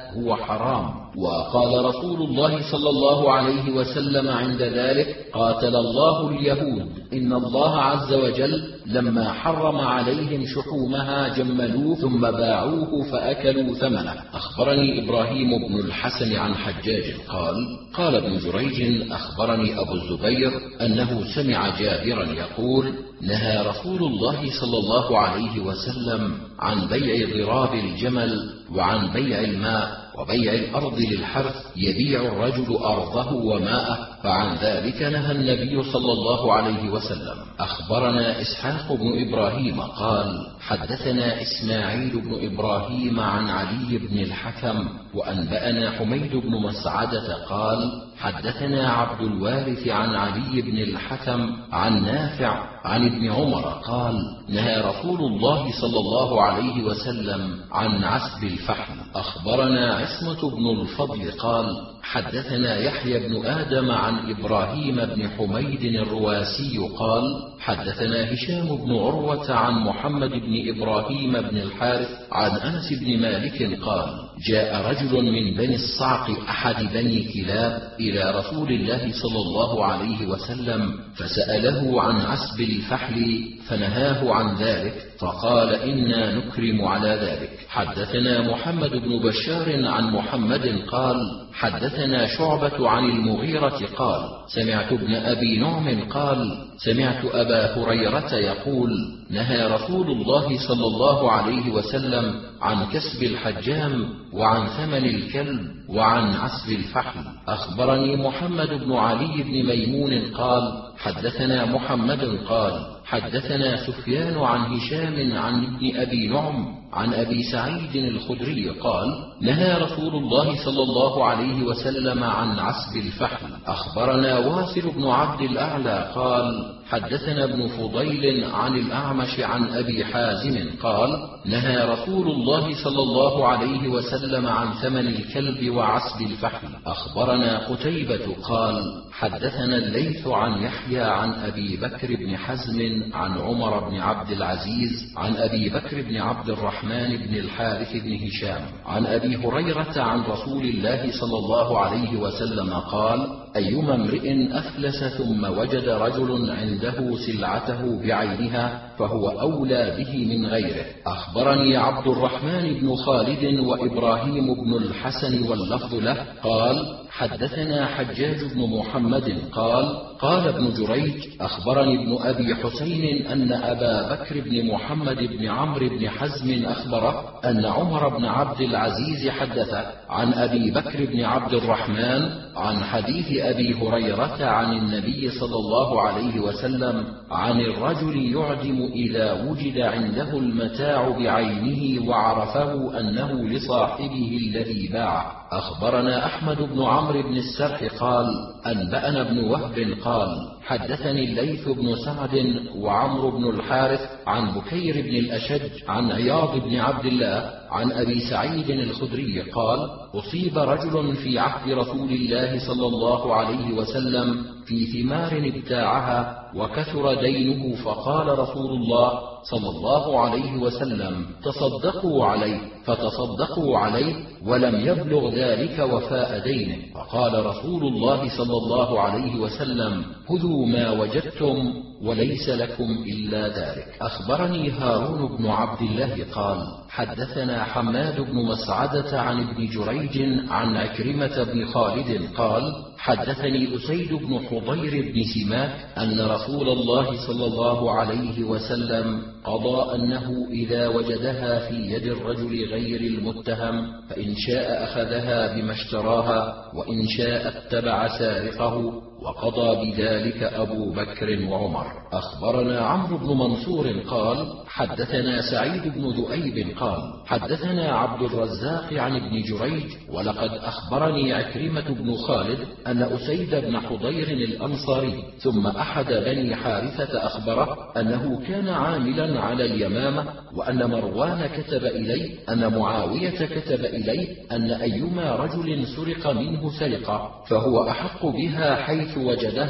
هو حرام. وقال رسول الله صلى الله عليه وسلم عند ذلك: قاتل الله اليهود، إن الله عز وجل لما حرم عليهم شحومها جملوه ثم باعوه فأكلوا ثمنه. أخبرني إبراهيم بن الحسن عن حجاج قال ابن جريج: أخبرني أبو الزبير أنه سمع جابرا يقول: نهى رسول الله صلى الله عليه وسلم عن بيع ضراب الجمل وعن بيع الماء وبيع الأرض للحرث يبيع الرجل أرضه وماءه، فعن ذلك نهى النبي صلى الله عليه وسلم. أخبرنا إسحاق بن إبراهيم قال: حدثنا إسماعيل بن إبراهيم عن علي بن الحكم وأنبأنا حميد بن مسعدة قال: حدثنا عبد الوارث عن علي بن الحكم عن نافع عن ابن عمر قال: نهى رسول الله صلى الله عليه وسلم عن عسب الفحل. أخبرنا عصمة بن الفضل قال: حدثنا يحيى بن آدم عن إبراهيم بن حميد الرواسي قال: حدثنا هشام بن عروة عن محمد بن إبراهيم بن الحارث عن أنس بن مالك قال: جاء رجل من بني الصعق أحد بني كلاب إلى رسول الله صلى الله عليه وسلم فسأله عن عسب الفحل فنهاه عن ذلك، فقال: إنا نكرم على ذلك. حدثنا محمد بن بشار عن محمد قال: حدثنا شعبة عن المغيرة قال: سمعت ابن أبي نعم قال: سمعت أبا هريرة يقول: نهى رسول الله صلى الله عليه وسلم عن كسب الحجام وعن ثمن الكلب وعن عسب الفحل. أخبرني محمد بن علي بن ميمون قال: حدثنا محمد قال: حدثنا سفيان عن هشام عن ابن أبي نعم عن أبي سعيد الخدري قال: نهى رسول الله صلى الله عليه وسلم عن عسب الفحل. أخبرنا واصل بن عبد الأعلى قال: حدثنا ابن فضيل عن الأعمش عن أبي حازم قال: نهى رسول الله صلى الله عليه وسلم عن ثمن الكلب وعسب الفحل. أخبرنا قتيبة قال: حدثنا الليث عن يحيى عن أبي بكر بن حزم عن عمر بن عبد العزيز عن أبي بكر بن عبد الرحمن بن الحارث بن هشام عن أبي هريرة عن رسول الله صلى الله عليه وسلم قال: أيما امرئ أفلس ثم وجد رجل عنده سلعته بعينها فهو أولى به من غيره. أخبرني عبد الرحمن بن خالد وإبراهيم بن الحسن واللفظ له قال: حدثنا حجاج بن محمد قال: قال ابن جريج: أخبرني ابن أبي حسين أن أبا بكر بن محمد بن عمرو بن حزم أخبره أن عمر بن عبد العزيز حدث عن أبي بكر بن عبد الرحمن عن حديث أبي هريرة عن النبي صلى الله عليه وسلم عن الرجل يعدم إذا وجد عنده المتاع بعينه وعرفه أنه لصاحبه الذي باعه. أخبرنا أحمد بن عمرو بن السرح قال: أنبأنا ابن وهب قال: حدثني الليث بن سعد وعمرو بن الحارث عن بكير بن الأشج عن عياض بن عبد الله عن أبي سعيد الخدري قال: أصيب رجل في عهد رسول الله صلى الله عليه وسلم في ثمار ابتاعها وكثر دينه، فقال رسول الله صلى الله عليه وسلم: تصدقوا عليه، فتصدقوا عليه ولم يبلغ ذلك وفاء دينه، فقال رسول الله صلى الله عليه وسلم: خذوا ما وجدتم وليس لكم إلا ذلك. أخبرني هارون بن عبد الله قال: حدثنا حماد بن مسعدة عن ابن جريج عن عكرمة بن خالد قال: حدثني أسيد بن حضير بن سماك أن رسول الله صلى الله عليه وسلم قضى أنه إذا وجدها في يد الرجل غير المتهم فإن شاء أخذها بما اشتراها وإن شاء اتبع سارقه، وقضى بذلك أبو بكر وعمر. أخبرنا عمرو بن منصور قال: حدثنا سعيد بن ذؤيب قال: حدثنا عبد الرزاق عن ابن جريج ولقد أخبرني عكرمة بن خالد أن أسيد بن حضير الأنصاري ثم أحد بني حارثة أخبره أنه كان عاملا على اليمامة، وأن مروان كتب إليه أن معاوية كتب إليه أن أيما رجل سرق منه سرقة فهو أحق بها حيث وجدها،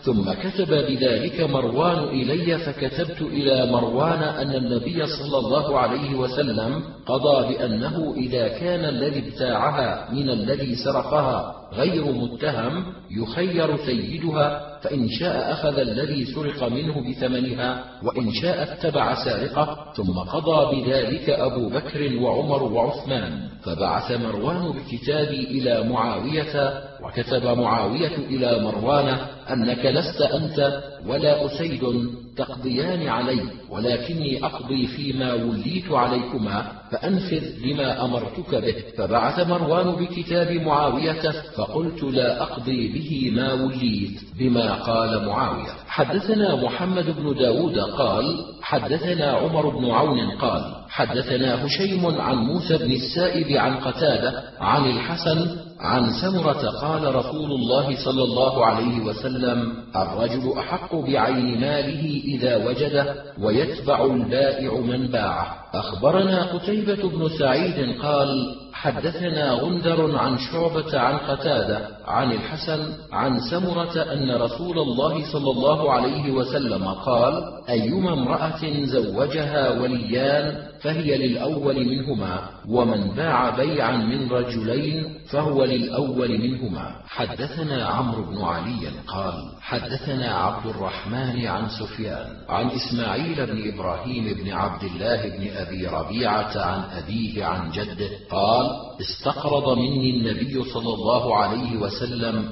ثم كتب بذلك مروان إلي، فكتبت إلى مروان أن النبي صلى الله عليه وسلم قضى بأنه إذا كان الذي ابتاعها من الذي سرقها غير متهم يخير سيدها، فإن شاء أخذ الذي سرق منه بثمنها، وإن شاء اتبع سارقه. ثم قضى بذلك أبو بكر وعمر وعثمان. فبعث مروان بكتابي إلى معاوية، وكتب معاوية إلى مروان أنك لست أنت ولا أسيد تقضيان علي، ولكني أقضي فيما وليت عليكما، فأنفذ بما أمرتك به. فبعث مروان بكتاب معاوية، فقلت لا أقضي به ما وليت بما قال معاوية. حدثنا محمد بن داود قال حدثنا عمر بن عون قال حدثنا هشيم عن موسى بن السائب عن قتادة عن الحسن عن سمرة قال رسول الله صلى الله عليه وسلم: الرجل أحق بعين ماله إذا وجده، ويتبع البائع من باعه. أخبرنا قتيبة بن سعيد قال حدثنا غندر عن شعبة عن قتادة عن الحسن عن سمرة أن رسول الله صلى الله عليه وسلم قال: أيما امرأة زوجها وليان فهي للأول منهما، ومن باع بيعا من رجلين فهو للأول منهما. حدثنا عمرو بن علي قال حدثنا عبد الرحمن عن سفيان عن إسماعيل بن إبراهيم بن عبد الله بن أبي ربيعة عن أبيه عن جده قال: استقرض مني النبي صلى الله عليه وسلم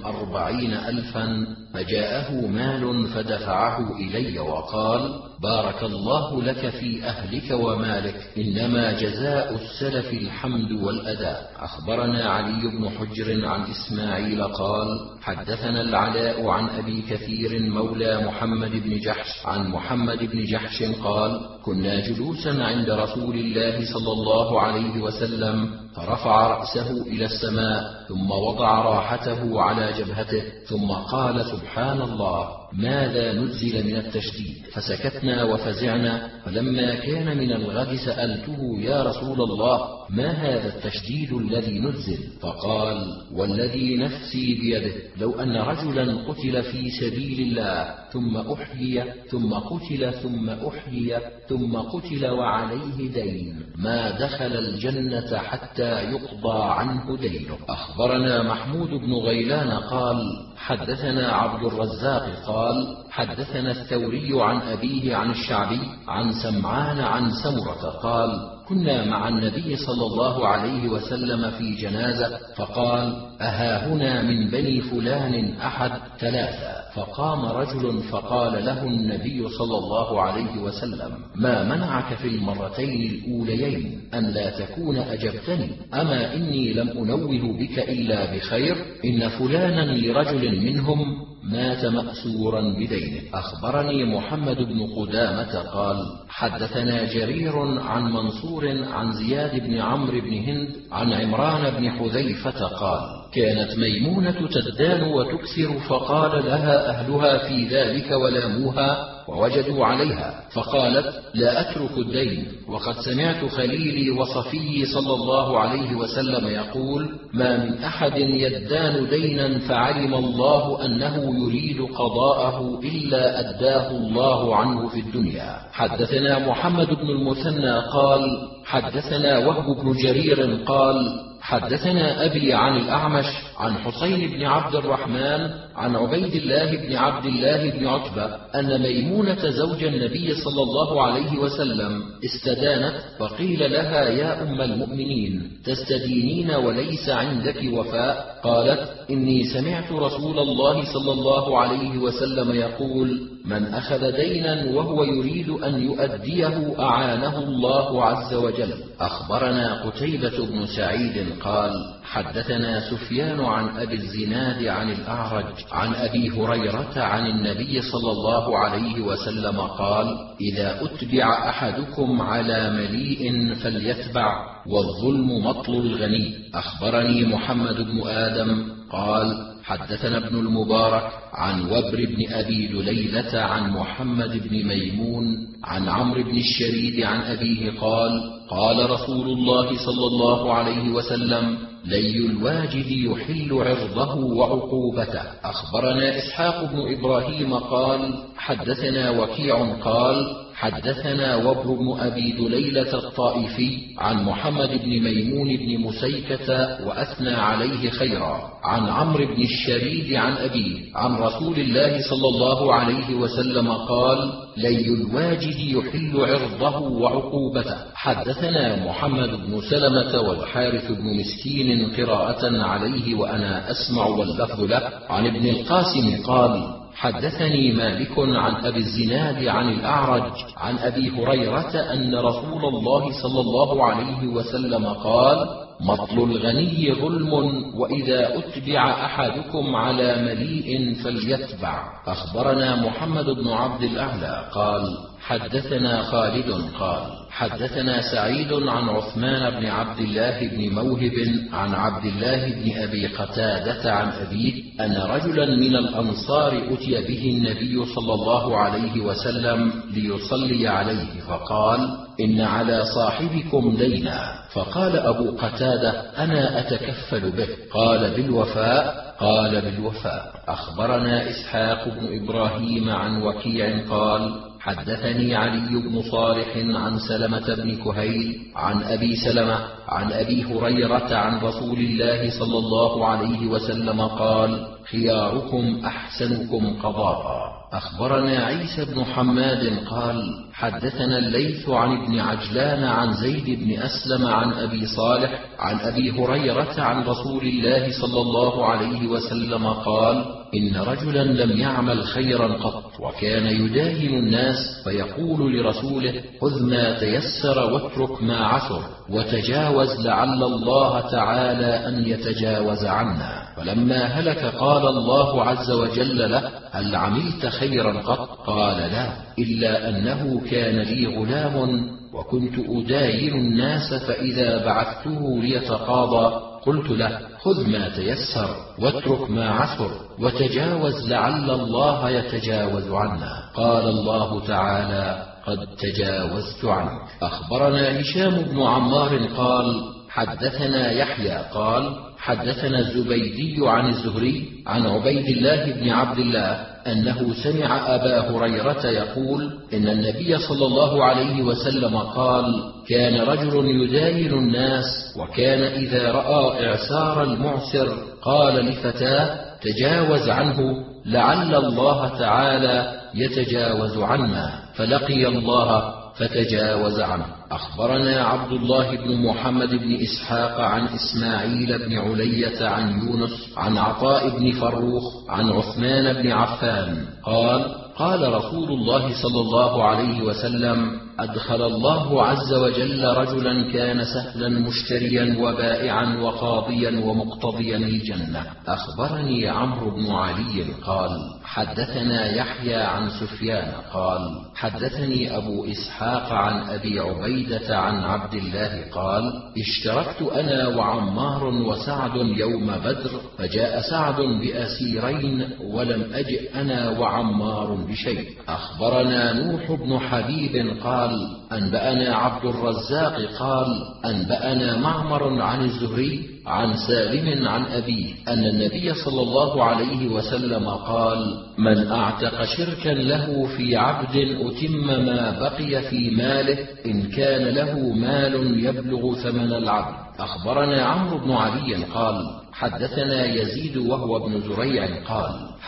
40,000، فجاءه مال فدفعه إلي وقال: بارك الله لك في أهلك ومالك، إنما جزاء السلف الحمد والأداء. أخبرنا علي بن حجر عن إسماعيل قال حدثنا العلاء عن أبي كثير مولى محمد بن جحش عن محمد بن جحش قال: كنا جلوسا عند رسول الله صلى الله عليه وسلم، فرفع رأسه إلى السماء، ثم وضع راحته على جبهته، ثم قال: سبحان الله، ماذا نزل من التشديد؟ فسكتنا وفزعنا، فلما كان من الغد سألته: يا رسول الله، ما هذا التشديد الذي نزل؟ فقال: والذي نفسي بيده، لو أن رجلا قتل في سبيل الله ثم أحيي ثم قتل ثم أحيي ثم قتل وعليه دين، ما دخل الجنة حتى يقضى عنه دينه. أخبرنا محمود بن غيلان قال حدثنا عبد الرزاق قال حدثنا الثوري عن أبيه عن الشعبي عن سمعان عن سمرة قال: كنا مع النبي صلى الله عليه وسلم في جنازة، فقال: أهاهنا من بني فلان أحد؟ 3. فقام رجل فقال له النبي صلى الله عليه وسلم: ما منعك في المرتين الأوليين أن لا تكون أجبتني؟ أما إني لم أنوه بك إلا بخير، إن فلانا لرجل منهم مات مأسورا بدينه. أخبرني محمد بن قدامة قال حدثنا جرير عن منصور عن زياد بن عمرو بن هند عن عمران بن حذيفة قال: كانت ميمونة تدان وتكسر، فقال لها أهلها في ذلك ولاموها ووجدوا عليها، فقالت: لا أترك الدين، وقد سمعت خليلي وصفي صلى الله عليه وسلم يقول: ما من أحد يدان دينا فعلم الله أنه يريد قضاءه إلا أداه الله عنه في الدنيا. حدثنا محمد بن المثنى قال حدثنا وهب بن جرير قال حدثنا أبي عن الأعمش عن حسين بن عبد الرحمن عن عبيد الله بن عبد الله بن عتبة أن ميمونة زوج النبي صلى الله عليه وسلم استدانت، فقيل لها: يا أم المؤمنين، تستدينين وليس عندك وفاء؟ قالت: إني سمعت رسول الله صلى الله عليه وسلم يقول: من أخذ دينا وهو يريد أن يؤديه أعانه الله عز وجل. أخبرنا قتيبة بن سعيد قال حدثنا سفيان عن أبي الزناد عن الأعرج عن أبي هريرة عن النبي صلى الله عليه وسلم قال: إذا أتبع أحدكم على مليء فليتبع، والظلم مطل الغني. أخبرني محمد بن آدم قال حدثنا ابن المبارك عن وبر بن أبي دليلة عن محمد بن ميمون عن عمرو بن الشريد عن أبيه قال: قال رسول الله صلى الله عليه وسلم: لي الواجد يحل عرضه وعقوبته. أخبرنا إسحاق بن إبراهيم قال حدثنا وكيع قال حدثنا وبر بن أبي دليلة الطائفي عن محمد بن ميمون بن مسيكة وأثنى عليه خيرا، عن عمرو بن الشريد عن أبيه عن رسول الله صلى الله عليه وسلم قال لي الواجد يحل عرضه وعقوبته. حدثنا محمد بن سلمة والحارث بن مسكين قراءة عليه وأنا أسمع واللفظ له، عن ابن القاسم قال حدثني مالك عن أبي الزناد عن الأعرج عن أبي هريرة أن رسول الله صلى الله عليه وسلم قال مطل الغني ظلم، وإذا أتبع أحدكم على مليء فليتبع. أخبرنا محمد بن عبد الأعلى قال حدثنا خالد قال حدثنا سعيد عن عثمان بن عبد الله بن موهب عن عبد الله بن أبي قتادة عن أبيه أن رجلا من الأنصار أتي به النبي صلى الله عليه وسلم ليصلي عليه، فقال إن على صاحبكم دينا، فقال أبو قتادة أنا أتكفل به، قال بالوفاء؟ قال بالوفاء. أخبرنا إسحاق بن إبراهيم عن وكيع قال حدثني علي بن صالح عن سلمة بن كهيل عن أبي سلمة عن أبي هريرة عن رسول الله صلى الله عليه وسلم قال خياركم أحسنكم قضاء. أخبرنا عيسى بن حماد قال حدثنا الليث عن ابن عجلان عن زيد بن أسلم عن أبي صالح عن أبي هريرة عن رسول الله صلى الله عليه وسلم قال إن رجلا لم يعمل خيرا قط وكان يداهن الناس فيقول لرسوله خذ ما تيسر واترك ما عسر وتجاوز لعل الله تعالى أن يتجاوز عنا، فلما هلك قال الله عز وجل له هل عملت خيرا قط؟ قال لا، إلا أنه كان لي غلام وكنت أداين الناس فإذا بعثته ليتقاضى قلت له خذ ما تيسر واترك ما عسر وتجاوز لعل الله يتجاوز عنا، قال الله تعالى قد تجاوزت عنك. أخبرنا هشام بن عمار قال حدثنا يحيى قال حدثنا الزبيدي عن الزهري عن عبيد الله بن عبد الله أنه سمع أبا هريرة يقول إن النبي صلى الله عليه وسلم قال كان رجل يداين الناس وكان إذا رأى إعسار المعسر قال لفتاه تجاوز عنه لعل الله تعالى يتجاوز عنا، فلقي الله فتجاوز عنه. أخبرنا عبد الله بن محمد بن إسحاق عن إسماعيل بن علية عن يونس عن عطاء بن فروخ عن عثمان بن عفان قال قال رسول الله صلى الله عليه وسلم أدخل الله عز وجل رجلا كان سهلا مشتريا وبائعا وقاضيا ومقتضيا الجنة. أخبرني عمرو بن علي قال حدثنا يحيى عن سفيان قال حدثني أبو إسحاق عن أبي عبيدة عن عبد الله قال اشتركت أنا وعمار وسعد يوم بدر، فجاء سعد بأسيرين ولم أجئ أنا وعمار بشيء. أخبرنا نوح بن حبيب قال أنبأنا عبد الرزاق قال أنبأنا معمر عن الزهري عن سالم عن أبيه أن النبي صلى الله عليه وسلم قال من أعتق شركا له في عبد أتم ما بقي في ماله إن كان له مال يبلغ ثمن العبد. أخبرنا عمرو بن علي قال حدثنا يزيد وهو ابن زريع قال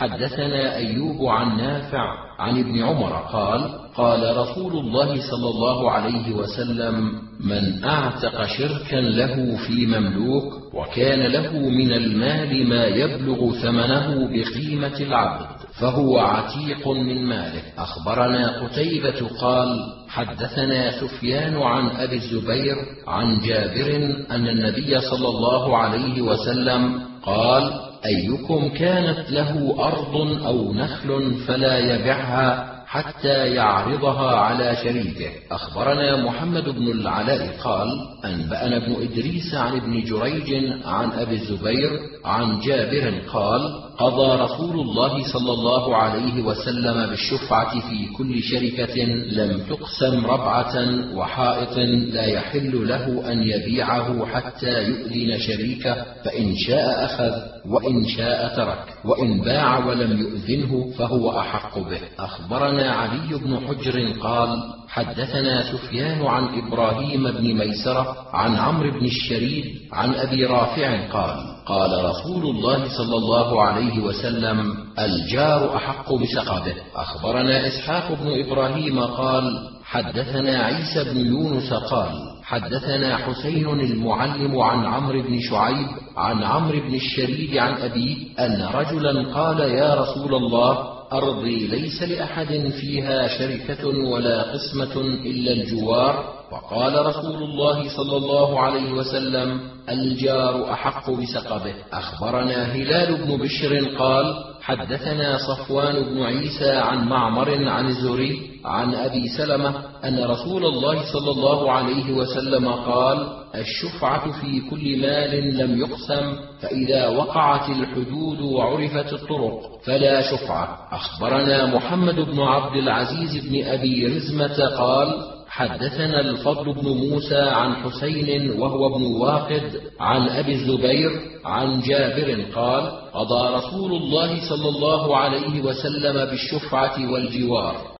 حدثنا أيوب عن نافع عن ابن عمر قال قال رسول الله صلى الله عليه وسلم من أعتق شركا له في مملوك وكان له من المال ما يبلغ ثمنه بقيمة العبد فهو عتيق من ماله. أخبرنا قتيبة قال حدثنا سفيان عن أبي الزبير عن جابر أن النبي صلى الله عليه وسلم قال أيكم كانت له أرض أو نخل فلا يبعها حتى يعرضها على شريكه. أخبرنا محمد بن العلاء قال أنبأنا ابن إدريس عن ابن جريج عن أبي الزبير عن جابر قال قضى رسول الله صلى الله عليه وسلم بالشفعة في كل شركة لم تقسم ربعة وحائط لا يحل له أن يبيعه حتى يؤذن شريكه، فإن شاء أخذ وإن شاء ترك، وإن باع ولم يؤذنه فهو أحق به. أخبرنا علي بن حجر قال حدثنا سفيان عن إبراهيم بن ميسرة عن عمرو بن الشريد عن أبي رافع قال قال رسول الله صلى الله عليه وسلم الجار أحق بسقبه. أخبرنا إسحاق بن إبراهيم قال حدثنا عيسى بن يونس قال حدثنا حسين المعلم عن عمرو بن شعيب عن عمرو بن الشريد عن أبيه أن رجلا قال يا رسول الله أرضي ليس لأحد فيها شركة ولا قسمة إلا الجوار، فقال رسول الله صلى الله عليه وسلم الجار أحق بسقبه. أخبرنا هلال بن بشر قال حدثنا صفوان بن عيسى عن معمر عن الزهري عن أبي سلمة أن رسول الله صلى الله عليه وسلم قال الشفعة في كل مال لم يقسم، فإذا وقعت الحدود وعرفت الطرق فلا شفعة. أخبرنا محمد بن عبد العزيز بن أبي رزمة قال حدثنا الفضل بن موسى عن حسين وهو ابن واقد عن أبي الزبير عن جابر قال قضى رسول الله صلى الله عليه وسلم بالشفعة والجوار،